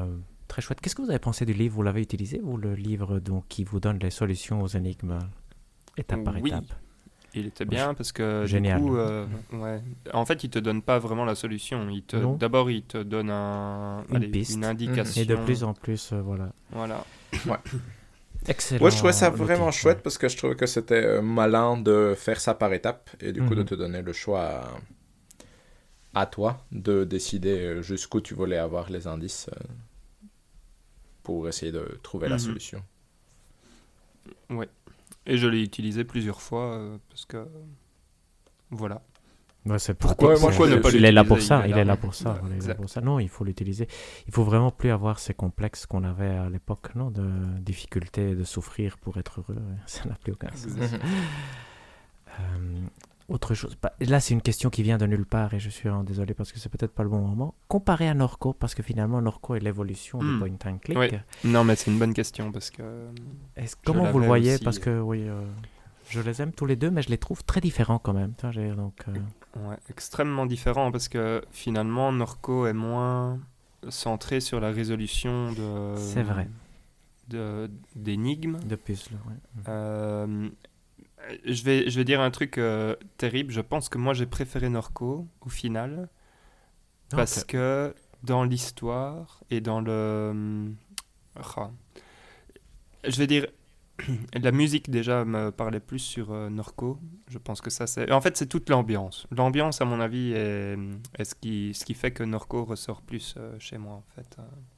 très chouette. Qu'est-ce que vous avez pensé du livre? Vous l'avez utilisé, vous, le livre donc, qui vous donne les solutions aux énigmes étape par Oui. étape? Il était bien parce que Génial. du coup, euh, ouais. En fait, il te donne pas vraiment la solution. Il te, Non. d'abord, il te donne un, Une allez, piste. une indication. Et de plus en plus, euh, voilà. Voilà. Excellent. Moi, je trouvais ça outil, vraiment ouais. chouette parce que je trouvais que c'était euh, malin de faire ça par étapes et du coup de Mhm. te donner le choix à, à toi de décider euh, jusqu'où tu voulais avoir les indices euh, pour essayer de trouver la Mhm. solution. Ouais. Et je l'ai utilisé plusieurs fois euh, parce que voilà. Ouais, c'est Pourquoi- pratique, pourquoi c'est- ne pas il est là pour l'utiliser, ça, il est il là. est là pour ça, Ouais, voilà, il est là exact. pour ça. Non, il faut l'utiliser. Il faut vraiment plus avoir ces complexes qu'on avait à l'époque, non, de difficulté de souffrir pour être heureux. ouais. Ça n'a plus aucun sens. Euh, autre chose, bah, là c'est une question qui vient de nulle part et je suis vraiment désolé parce que c'est peut-être pas le bon moment. Comparé à Norco, parce que finalement Norco est l'évolution du Hmm. point and click. Oui. Non, mais c'est une bonne question parce que Est-ce- comment vous l'avais le voyez? aussi. Parce que oui, euh, je les aime tous les deux, mais je les trouve très différents quand même. Tu vois, j'ai- donc, euh, ouais, extrêmement différent parce que finalement Norco est moins centré sur la résolution de C'est vrai. de d'énigmes. de puzzle. Ouais. Euh, je vais je vais dire un truc euh, terrible. Je pense que moi j'ai préféré Norco au final parce Ok. que dans l'histoire et dans le ah, je vais dire la musique déjà me parlait plus sur euh, Norco. Je pense que ça c'est en fait c'est toute l'ambiance. L'ambiance à mon avis est, est ce qui ce qui fait que Norco ressort plus euh, chez moi en fait.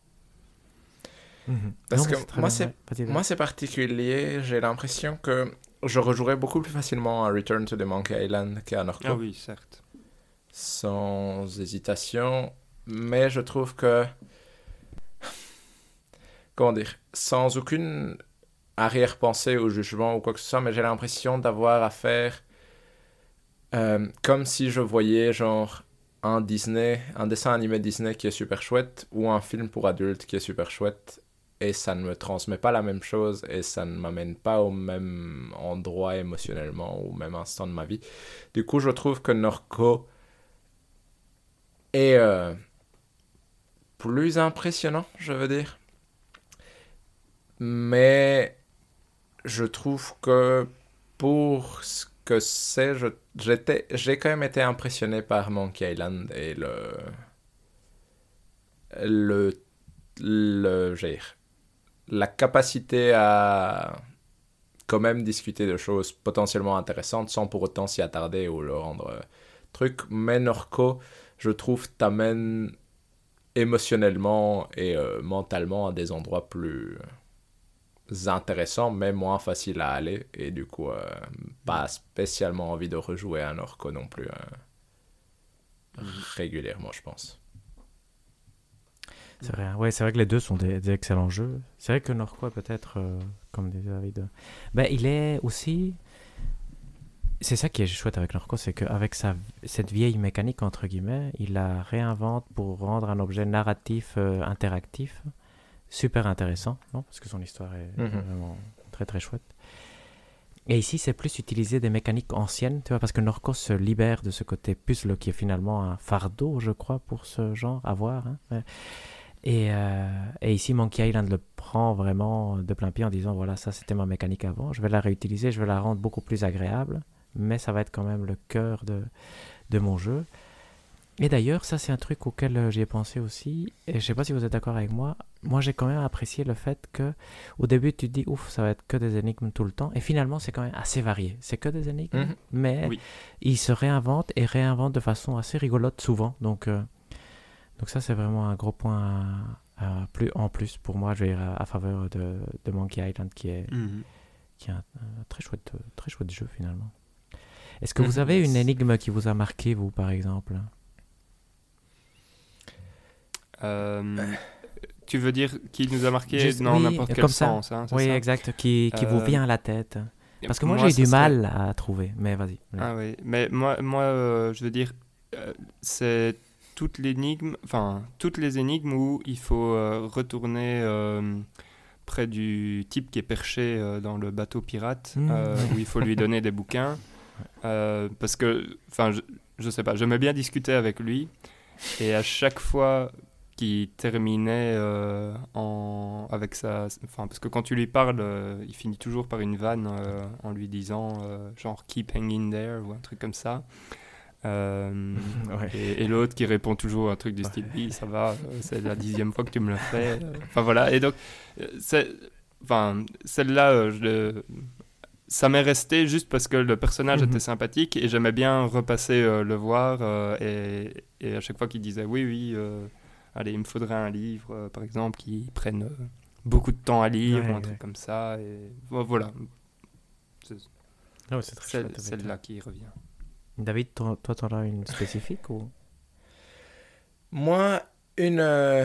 Mhm. Parce Non, mais que c'est très moi, bien, c'est- ouais. Vas-y, vas-y. Moi, c'est particulier. J'ai l'impression que je rejouerais beaucoup plus facilement à Return to the Monkey Island qu'à Norco. Ah oui, certes. Sans hésitation. Mais je trouve que... Comment dire? Sans aucune arrière-pensée au jugement ou quoi que ce soit, mais j'ai l'impression d'avoir à faire... euh, comme si je voyais genre un Disney, un dessin animé Disney qui est super chouette ou un film pour adultes qui est super chouette et ça ne me transmet pas la même chose et ça ne m'amène pas au même endroit émotionnellement, au même instant de ma vie. Du coup, je trouve que Norco est euh, plus impressionnant, je veux dire. Mais je trouve que pour ce que c'est, je, j'étais, j'ai quand même été impressionné par Monkey Island et le... le... le... j'ai la capacité à quand même discuter de choses potentiellement intéressantes sans pour autant s'y attarder ou le rendre euh, truc. Mais Norco, je trouve, t'amène émotionnellement et euh, mentalement à des endroits plus intéressants, mais moins faciles à aller. Et du coup, euh, pas spécialement envie de rejouer à Norco non plus euh, régulièrement, je pense. C'est vrai, ouais, c'est vrai que les deux sont des, des excellents jeux. C'est vrai que Norco est peut-être, euh, comme disait David, ben, il est aussi... C'est ça qui est chouette avec Norco, c'est qu'avec sa, cette vieille mécanique, entre guillemets, il la réinvente pour rendre un objet narratif euh, interactif, super intéressant, non? Parce que son histoire est Mhm. vraiment très très chouette. Et ici, c'est plus utiliser des mécaniques anciennes, tu vois, parce que Norco se libère de ce côté puzzle qui est finalement un fardeau, je crois, pour ce genre à voir. Hein. Ouais. Et, euh, et ici, Monkey Island le prend vraiment de plein pied en disant, voilà, ça c'était ma mécanique avant, je vais la réutiliser, je vais la rendre beaucoup plus agréable, mais ça va être quand même le cœur de, de mon jeu. Et d'ailleurs, ça c'est un truc auquel euh, j'y ai pensé aussi, et je sais pas si vous êtes d'accord avec moi, moi j'ai quand même apprécié le fait que au début tu te dis, ouf, ça va être que des énigmes tout le temps, et finalement c'est quand même assez varié, c'est que des énigmes, Mhm. mais Oui. il se réinvente et réinvente de façon assez rigolote souvent, donc... Euh, Donc ça, c'est vraiment un gros point à, à plus, en plus pour moi, je vais dire, à, à faveur de, de Monkey Island, qui est, Mhm. qui est un, un très, chouette, très chouette jeu finalement. Est-ce que vous Mhm. avez une énigme qui vous a marqué, vous, par exemple? Euh, tu veux dire qu'il nous a marqué Juste- dans oui, n'importe quel comme ça. sens, hein, c'est Oui, ça? exact, qui, qui vous Euh, vient à la tête. Parce que moi, j'ai eu ce du serait- mal à trouver, mais vas-y. Ah oui, mais moi, moi euh, je veux dire, euh, c'est toute l'énigme, enfin, toutes les énigmes où il faut euh, retourner euh, près du type qui est perché euh, dans le bateau pirate, Mmh. euh, où il faut lui donner des bouquins. Euh, parce que, enfin, je, je sais pas, j'aimais bien discuter avec lui, et à chaque fois qui terminait euh, en... avec sa... Enfin, parce que quand tu lui parles, euh, il finit toujours par une vanne euh, en lui disant euh, genre « keep hanging there » ou un truc comme ça. Euh, Ouais. et, et l'autre qui répond toujours un truc du style « oui, ça va, euh, c'est la dixième fois que tu me le fais. » Enfin, voilà. Et donc, euh, c'est... Enfin, celle-là, euh, je le... ça m'est resté juste parce que le personnage Mhm. était sympathique et j'aimais bien repasser euh, le voir euh, et, et à chaque fois qu'il disait oui, oui, euh, allez, il me faudrait un livre, euh, par exemple, qui prenne euh, beaucoup de temps à lire Ouais, ou un truc ouais. comme ça. Et vo- voilà, c'est Ah ouais, c'est très celle- chouette, avec celle-là toi. qui revient. David, toi, toi, t'en as une spécifique ou... Moi, une. euh,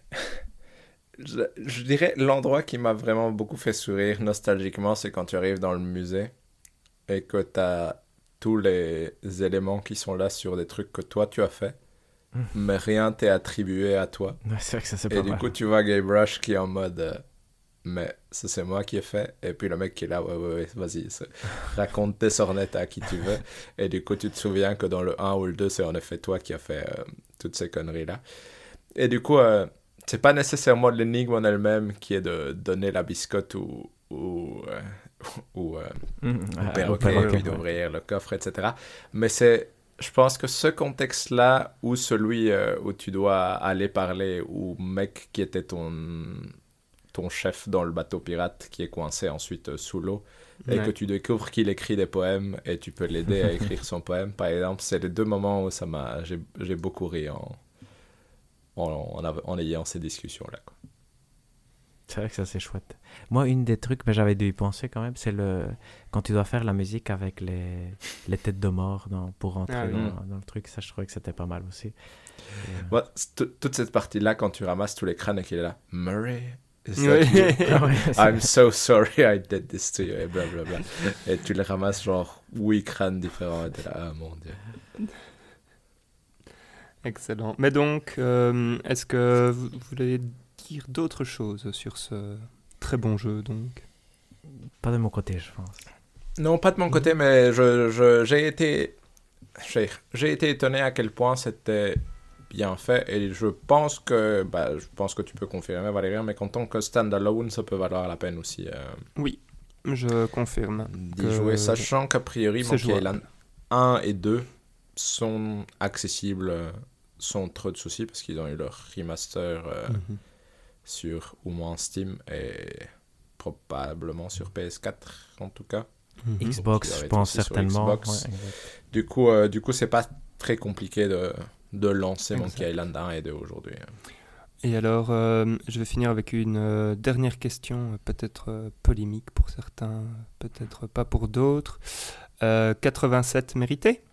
je, je dirais l'endroit qui m'a vraiment beaucoup fait sourire nostalgiquement, c'est quand tu arrives dans le musée et que tu as tous les éléments qui sont là sur des trucs que toi tu as fait, Mm. mais rien t'est attribué à toi. Ouais, c'est vrai que ça, c'est Et pas du mal. coup, tu vois Guybrush qui est en mode. euh, mais ça, c'est moi qui ai fait. Et puis le mec qui est là, ouais, ouais, ouais, vas-y, c'est- raconte tes sornettes à qui tu veux. Et du coup, tu te souviens que dans le un ou le deux, c'est en effet toi qui as fait euh, toutes ces conneries-là. Et du coup, euh, c'est pas nécessairement l'énigme en elle-même qui est de donner la biscotte ou, ou, euh, ou, euh, Mm, au ah, perroquet, au perroquet, puis ouais. d'ouvrir le coffre, et cetera. Mais c'est, je pense que ce contexte-là, ou celui euh, où tu dois aller parler au mec qui était ton, ton chef dans le bateau pirate, qui est coincé ensuite euh, sous l'eau, et Ouais. que tu découvres qu'il écrit des poèmes, et tu peux l'aider à écrire son poème, par exemple, c'est les deux moments où ça m'a, j'ai, j'ai beaucoup ri en, en, en, av- en ayant ces discussions-là, quoi. C'est vrai que ça, c'est chouette. Moi, une des trucs, mais j'avais dû y penser quand même, c'est le quand tu dois faire la musique avec les, les têtes de mort dans... pour rentrer Ah oui. dans, dans le truc. Ça, je trouvais que c'était pas mal aussi. Et, euh, Moi, c'est tout- toute cette partie-là, quand tu ramasses tous les crânes et qu'il est là, Murray, is that Ouais. you? Ah ouais, c'est- I'm so sorry I did this to you, et blablabla. Et tu les ramasses genre huit crânes différents, et t'es là, ah mon dieu. Excellent. Mais donc, euh, est-ce que vous vous voulez dire d'autres choses sur ce très bon jeu donc? Pas de mon côté, je pense. Non, pas de mon côté, mais je, je, j'ai été... J'ai, j'ai été étonné à quel point c'était bien fait, et je pense que, bah, je pense que tu peux confirmer, Valérie, mais qu'en tant que stand-alone, ça peut valoir la peine aussi euh, Oui, je confirme. d'y que jouer, sachant qu'a priori, c'est Monkey jouable. Island un et deux sont accessibles euh, sans trop de soucis, parce qu'ils ont eu leur remaster euh, Mhm. sur au moins Steam, et probablement sur P S quatre, en tout cas. Mhm. qui Xbox, doit je être pense aussi sur certainement. Xbox. Ouais, exact. Du coup, euh, du coup, c'est pas très compliqué de, de lancer Exact. Monkey Island un et deux aujourd'hui. Et alors, euh, je vais finir avec une euh, dernière question, euh, peut-être euh, polémique pour certains, peut-être pas pour d'autres. Euh, quatre-vingt-sept mérité?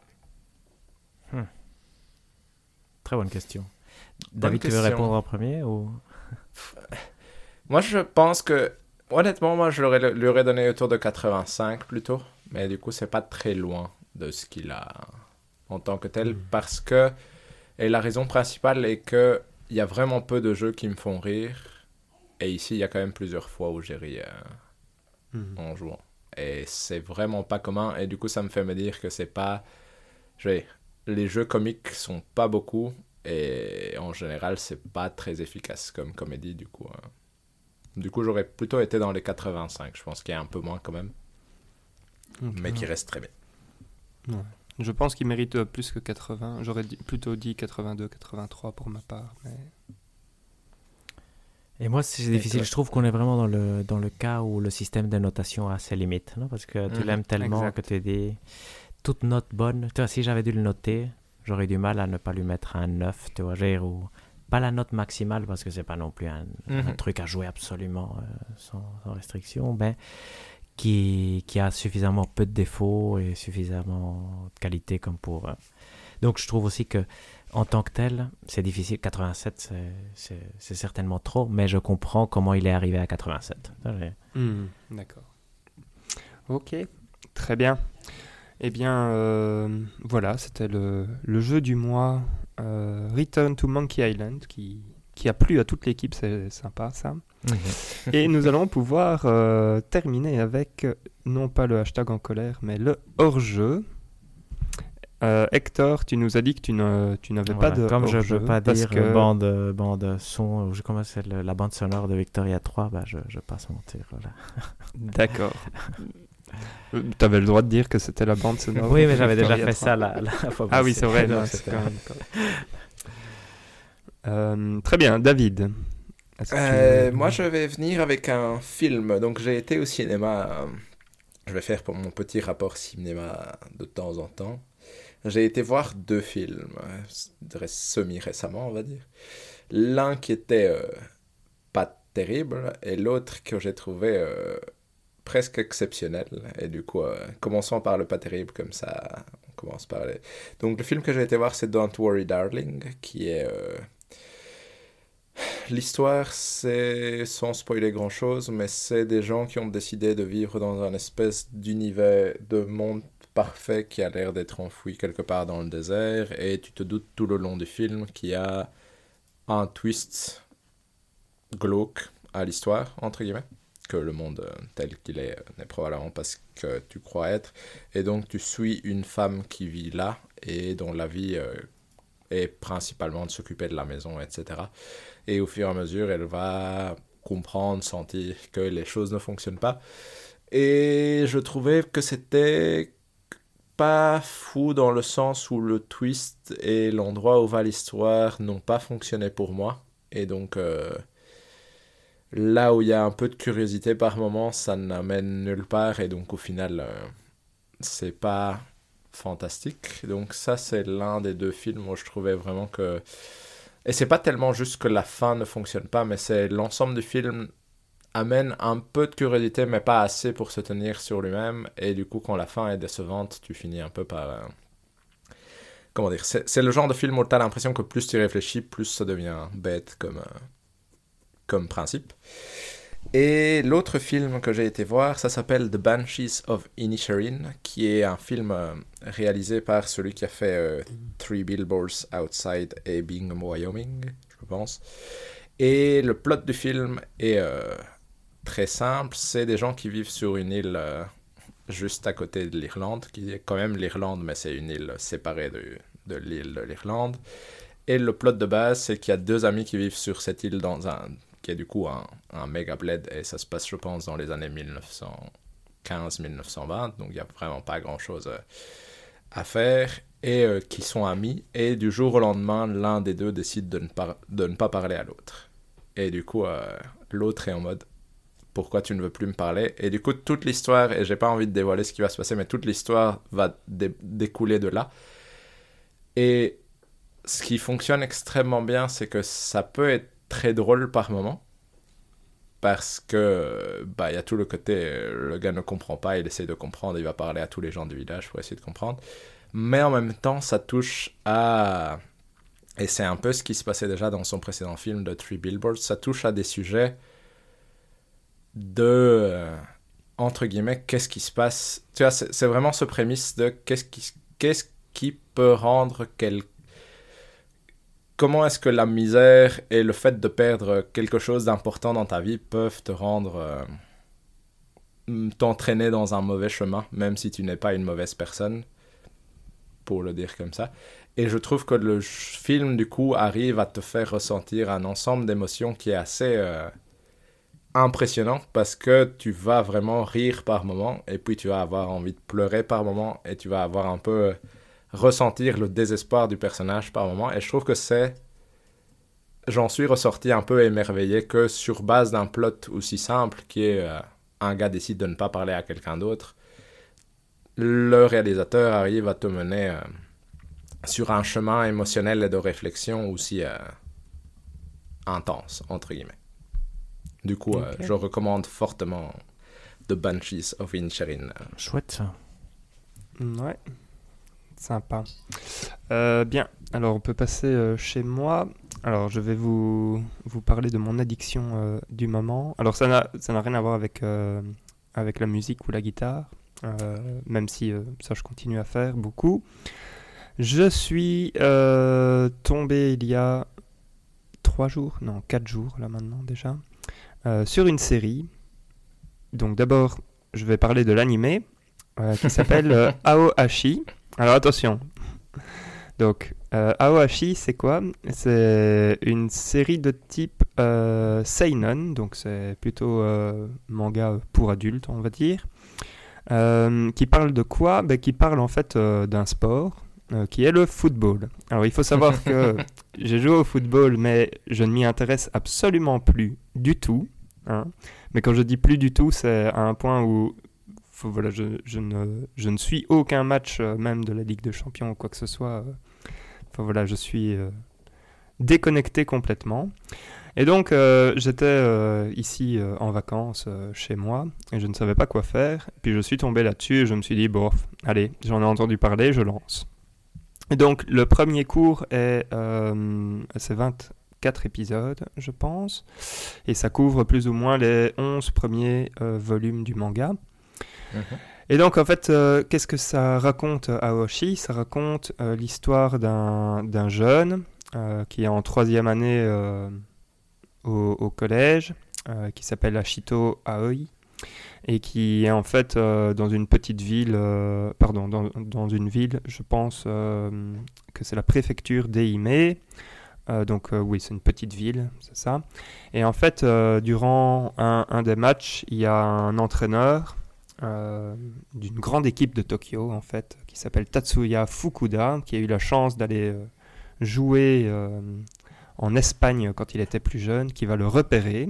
Très bonne question. Bonne David, tu veux question. répondre en premier ou... Moi, je pense que, honnêtement, moi, je l'aurais- lui aurais donné autour de quatre-vingt-cinq plutôt. Mais du coup, c'est pas très loin de ce qu'il a en tant que tel. Mm. Parce que, et la raison principale est que il y a vraiment peu de jeux qui me font rire. Et ici, il y a quand même plusieurs fois où j'ai ri euh, Mhm. en jouant. Et c'est vraiment pas commun. Et du coup, ça me fait me dire que c'est pas... Je vais... Les jeux comiques sont pas beaucoup. Et en général, c'est pas très efficace comme comédie, du coup. hein. Du coup, j'aurais plutôt été dans les quatre-vingt-cinq. Je pense qu'il y a un peu moins quand même. Ok. Mais qui reste très bien. Ouais. Je pense qu'il mérite euh, plus que quatre-vingts. J'aurais dit- plutôt dit quatre-vingt-deux, quatre-vingt-trois pour ma part. Mais... Et moi, c'est difficile. toi Je trouve qu'on est vraiment dans le, dans le cas où le système de notation a ses limites. Non? Parce que tu Mhm, l'aimes tellement exact. que tu dis toute note bonne. Tu vois, si j'avais dû le noter, j'aurais du mal à ne pas lui mettre un neuf. Tu vois, genre, ou pas la note maximale parce que c'est pas non plus un, un Mhm. truc à jouer absolument euh, sans, sans restriction. Ben, qui, qui a suffisamment peu de défauts et suffisamment de qualité comme pour... euh. Donc, je trouve aussi que en tant que tel, c'est difficile. quatre-vingt-sept, c'est, c'est, c'est certainement trop, mais je comprends comment il est arrivé à quatre-vingt-sept. Ça, j'ai- Hmm, d'accord. Ok, très bien. Eh bien, euh, voilà, c'était le, le jeu du mois euh, Return to Monkey Island qui, qui a plu à toute l'équipe, c'est sympa ça. Et nous allons pouvoir euh, terminer avec, euh, non pas le hashtag en colère, mais le hors-jeu. Euh, Hector, tu nous as dit que tu, ne, tu n'avais Voilà, pas de comme je ne hors-jeu peux pas parce dire que... bande, bande son, ou je commence le, la bande sonore de Victoria trois, bah je, je passe mon tir. Voilà. D'accord. Tu avais le droit de dire que c'était la bande sonore. Oui, mais j'avais déjà Victoria fait trois. ça la, la fois Ah oui, passée. c'est vrai. Donc, non, c'est c'était- quand même- Euh, très bien, David. Est-ce que tu Euh, veux- moi, je vais venir avec un film. Donc, j'ai été au cinéma. euh, Je vais faire pour mon petit rapport cinéma de temps en temps. J'ai été voir deux films, euh, ré- semi-récemment, on va dire. L'un qui était euh, pas terrible et l'autre que j'ai trouvé euh, presque exceptionnel. Et du coup, euh, commençons par le pas terrible, comme ça, on commence par les... Donc, le film que j'ai été voir, c'est Don't Worry Darling, qui est... euh, L'histoire, c'est, sans spoiler grand-chose, mais c'est des gens qui ont décidé de vivre dans un espèce d'univers, de monde parfait qui a l'air d'être enfoui quelque part dans le désert, et tu te doutes tout le long du film qu'il y a un twist glauque à l'histoire, entre guillemets, que le monde euh, tel qu'il est euh, n'est probablement pas ce que tu crois être, et donc tu suis une femme qui vit là, et dont la vie euh, est principalement de s'occuper de la maison, et cetera. Et au fur et à mesure, elle va comprendre, sentir que les choses ne fonctionnent pas. Et je trouvais que c'était pas fou dans le sens où le twist et l'endroit où va l'histoire n'ont pas fonctionné pour moi. Et donc, euh, là où il y a un peu de curiosité par moment, ça n'amène nulle part. Et donc, au final, euh, c'est pas fantastique. Donc, ça, c'est l'un des deux films où je trouvais vraiment que... Et c'est pas tellement juste que la fin ne fonctionne pas, mais c'est l'ensemble du film amène un peu de curiosité, mais pas assez pour se tenir sur lui-même. Et du coup, quand la fin est décevante, tu finis un peu par... euh, Comment dire, c'est, c'est le genre de film où tu as l'impression que plus tu réfléchis, plus ça devient bête comme, euh, comme principe. Et l'autre film que j'ai été voir, ça s'appelle The Banshees of Inisherin, qui est un film euh, réalisé par celui qui a fait euh, Three Billboards Outside Ebbing, Wyoming, je pense. Et le plot du film est euh, très simple. C'est des gens qui vivent sur une île euh, juste à côté de l'Irlande, qui est quand même l'Irlande, mais c'est une île séparée de, de l'île de l'Irlande. Et le plot de base, c'est qu'il y a deux amis qui vivent sur cette île dans un... qui est du coup un, un méga bled, et ça se passe, je pense, dans les années dix-neuf cent quinze dix-neuf cent vingt, donc il n'y a vraiment pas grand-chose euh, à faire, et euh, qui sont amis, et du jour au lendemain, l'un des deux décide de ne pas, de ne pas parler à l'autre. Et du coup, euh, l'autre est en mode « Pourquoi tu ne veux plus me parler ?» Et du coup, toute l'histoire, et j'ai pas envie de dévoiler ce qui va se passer, mais toute l'histoire va dé- découler de là. Et ce qui fonctionne extrêmement bien, c'est que ça peut être très drôle par moment, parce que bah il y a tout le côté le gars ne comprend pas, il essaie de comprendre, il va parler à tous les gens du village pour essayer de comprendre, mais en même temps ça touche à, et c'est un peu ce qui se passait déjà dans son précédent film de Three Billboards, ça touche à des sujets de euh, entre guillemets qu'est-ce qui se passe, tu vois, c'est, c'est vraiment ce prémisse de qu'est-ce qui qu'est-ce qui peut rendre quelqu'un... Comment est-ce que la misère et le fait de perdre quelque chose d'important dans ta vie peuvent te rendre... Euh, t'entraîner dans un mauvais chemin, même si tu n'es pas une mauvaise personne, pour le dire comme ça. Et je trouve que le film, du coup, arrive à te faire ressentir un ensemble d'émotions qui est assez euh, impressionnant, parce que tu vas vraiment rire par moment, et puis tu vas avoir envie de pleurer par moment, et tu vas avoir un peu... Euh, ressentir le désespoir du personnage par moment, et je trouve que c'est... J'en suis ressorti un peu émerveillé que sur base d'un plot aussi simple qui est euh, un gars décide de ne pas parler à quelqu'un d'autre, le réalisateur arrive à te mener euh, sur un chemin émotionnel et de réflexion aussi euh, intense, entre guillemets. Du coup, okay. euh, je recommande fortement The Banshees of Inisherin. Chouette ça. Ouais. Sympa. Euh, bien, alors on peut passer euh, chez moi. Alors je vais vous, vous parler de mon addiction euh, du moment. Alors ça n'a, ça n'a rien à voir avec, euh, avec la musique ou la guitare, euh, même si euh, ça je continue à faire beaucoup. Je suis euh, tombé il y a trois jours, non quatre jours là maintenant déjà, euh, sur une série. Donc d'abord je vais parler de l'animé euh, qui s'appelle euh, Aohashi. Alors attention, Donc, euh, Aohashi, c'est quoi? C'est une série de type euh, seinen, donc c'est plutôt euh, manga pour adultes, on va dire, euh, qui parle de quoi? Ben, qui parle en fait euh, d'un sport euh, qui est le football. Alors, il faut savoir que j'ai joué au football, mais je ne m'y intéresse absolument plus du tout. Hein. Mais quand je dis plus du tout, c'est à un point où faut, voilà, je, je, ne, je ne suis aucun match euh, même de la Ligue des Champions ou quoi que ce soit. Euh, Enfin, voilà, je suis euh, déconnecté complètement. Et donc, euh, j'étais euh, ici euh, en vacances euh, chez moi et je ne savais pas quoi faire. Puis je suis tombé là-dessus et je me suis dit, bon, allez, j'en ai entendu parler, je lance. Et donc, le premier cours est, euh, c'est vingt-quatre épisodes, je pense. Et ça couvre plus ou moins les onze premiers euh, volumes du manga. Mm-hmm. Et donc, en fait, euh, qu'est-ce que ça raconte, Aohashi? Ça raconte euh, l'histoire d'un, d'un jeune euh, qui est en troisième année euh, au, au collège, euh, qui s'appelle Ashito Aoi, et qui est en fait euh, dans une petite ville, euh, pardon, dans, dans une ville, je pense euh, que c'est la préfecture d'Eime. Euh, donc, euh, oui, c'est une petite ville, c'est ça. Et en fait, euh, durant un, un des matchs, il y a un entraîneur Euh, d'une grande équipe de Tokyo en fait qui s'appelle Tatsuya Fukuda, qui a eu la chance d'aller euh, jouer euh, en Espagne quand il était plus jeune, qui va le repérer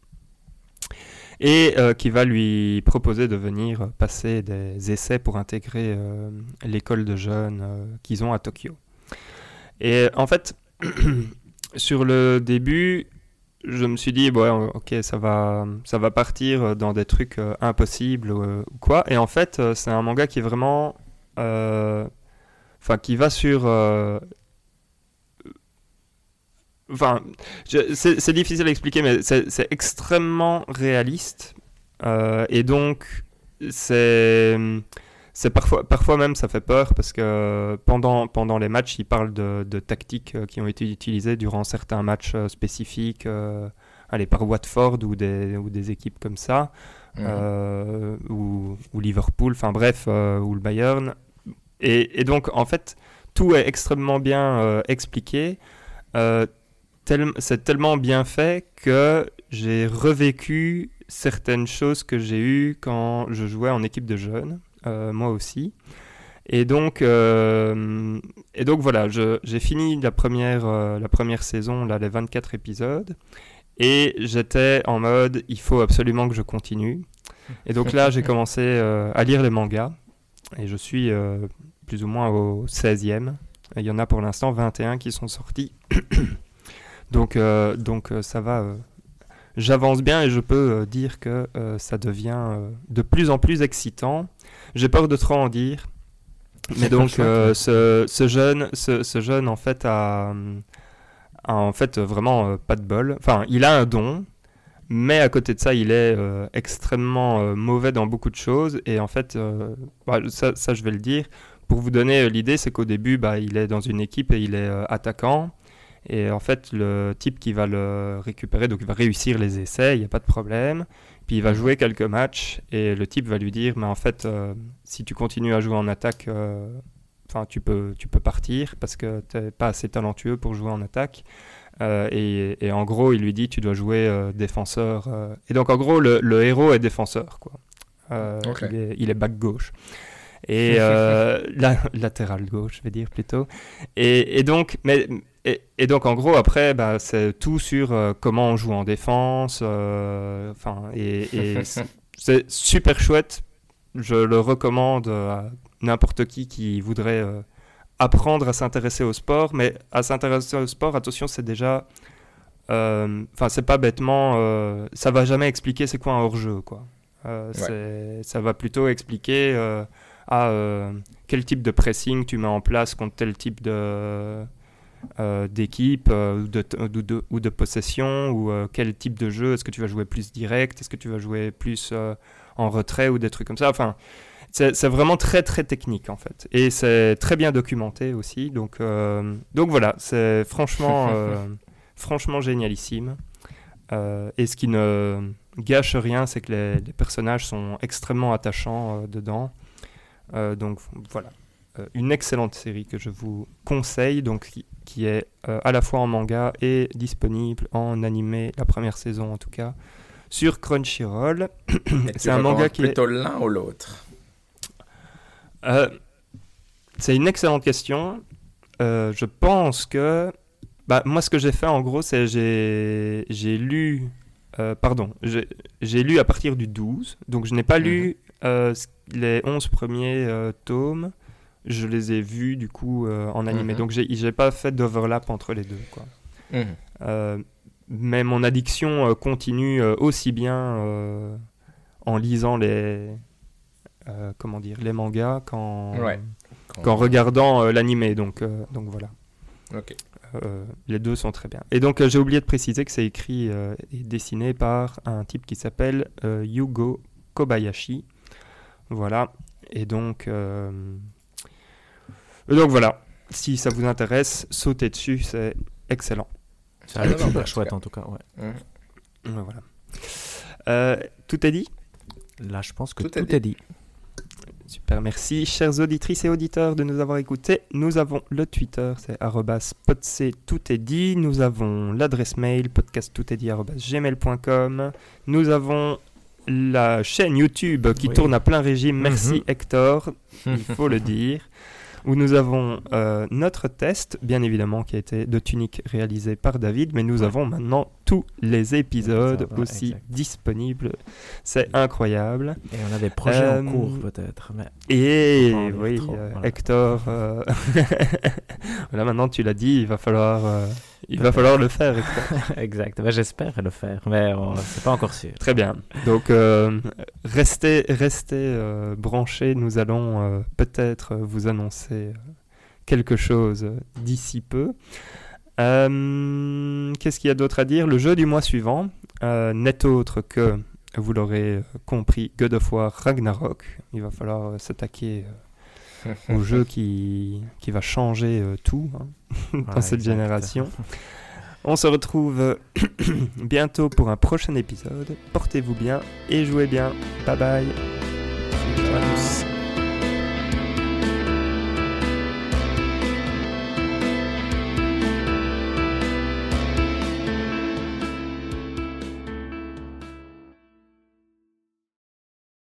et euh, qui va lui proposer de venir passer des essais pour intégrer euh, l'école de jeunes euh, qu'ils ont à Tokyo. Et en fait sur le début, je me suis dit, bon, ok, ça va, ça va partir dans des trucs euh, impossibles euh, ou quoi. Et en fait, euh, c'est un manga qui est vraiment... Enfin, euh, qui va sur... Enfin, euh, c'est, c'est difficile à expliquer, mais c'est, c'est extrêmement réaliste. Euh, et donc, c'est... C'est parfois, parfois même ça fait peur parce que pendant, pendant les matchs, ils parlent de, de tactiques qui ont été utilisées durant certains matchs spécifiques, euh, allez, par Watford ou des, ou des équipes comme ça, mmh. euh, ou, ou Liverpool, enfin bref, euh, ou le Bayern. Et, et donc en fait, tout est extrêmement bien euh, expliqué. Euh, tel, c'est tellement bien fait que j'ai revécu certaines choses que j'ai eues quand je jouais en équipe de jeunes. Euh, moi aussi. Et donc, euh, et donc voilà, je, j'ai fini la première, euh, la première saison, là, les vingt-quatre épisodes, et j'étais en mode, il faut absolument que je continue. Et donc là, j'ai commencé euh, à lire les mangas, et je suis euh, plus ou moins au seizième. Il y en a pour l'instant vingt et un qui sont sortis. donc, euh, donc euh, ça va... Euh, J'avance bien et je peux euh, dire que euh, ça devient euh, de plus en plus excitant. J'ai peur de trop en dire. Mais donc, euh, ce, ce, jeune, ce, ce jeune, en fait, a, a en fait vraiment euh, pas de bol. Enfin, il a un don, mais à côté de ça, il est euh, extrêmement euh, mauvais dans beaucoup de choses. Et en fait, euh, bah, ça, ça, je vais le dire. Pour vous donner euh, l'idée, c'est qu'au début, bah, il est dans une équipe et il est euh, attaquant. Et en fait, le type qui va le récupérer, donc il va réussir les essais, il n'y a pas de problème. Puis il va jouer quelques matchs et le type va lui dire, mais en fait, euh, si tu continues à jouer en attaque, euh, tu peux, tu peux partir parce que tu n'es pas assez talentueux pour jouer en attaque. Euh, et, et en gros, il lui dit, tu dois jouer euh, défenseur. Euh. Et donc en gros, le, le héros est défenseur, quoi. Euh, okay. il, est, il est back gauche. Et euh, la, latéral gauche, je vais dire plutôt. Et, et donc, mais... Et, et donc en gros après bah, c'est tout sur euh, comment on joue en défense, euh, et, et c'est, c'est super chouette, je le recommande à n'importe qui qui voudrait euh, apprendre à s'intéresser au sport, mais à s'intéresser au sport, attention, c'est déjà, enfin euh, c'est pas bêtement, euh, ça va jamais expliquer c'est quoi un hors-jeu, quoi. Euh, ouais. c'est, ça va plutôt expliquer euh, à, euh, quel type de pressing tu mets en place contre tel type de... Euh, d'équipe euh, ou, de, ou, de, ou de possession ou euh, quel type de jeu, est-ce que tu vas jouer plus direct, est-ce que tu vas jouer plus euh, en retrait ou des trucs comme ça, enfin c'est, c'est vraiment très très technique en fait et c'est très bien documenté aussi, donc, euh, donc voilà, c'est franchement euh, franchement génialissime euh, et ce qui ne gâche rien, c'est que les, les personnages sont extrêmement attachants euh, dedans, euh, donc voilà. euh, une excellente série que je vous conseille, donc qui, qui est euh, à la fois en manga et disponible en animé, la première saison en tout cas, sur Crunchyroll. C'est un manga qui plutôt est... l'un ou l'autre euh, C'est une excellente question. Euh, je pense que... Bah, moi, ce que j'ai fait, en gros, c'est j'ai, j'ai lu... Euh, pardon, j'ai, j'ai lu à partir du douze. Donc, je n'ai pas mmh. lu euh, les onze premiers euh, tomes. Je les ai vus, du coup, euh, en animé. Mmh. Donc, j'ai, j'ai pas fait d'overlap entre les deux, quoi. Mmh. Euh, mais mon addiction euh, continue euh, aussi bien euh, en lisant les... Euh, comment dire, les mangas qu'en, ouais. qu'en regardant euh, l'animé. Donc, euh, donc, voilà. Ok. Euh, les deux sont très bien. Et donc, euh, j'ai oublié de préciser que c'est écrit euh, et dessiné par un type qui s'appelle euh, Yugo Kobayashi. Voilà. Et donc, euh... Et donc voilà. Si ça vous intéresse, sautez dessus, c'est excellent. Ça a l'air super chouette en tout cas. Ouais. Mmh. Ouais, voilà. Euh, tout est dit ? Là, je pense que tout, tout est, est dit. dit. Super, merci chères auditrices et auditeurs de nous avoir écoutés. Nous avons le Twitter, c'est arobase podc, tout est dit. Nous avons l'adresse mail podcasttoutestdit arobase gmail point com. Nous avons la chaîne YouTube qui oui. tourne à plein régime. Merci mm-hmm. Hector, il faut le dire. Où nous avons euh, notre test, bien évidemment, qui a été de Tunic réalisé par David, mais nous ouais. avons maintenant tous les épisodes va, aussi exact. disponibles. C'est incroyable. Et on a des projets euh, en cours, peut-être. Mais... Et oui, trop, euh, voilà. Hector, euh... voilà, maintenant tu l'as dit, il va falloir, euh, il va falloir le faire, Hector. Exact, ben, j'espère le faire, mais on... c'est pas encore sûr. Très bien. Donc, euh, restez, restez euh, branchés. Nous allons euh, peut-être vous annoncer quelque chose d'ici peu. Euh, qu'est-ce qu'il y a d'autre à dire ? Le jeu du mois suivant euh, n'est autre que, vous l'aurez compris, God of War Ragnarok. Il va falloir euh, s'attaquer euh, au jeu qui, qui va changer euh, tout hein, dans ouais, cette exact. génération. On se retrouve bientôt pour un prochain épisode. Portez-vous bien et jouez bien. Bye bye. Ciao à tous.